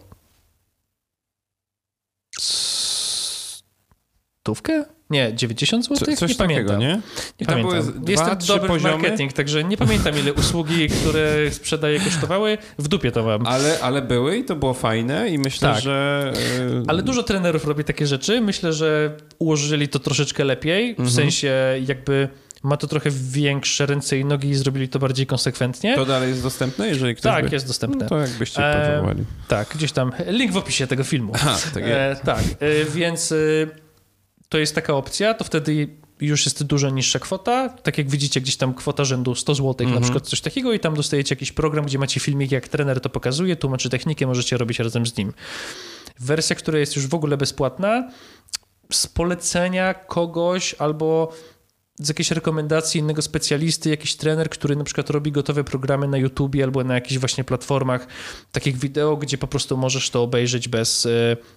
Stówkę? Nie, dziewięćdziesiąt złotych? Co, coś nie takiego, pamiętam. nie? I nie pamiętam. Dwa, Jestem dobry poziomy? w marketing, także nie pamiętam, ile usługi, które sprzedaję, kosztowały. W dupie to mam. Ale, ale były i to było fajne i myślę, tak. że... Yy... Ale dużo trenerów robi takie rzeczy. Myślę, że ułożyli to troszeczkę lepiej, w mhm. sensie jakby... Ma to trochę większe ręce i nogi i zrobili to bardziej konsekwentnie. To dalej jest dostępne, jeżeli ktoś Tak, by... jest dostępne. No to jakbyście e, powołali. Tak, gdzieś tam. Link w opisie tego filmu. Aha, tak jest. E, tak, e, więc e, to jest taka opcja, to wtedy już jest dużo niższa kwota. Tak jak widzicie, gdzieś tam kwota rzędu sto złotych, mm-hmm. na przykład coś takiego i tam dostajecie jakiś program, gdzie macie filmik, jak trener to pokazuje, tłumaczy technikę, możecie robić razem z nim. Wersja, która jest już w ogóle bezpłatna, z polecenia kogoś albo... z jakiejś rekomendacji innego specjalisty, jakiś trener, który na przykład robi gotowe programy na YouTubie albo na jakichś właśnie platformach takich wideo, gdzie po prostu możesz to obejrzeć bez,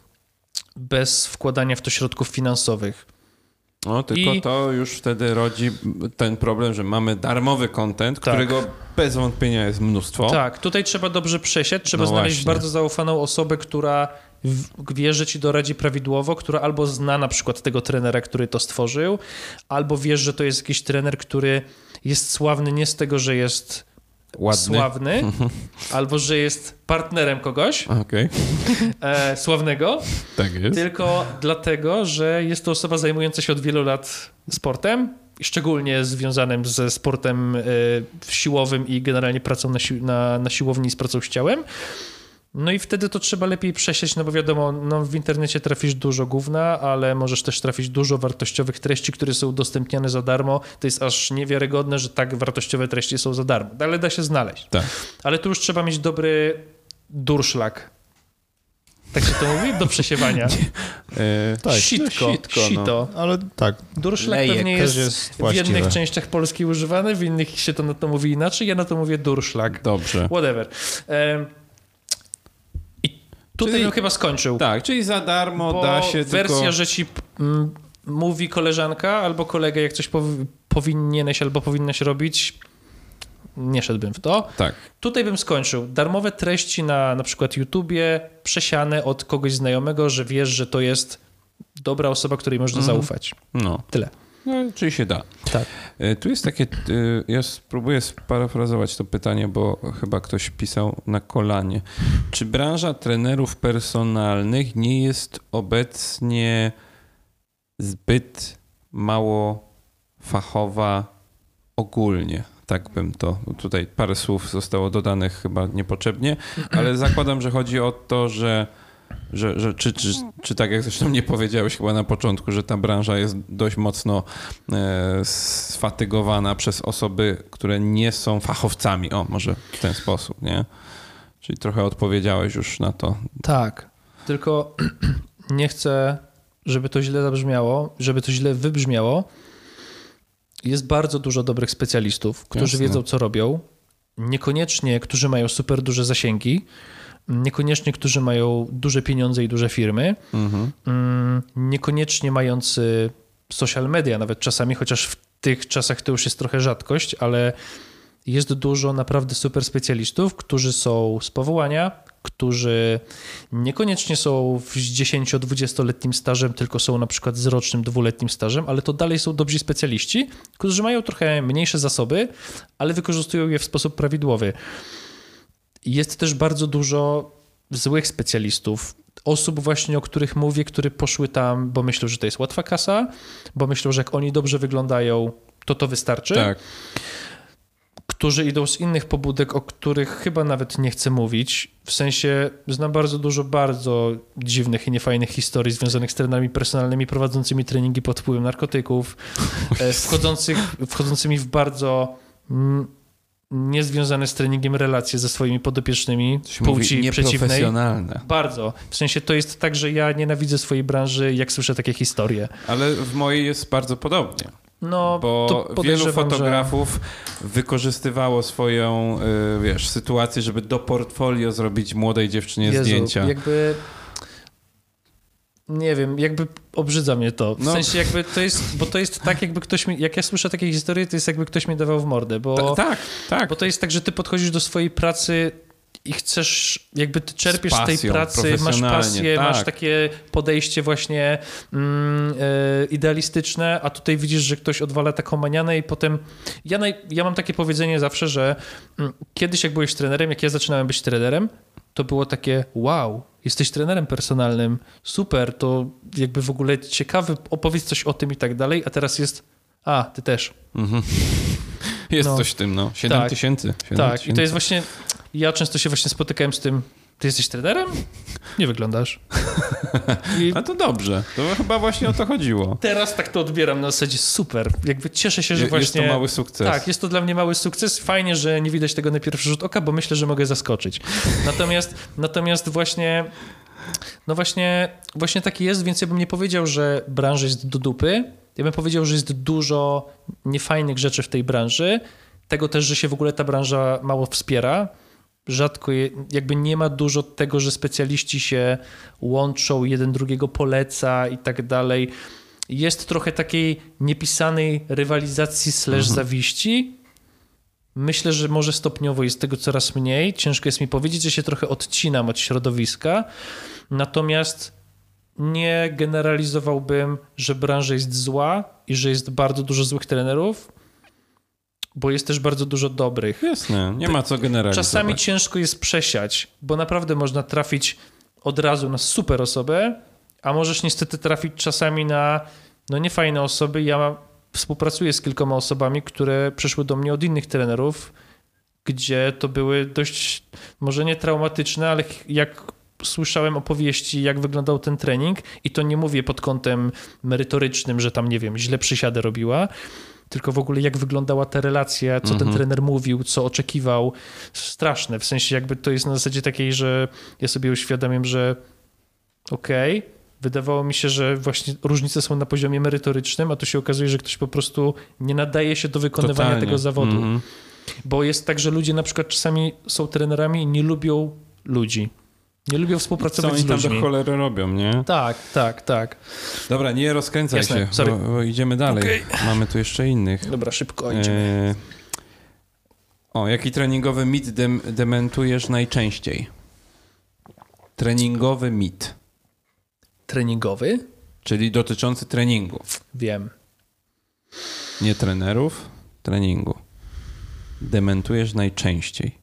bez wkładania w to środków finansowych. No, tylko I... to już wtedy rodzi ten problem, że mamy darmowy content, tak. którego bez wątpienia jest mnóstwo. Tak, tutaj trzeba dobrze przesiać, trzeba no znaleźć właśnie. bardzo zaufaną osobę, która wie, że ci doradzi prawidłowo, która albo zna na przykład tego trenera, który to stworzył, albo wiesz, że to jest jakiś trener, który jest sławny nie z tego, że jest ładny. sławny, albo że jest partnerem kogoś okay. e, sławnego, tak jest. tylko dlatego, że jest to osoba zajmująca się od wielu lat sportem, szczególnie związanym ze sportem y, siłowym i generalnie pracą na, si- na, na siłowni z pracą z ciałem. No i wtedy to trzeba lepiej przesiać, no bo wiadomo, no w internecie trafisz dużo gówna, ale możesz też trafić dużo wartościowych treści, które są udostępniane za darmo. To jest aż niewiarygodne, że tak wartościowe treści są za darmo, ale da się znaleźć. Tak. Ale tu już trzeba mieć dobry durszlak. Tak się to mówi? Do przesiewania. e, tak, sitko. No, sitko, sito. No. Ale tak. Durszlak pewnie jest, jest w jednych częściach Polski używany, w innych się to na to mówi inaczej. Ja na to mówię durszlak. Dobrze. Whatever. E, I tutaj czyli, bym chyba skończył. Tak, czyli za darmo da się wersja, tylko... że ci m, mówi koleżanka albo kolega, jak coś pow- powinieneś albo powinnaś robić, nie szedłbym w to. Tak. Tutaj bym skończył. Darmowe treści na na przykład YouTubie, przesiane od kogoś znajomego, że wiesz, że to jest dobra osoba, której można mm. zaufać. No. Tyle. No, czyli się da. Tak. Tu jest takie, ja spróbuję sparafrazować to pytanie, bo chyba ktoś pisał na kolanie. Czy branża trenerów personalnych nie jest obecnie zbyt mało fachowa ogólnie? Tak bym to, tutaj parę słów zostało dodanych chyba niepotrzebnie, ale zakładam, że chodzi o to, że, że, że czy, czy, czy tak jak zresztą nie powiedziałeś chyba na początku, że ta branża jest dość mocno e, sfatygowana przez osoby, które nie są fachowcami. O, może w ten sposób, nie? Czyli trochę odpowiedziałeś już na to. Tak, tylko nie chcę, żeby to źle zabrzmiało, żeby to źle wybrzmiało. Jest bardzo dużo dobrych specjalistów, którzy Jasne. wiedzą, co robią. Niekoniecznie, którzy mają super duże zasięgi. Niekoniecznie, którzy mają duże pieniądze i duże firmy. Mhm. Niekoniecznie mający social media nawet czasami, chociaż w tych czasach to już jest trochę rzadkość, ale jest dużo naprawdę super specjalistów, którzy są z powołania, którzy niekoniecznie są z dziesięcio-dwudziestoletnim stażem, tylko są na przykład z rocznym, dwuletnim stażem, ale to dalej są dobrzy specjaliści, którzy mają trochę mniejsze zasoby, ale wykorzystują je w sposób prawidłowy. Jest też bardzo dużo złych specjalistów, osób właśnie, o których mówię, które poszły tam, bo myślą, że to jest łatwa kasa, bo myślą, że jak oni dobrze wyglądają, to to wystarczy. Tak. Którzy idą z innych pobudek, o których chyba nawet nie chcę mówić. W sensie znam bardzo dużo bardzo dziwnych i niefajnych historii związanych z trenerami personalnymi prowadzącymi treningi pod wpływem narkotyków, wchodzących, wchodzącymi w bardzo niezwiązane z treningiem relacje ze swoimi podopiecznymi płci przeciwnej. Bardzo. W sensie to jest tak, że ja nienawidzę swojej branży, jak słyszę takie historie. Ale w mojej jest bardzo podobnie. No, bo to wielu fotografów że... wykorzystywało swoją, y, wiesz, sytuację, żeby do portfolio zrobić młodej dziewczynie Jezu, zdjęcia. jakby... Nie wiem, jakby obrzydza mnie to. W no. sensie jakby to jest, bo to jest tak, jakby ktoś mi, jak ja słyszę takie historie, to jest jakby ktoś mi dawał w mordę, bo... Ta, tak, tak. Bo to jest tak, że ty podchodzisz do swojej pracy i chcesz, jakby ty czerpiesz z, pasją, z tej pracy, masz pasję, tak. masz takie podejście właśnie mm, e, idealistyczne, a tutaj widzisz, że ktoś odwala taką manianę i potem... Ja, naj, ja mam takie powiedzenie zawsze, że mm, kiedyś jak byłeś trenerem, jak ja zaczynałem być trenerem, to było takie wow, jesteś trenerem personalnym, super, to jakby w ogóle ciekawy, opowiedz coś o tym i tak dalej, a teraz jest, a, ty też. Mhm. Jest no. coś w tym, no. siedem tak. tysięcy. Tak, tysięcy. I to jest właśnie, ja często się właśnie spotykałem z tym, ty jesteś trenerem? Nie wyglądasz. I... A to dobrze, to chyba właśnie o to chodziło. Teraz tak to odbieram na zasadzie super, jakby cieszę się, że Je, właśnie... Jest to mały sukces. Tak, jest to dla mnie mały sukces, fajnie, że nie widać tego na pierwszy rzut oka, bo myślę, że mogę zaskoczyć. Natomiast, natomiast właśnie... No właśnie, właśnie taki jest, więc ja bym nie powiedział, że branża jest do dupy. Ja bym powiedział, że jest dużo niefajnych rzeczy w tej branży. Tego też, że się w ogóle ta branża mało wspiera. Rzadko, je, jakby nie ma dużo tego, że specjaliści się łączą, jeden drugiego poleca i tak dalej. Jest trochę takiej niepisanej rywalizacji slash mhm. zawiści. Myślę, że może stopniowo jest tego coraz mniej. Ciężko jest mi powiedzieć, że się trochę odcinam od środowiska. Natomiast nie generalizowałbym, że branża jest zła i że jest bardzo dużo złych trenerów, bo jest też bardzo dużo dobrych. Jasne, nie ma co generalizować. Czasami ciężko jest przesiać, bo naprawdę można trafić od razu na super osobę, a możesz niestety trafić czasami na no niefajne osoby. Ja współpracuję z kilkoma osobami, które przyszły do mnie od innych trenerów, gdzie to były dość, może nie traumatyczne, ale jak słyszałem opowieści, jak wyglądał ten trening i to nie mówię pod kątem merytorycznym, że tam, nie wiem, źle przysiadę robiła, tylko w ogóle jak wyglądała ta relacja, co mm-hmm. ten trener mówił, co oczekiwał. Straszne, w sensie jakby to jest na zasadzie takiej, że ja sobie uświadamiam, że okej, okay, wydawało mi się, że właśnie różnice są na poziomie merytorycznym, a tu się okazuje, że ktoś po prostu nie nadaje się do wykonywania Totalnie. tego zawodu. Mm-hmm. Bo jest tak, że ludzie na przykład czasami są trenerami i nie lubią ludzi. Nie lubią współpracować z ludźmi. Co oni tam do cholery robią, nie? Tak, tak, tak. Dobra, nie rozkręcaj Jasne, się, bo, bo idziemy dalej. Okay. Mamy tu jeszcze innych. Dobra, szybko idziemy. E... O, jaki treningowy mit dem- dementujesz najczęściej? Treningowy mit. Treningowy? Czyli dotyczący treningu. Wiem. Nie trenerów, treningu. Dementujesz najczęściej.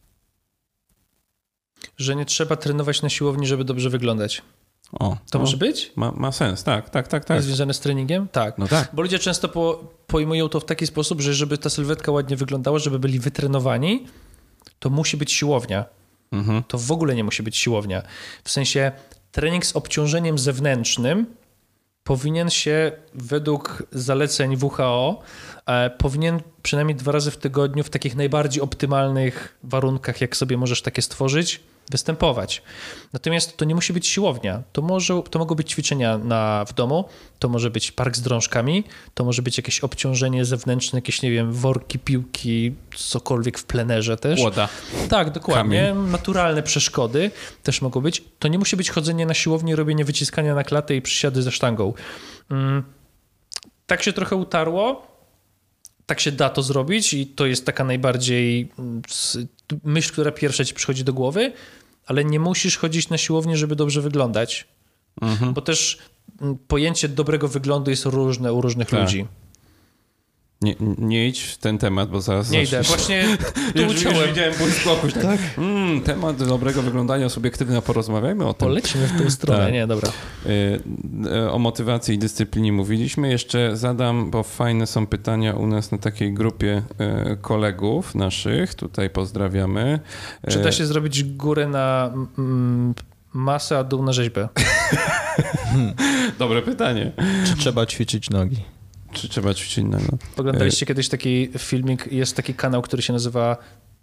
Że nie trzeba trenować na siłowni, żeby dobrze wyglądać. O, to może być? Ma, ma sens, tak, tak, tak. tak. Jest związane z treningiem? Tak. No tak. Bo ludzie często po, pojmują to w taki sposób, że żeby ta sylwetka ładnie wyglądała, żeby byli wytrenowani, to musi być siłownia. Mhm. To w ogóle nie musi być siłownia. W sensie trening z obciążeniem zewnętrznym powinien się według zaleceń W H O e, powinien przynajmniej dwa razy w tygodniu w takich najbardziej optymalnych warunkach, jak sobie możesz takie stworzyć, występować. Natomiast to nie musi być siłownia. To, może, to mogą być ćwiczenia na, w domu, to może być park z drążkami, to może być jakieś obciążenie zewnętrzne, jakieś, nie wiem, worki, piłki, cokolwiek w plenerze też. Łoda. Tak, dokładnie. Kamień. Naturalne przeszkody też mogą być. To nie musi być chodzenie na siłownię, robienie wyciskania na klatę i przysiady ze sztangą. Mm. Tak się trochę utarło. Tak się da to zrobić i to jest taka najbardziej myśl, która pierwsza ci przychodzi do głowy, ale nie musisz chodzić na siłownię, żeby dobrze wyglądać, mhm. bo też pojęcie dobrego wyglądu jest różne u różnych tak. ludzi. Nie, nie idź w ten temat, bo zaraz... Nie idę, właśnie tu już, uciąłem. Już widziałem błysk wokół, tak? tak. Mm, temat dobrego wyglądania subiektywnie, porozmawiajmy o tym. Polecimy w tą stronę, tak. nie, dobra. Y, o motywacji i dyscyplinie mówiliśmy. Jeszcze zadam, bo fajne są pytania u nas na takiej grupie y, kolegów naszych. Tutaj pozdrawiamy. Czy da się zrobić górę na mm, masę, a dół na rzeźbę? Dobre pytanie. Czy trzeba ćwiczyć nogi? Czy trzeba ćwiczyć innego? Oglądaliście kiedyś taki filmik, jest taki kanał, który się nazywa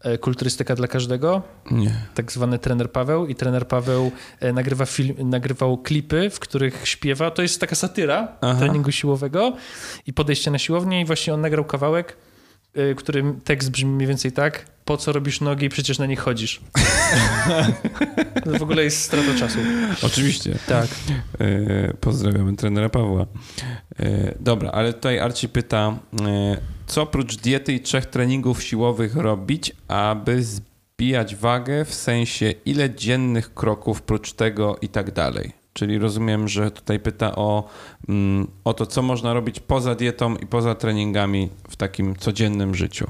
Kulturystyka dla każdego? Nie. Tak zwany trener Paweł i trener Paweł nagrywa film, nagrywał klipy, w których śpiewa. To jest taka satyra Aha. treningu siłowego i podejście na siłownię i właśnie on nagrał kawałek, którym tekst brzmi mniej więcej tak: po co robisz nogi, przecież na nich chodzisz. To w ogóle jest strata czasu. Oczywiście. Tak. E, pozdrawiamy trenera Pawła. E, dobra, ale tutaj Arci pyta, e, co oprócz diety i trzech treningów siłowych robić, aby zbijać wagę, w sensie ile dziennych kroków prócz tego i tak dalej. Czyli rozumiem, że tutaj pyta o, mm, o to, co można robić poza dietą i poza treningami w takim codziennym życiu.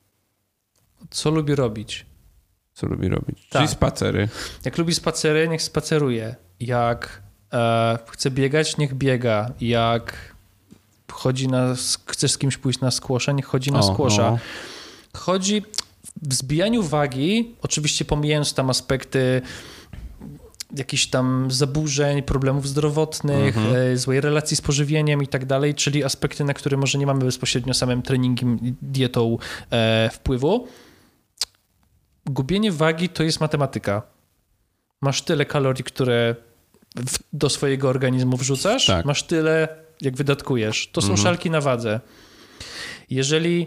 Co lubi robić? Co lubi robić? Tak. Czyli spacery. Jak lubi spacery, niech spaceruje. Jak e, chce biegać, niech biega. Jak chodzi na, chce z kimś pójść na squasha, niech chodzi na O, squasha. no. Chodzi w zbijaniu wagi, oczywiście pomijając tam aspekty jakichś tam zaburzeń, problemów zdrowotnych, Mhm. e, złej relacji z pożywieniem i tak dalej, czyli aspekty, na które może nie mamy bezpośrednio samym treningiem, dietą e, wpływu. Gubienie wagi to jest matematyka. Masz tyle kalorii, które w, do swojego organizmu wrzucasz, Tak. masz tyle, jak wydatkujesz. To są Mhm. szalki na wadze. Jeżeli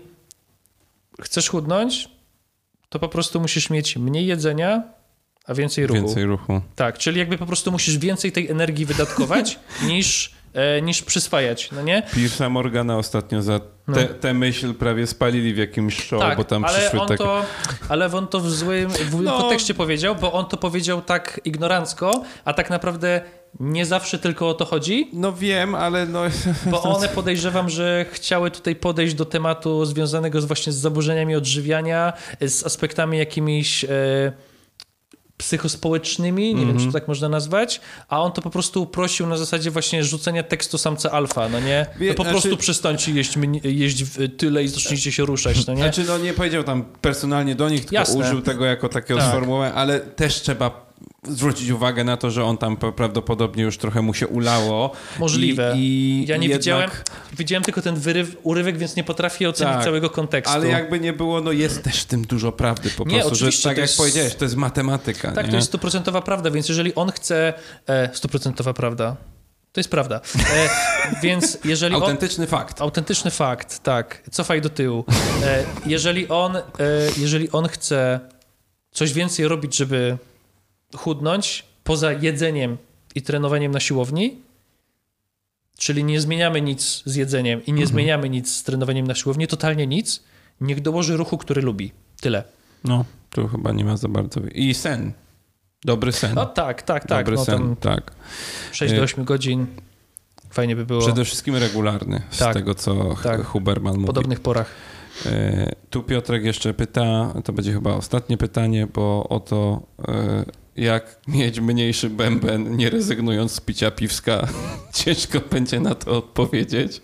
chcesz chudnąć, to po prostu musisz mieć mniej jedzenia, a więcej ruchu. Więcej ruchu. Tak, czyli jakby po prostu musisz więcej tej energii wydatkować niż, e, niż przyswajać, no nie? Pierce'a Morgana ostatnio za te, No. tę myśl prawie spalili w jakimś show, Tak, bo tam ale przyszły on, takie... to, ale on to w złym w No. kontekście powiedział, bo on to powiedział tak ignorancko, a tak naprawdę nie zawsze tylko o to chodzi, No wiem, ale no... bo one podejrzewam, że chciały tutaj podejść do tematu związanego z właśnie z zaburzeniami odżywiania, z aspektami jakimiś... E, psychospołecznymi, nie wiem, czy to tak można nazwać, a on to po prostu uprościł na zasadzie właśnie rzucenia tekstu samca alfa, no nie? Wie- No po znaczy- prostu przestańcie jeść, mni- jeść w tyle i zacznijcie się ruszać, no nie? Znaczy, no nie powiedział tam personalnie do nich, tylko Jasne. użył tego jako takiego Tak. sformułowania, ale też trzeba zwrócić uwagę na to, że on tam prawdopodobnie już trochę mu się ulało. Możliwe. I, i Ja nie jednak, widziałem, widziałem tylko ten wyryw, urywek, więc nie potrafię ocenić Tak, całego kontekstu. Ale jakby nie było, no jest też w tym dużo prawdy po Nie, prostu, że oczywiście, tak to jak jest- powiedziałeś, to jest matematyka. Tak, nie? to jest stuprocentowa prawda, więc jeżeli on chce... e, Stuprocentowa prawda. To jest prawda. E, więc jeżeli on... Autentyczny fakt. Autentyczny fakt, tak. Cofaj do tyłu. E, jeżeli, on, e, jeżeli on chce coś więcej robić, żeby chudnąć, poza jedzeniem i trenowaniem na siłowni, czyli nie zmieniamy nic z jedzeniem i nie Mhm. zmieniamy nic z trenowaniem na siłowni, totalnie nic, niech dołoży ruchu, który lubi. Tyle. No, tu chyba nie ma za bardzo... I sen. Dobry sen. No tak, tak, tak. Dobry No, sen, tam tak. sześć do ośmiu godzin. Fajnie by było Przede wszystkim regularny, z Tak, tego co tak. Huberman w mówi. podobnych porach. E, Tu Piotrek jeszcze pyta, to będzie chyba ostatnie pytanie, bo o to, e, jak mieć mniejszy bęben, nie rezygnując z picia piwska. Ciężko będzie na to odpowiedzieć.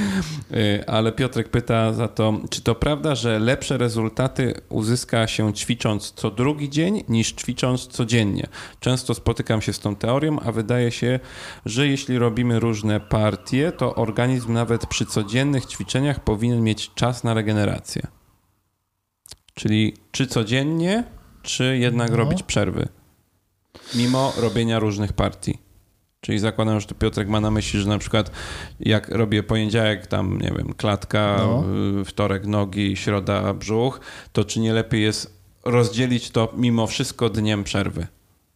E, Ale Piotrek pyta za to, czy to prawda, że lepsze rezultaty uzyska się ćwicząc co drugi dzień niż ćwicząc codziennie? Często spotykam się z tą teorią, a wydaje się, że jeśli robimy różne partie, to organizm nawet przy codziennych ćwiczeniach powinien mieć czas na regenerację. Czyli czy codziennie, czy jednak No. robić przerwy? Mimo robienia różnych partii. Czyli zakładam, że tu Piotrek ma na myśli, że na przykład jak robię poniedziałek, tam nie wiem, klatka, No. y, wtorek nogi, środa brzuch, to czy nie lepiej jest rozdzielić to mimo wszystko dniem przerwy?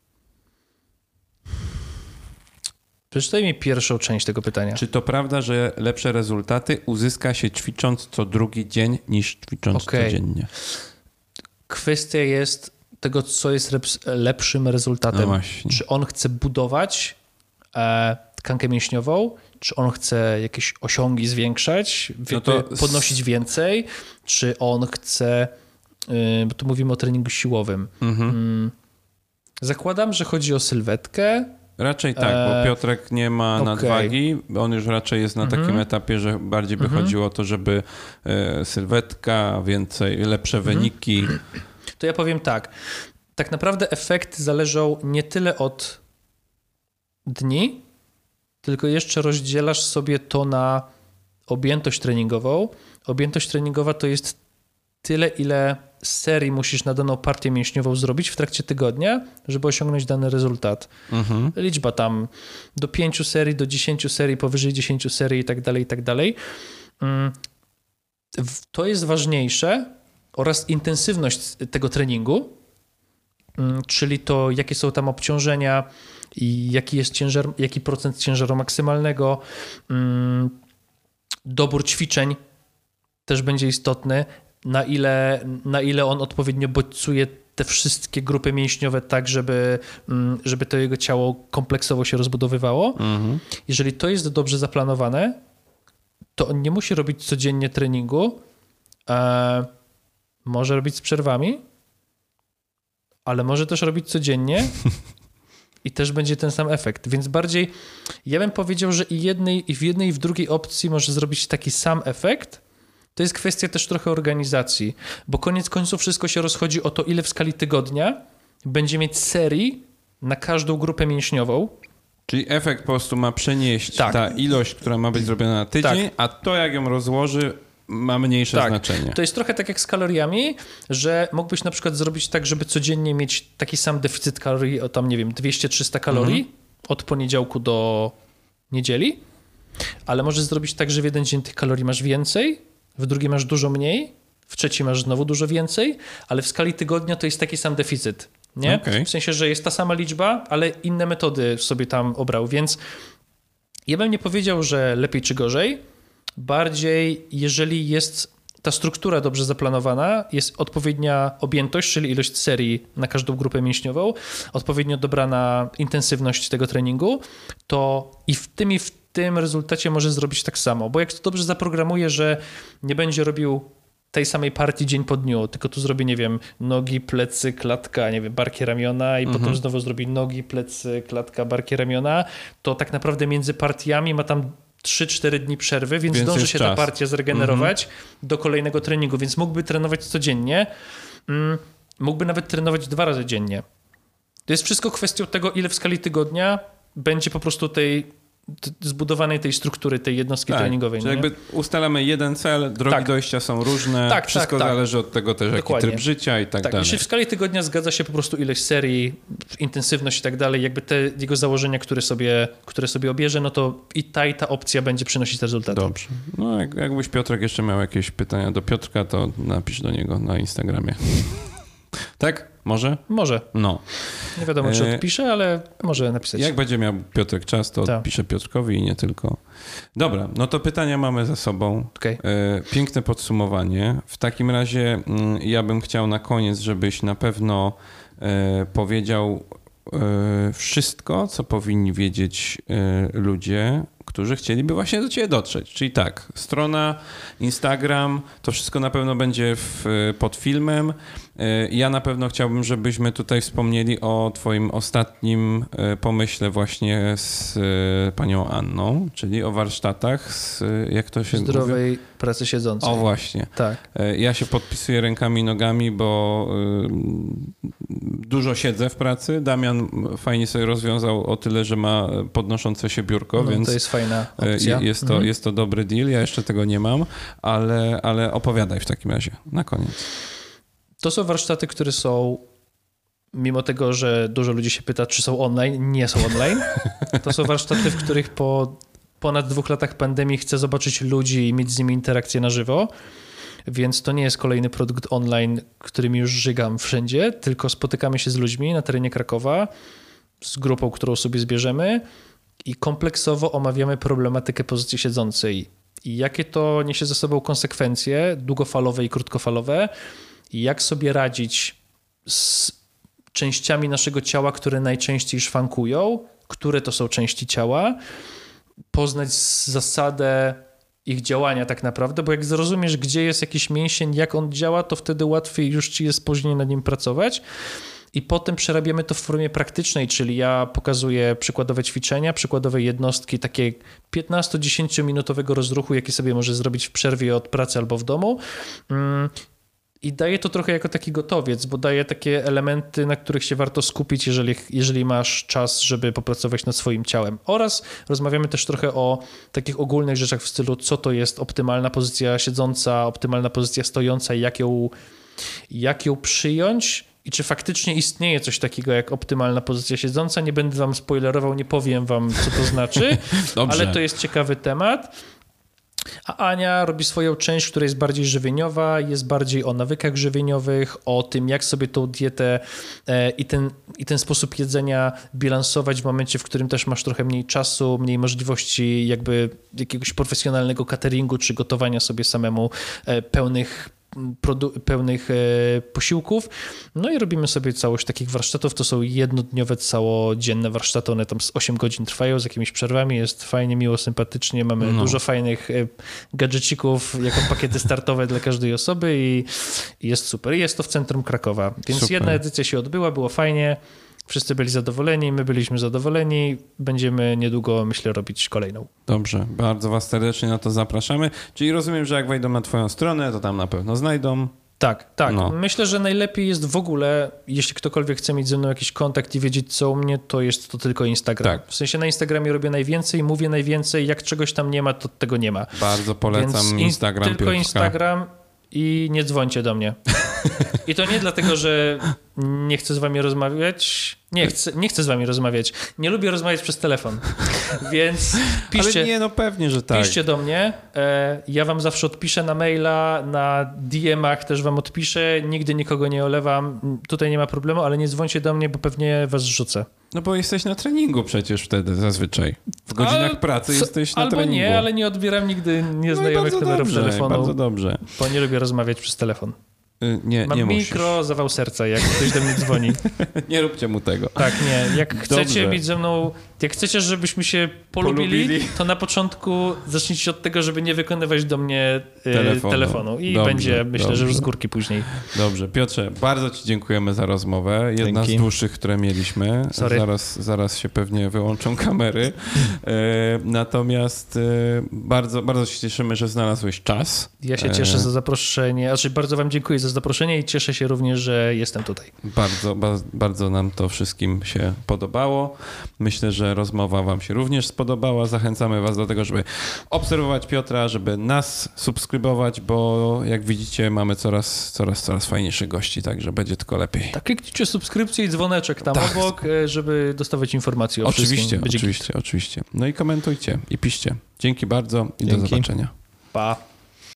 Przeczytaj mi pierwszą część tego pytania. Czy to prawda, że lepsze rezultaty uzyska się ćwicząc co drugi dzień niż ćwicząc Okej. codziennie? Kwestia jest tego, co jest reps- lepszym rezultatem. No właśnie. Czy on chce budować e, tkankę mięśniową, czy on chce jakieś osiągi zwiększać, No no to to podnosić więcej, czy on chce, y, bo tu mówimy o treningu siłowym. Mhm. Mm, zakładam, że chodzi o sylwetkę. Raczej tak, bo Eee, Piotrek nie ma okej. nadwagi, on już raczej jest na Mhm. takim etapie, że bardziej by Mhm. chodziło o to, żeby e, sylwetka, więcej, lepsze Mhm. wyniki. To ja powiem tak. Tak naprawdę efekty zależą nie tyle od dni, tylko jeszcze rozdzielasz sobie to na objętość treningową. Objętość treningowa to jest tyle, ile serii musisz na daną partię mięśniową zrobić w trakcie tygodnia, żeby osiągnąć dany rezultat. Mhm. Liczba tam do pięciu serii, do dziesięciu serii, powyżej dziesięciu serii i tak dalej, i tak dalej. To jest ważniejsze oraz intensywność tego treningu, czyli to, jakie są tam obciążenia i jaki jest ciężar, jaki procent ciężaru maksymalnego. Dobór ćwiczeń też będzie istotny, na ile, na ile on odpowiednio bodźcuje te wszystkie grupy mięśniowe tak, żeby, żeby to jego ciało kompleksowo się rozbudowywało. Mhm. Jeżeli to jest dobrze zaplanowane, to on nie musi robić codziennie treningu, e, może robić z przerwami, ale może też robić codziennie i też będzie ten sam efekt. Więc bardziej ja bym powiedział, że i, jednej, i w jednej i w drugiej opcji może zrobić taki sam efekt. To jest kwestia też trochę organizacji, bo koniec końców wszystko się rozchodzi o to, ile w skali tygodnia będzie mieć serii na każdą grupę mięśniową. Czyli efekt po prostu ma przenieść tak. ta ilość, która ma być zrobiona na tydzień, tak. a to jak ją rozłoży ma mniejsze tak. znaczenie. To jest trochę tak jak z kaloriami, że mógłbyś na przykład zrobić tak, żeby codziennie mieć taki sam deficyt kalorii, o tam nie wiem, dwieście trzysta kalorii mhm. od poniedziałku do niedzieli, ale możesz zrobić tak, że w jeden dzień tych kalorii masz więcej, w drugi masz dużo mniej, w trzeci masz znowu dużo więcej, ale w skali tygodnia to jest taki sam deficyt. Nie? Okay. W sensie, że jest ta sama liczba, ale inne metody sobie tam obrał, więc ja bym nie powiedział, że lepiej czy gorzej. Bardziej, jeżeli jest ta struktura dobrze zaplanowana, jest odpowiednia objętość, czyli ilość serii na każdą grupę mięśniową, odpowiednio dobrana intensywność tego treningu, to i w tym i w tym rezultacie może zrobić tak samo, bo jak to dobrze zaprogramuje, że nie będzie robił tej samej partii dzień po dniu, tylko tu zrobi, nie wiem, nogi, plecy, klatka, nie wiem, barki, ramiona i mhm. potem znowu zrobi nogi, plecy, klatka, barki, ramiona, to tak naprawdę między partiami ma tam trzy cztery dni przerwy, więc, więc zdąży się czas. ta partia zregenerować mhm. do kolejnego treningu, więc mógłby trenować codziennie, mógłby nawet trenować dwa razy dziennie. To jest wszystko kwestią tego, ile w skali tygodnia będzie po prostu tej zbudowanej tej struktury, tej jednostki tak, treningowej. Czyli jakby ustalamy jeden cel, drogi tak. dojścia są różne, tak, wszystko tak, zależy tak. od tego też, Dokładnie. jaki tryb życia i tak, tak dalej. Jeśli w skali tygodnia zgadza się po prostu ilość serii, intensywność i tak dalej, jakby te jego założenia, które sobie, które sobie obierze, no to i ta i ta opcja będzie przynosić rezultaty. Dobrze. No jak, jakbyś Piotrek jeszcze miał jakieś pytania do Piotrka, to napisz do niego na Instagramie. Tak? Może? Może. No. Nie wiadomo, czy odpiszę, ale może napisać. Jak będzie miał Piotrek czas, to tak. odpiszę Piotrkowi i nie tylko. Dobra, no to pytania mamy za sobą. Okay. Piękne podsumowanie. W takim razie ja bym chciał na koniec, żebyś na pewno powiedział wszystko, co powinni wiedzieć ludzie, którzy chcieliby właśnie do ciebie dotrzeć. Czyli tak, strona, Instagram, to wszystko na pewno będzie w, pod filmem. Ja na pewno chciałbym, żebyśmy tutaj wspomnieli o twoim ostatnim pomyśle właśnie z panią Anną, czyli o warsztatach z, jak to się zdrowej mówi? pracy siedzącej. O właśnie. Tak. Ja się podpisuję rękami i nogami, bo dużo siedzę w pracy. Damian fajnie sobie rozwiązał o tyle, że ma podnoszące się biurko, no, więc to jest fajna opcja. Jest to, mhm. jest to dobry deal. Ja jeszcze tego nie mam, ale, ale opowiadaj w takim razie na koniec. To są warsztaty, które są, mimo tego, że dużo ludzi się pyta, czy są online, nie są online. To są warsztaty, w których po ponad dwóch latach pandemii chcę zobaczyć ludzi i mieć z nimi interakcję na żywo, więc to nie jest kolejny produkt online, którym już żygam wszędzie, tylko spotykamy się z ludźmi na terenie Krakowa, z grupą, którą sobie zbierzemy i kompleksowo omawiamy problematykę pozycji siedzącej i jakie to niesie ze sobą konsekwencje długofalowe i krótkofalowe, i jak sobie radzić z częściami naszego ciała, które najczęściej szwankują, które to są części ciała, poznać zasadę ich działania tak naprawdę, bo jak zrozumiesz, gdzie jest jakiś mięsień, jak on działa, to wtedy łatwiej już ci jest później nad nim pracować. I potem przerabiamy to w formie praktycznej, czyli ja pokazuję przykładowe ćwiczenia, przykładowe jednostki, takie piętnasto-dziesięciominutowego rozruchu, jaki sobie możesz zrobić w przerwie od pracy albo w domu. I daje to trochę jako taki gotowiec, bo daje takie elementy, na których się warto skupić, jeżeli, jeżeli masz czas, żeby popracować nad swoim ciałem. Oraz rozmawiamy też trochę o takich ogólnych rzeczach w stylu, co to jest optymalna pozycja siedząca, optymalna pozycja stojąca i jak ją, jak ją przyjąć i czy faktycznie istnieje coś takiego jak optymalna pozycja siedząca. Nie będę wam spoilerował, nie powiem wam, co to znaczy, ale to jest ciekawy temat. A Ania robi swoją część, która jest bardziej żywieniowa, jest bardziej o nawykach żywieniowych, o tym, jak sobie tą dietę e, i, ten, i ten sposób jedzenia bilansować w momencie, w którym też masz trochę mniej czasu, mniej możliwości jakby jakiegoś profesjonalnego cateringu czy gotowania sobie samemu e, pełnych Produ- pełnych e, posiłków. No i robimy sobie całość takich warsztatów. To są jednodniowe, całodzienne warsztaty. One tam z osiem godzin trwają z jakimiś przerwami. Jest fajnie, miło, sympatycznie. Mamy no. dużo fajnych e, gadżecików jako pakiety startowe dla każdej osoby i, i jest super. I jest to w centrum Krakowa. Więc super. Jedna edycja się odbyła, było fajnie. Wszyscy byli zadowoleni, my byliśmy zadowoleni. Będziemy niedługo, myślę, robić kolejną. Dobrze, bardzo was serdecznie na to zapraszamy. Czyli rozumiem, że jak wejdą na twoją stronę, to tam na pewno znajdą. Tak, tak. No. Myślę, że najlepiej jest w ogóle, jeśli ktokolwiek chce mieć ze mną jakiś kontakt i wiedzieć, co u mnie, to jest to tylko Instagram. Tak. W sensie na Instagramie robię najwięcej, mówię najwięcej. Jak czegoś tam nie ma, to tego nie ma. Bardzo polecam Więc Instagram in, Tylko Piotrka. Instagram i nie dzwońcie do mnie. I to nie dlatego, że nie chcę z wami rozmawiać. Nie chcę, nie chcę z wami rozmawiać. Nie lubię rozmawiać przez telefon. Więc piszcie. Ale nie, no pewnie, że tak. Piszcie do mnie. Ja wam zawsze odpiszę na maila, na D M-ach też wam odpiszę. Nigdy nikogo nie olewam. Tutaj nie ma problemu, ale nie dzwońcie do mnie, bo pewnie was rzucę. No bo jesteś na treningu przecież wtedy zazwyczaj. W godzinach ale, pracy co, jesteś na albo treningu. Albo nie, ale nie odbieram nigdy nieznajomych no numerów dobrze, telefonu. Bardzo dobrze. Bo nie lubię rozmawiać przez telefon. Nie, Mam nie mikro, musisz. zawał serca, jak ktoś do mnie dzwoni. Nie róbcie mu tego. Tak, nie. Jak chcecie Dobrze. mieć ze mną, jak chcecie, żebyśmy się polubili, polubili, to na początku zacznijcie od tego, żeby nie wykonywać do mnie telefonu, telefonu. i dobrze, będzie, myślę, dobrze. że już z górki później. Dobrze. Piotrze, bardzo ci dziękujemy za rozmowę. Jedna Dzięki. z dłuższych, które mieliśmy. Sorry. Zaraz, zaraz się pewnie wyłączą kamery. e, natomiast e, bardzo, bardzo się cieszymy, że znalazłeś czas. Ja się cieszę e... za zaproszenie. Znaczy, bardzo wam dziękuję za zaproszenie i cieszę się również, że jestem tutaj. Bardzo, ba- bardzo nam to wszystkim się podobało. Myślę, że rozmowa wam się również spodobała. Zachęcamy was do tego, żeby obserwować Piotra, żeby nas subskrybować, bo jak widzicie, mamy coraz, coraz, coraz fajniejszych gości, także będzie tylko lepiej. Tak, kliknijcie subskrypcję i dzwoneczek tam tak. obok, żeby dostawać informacje o oczywiście, wszystkim. Oczywiście, oczywiście, oczywiście. No i komentujcie i piszcie. Dzięki bardzo i Dzięki. do zobaczenia. Pa.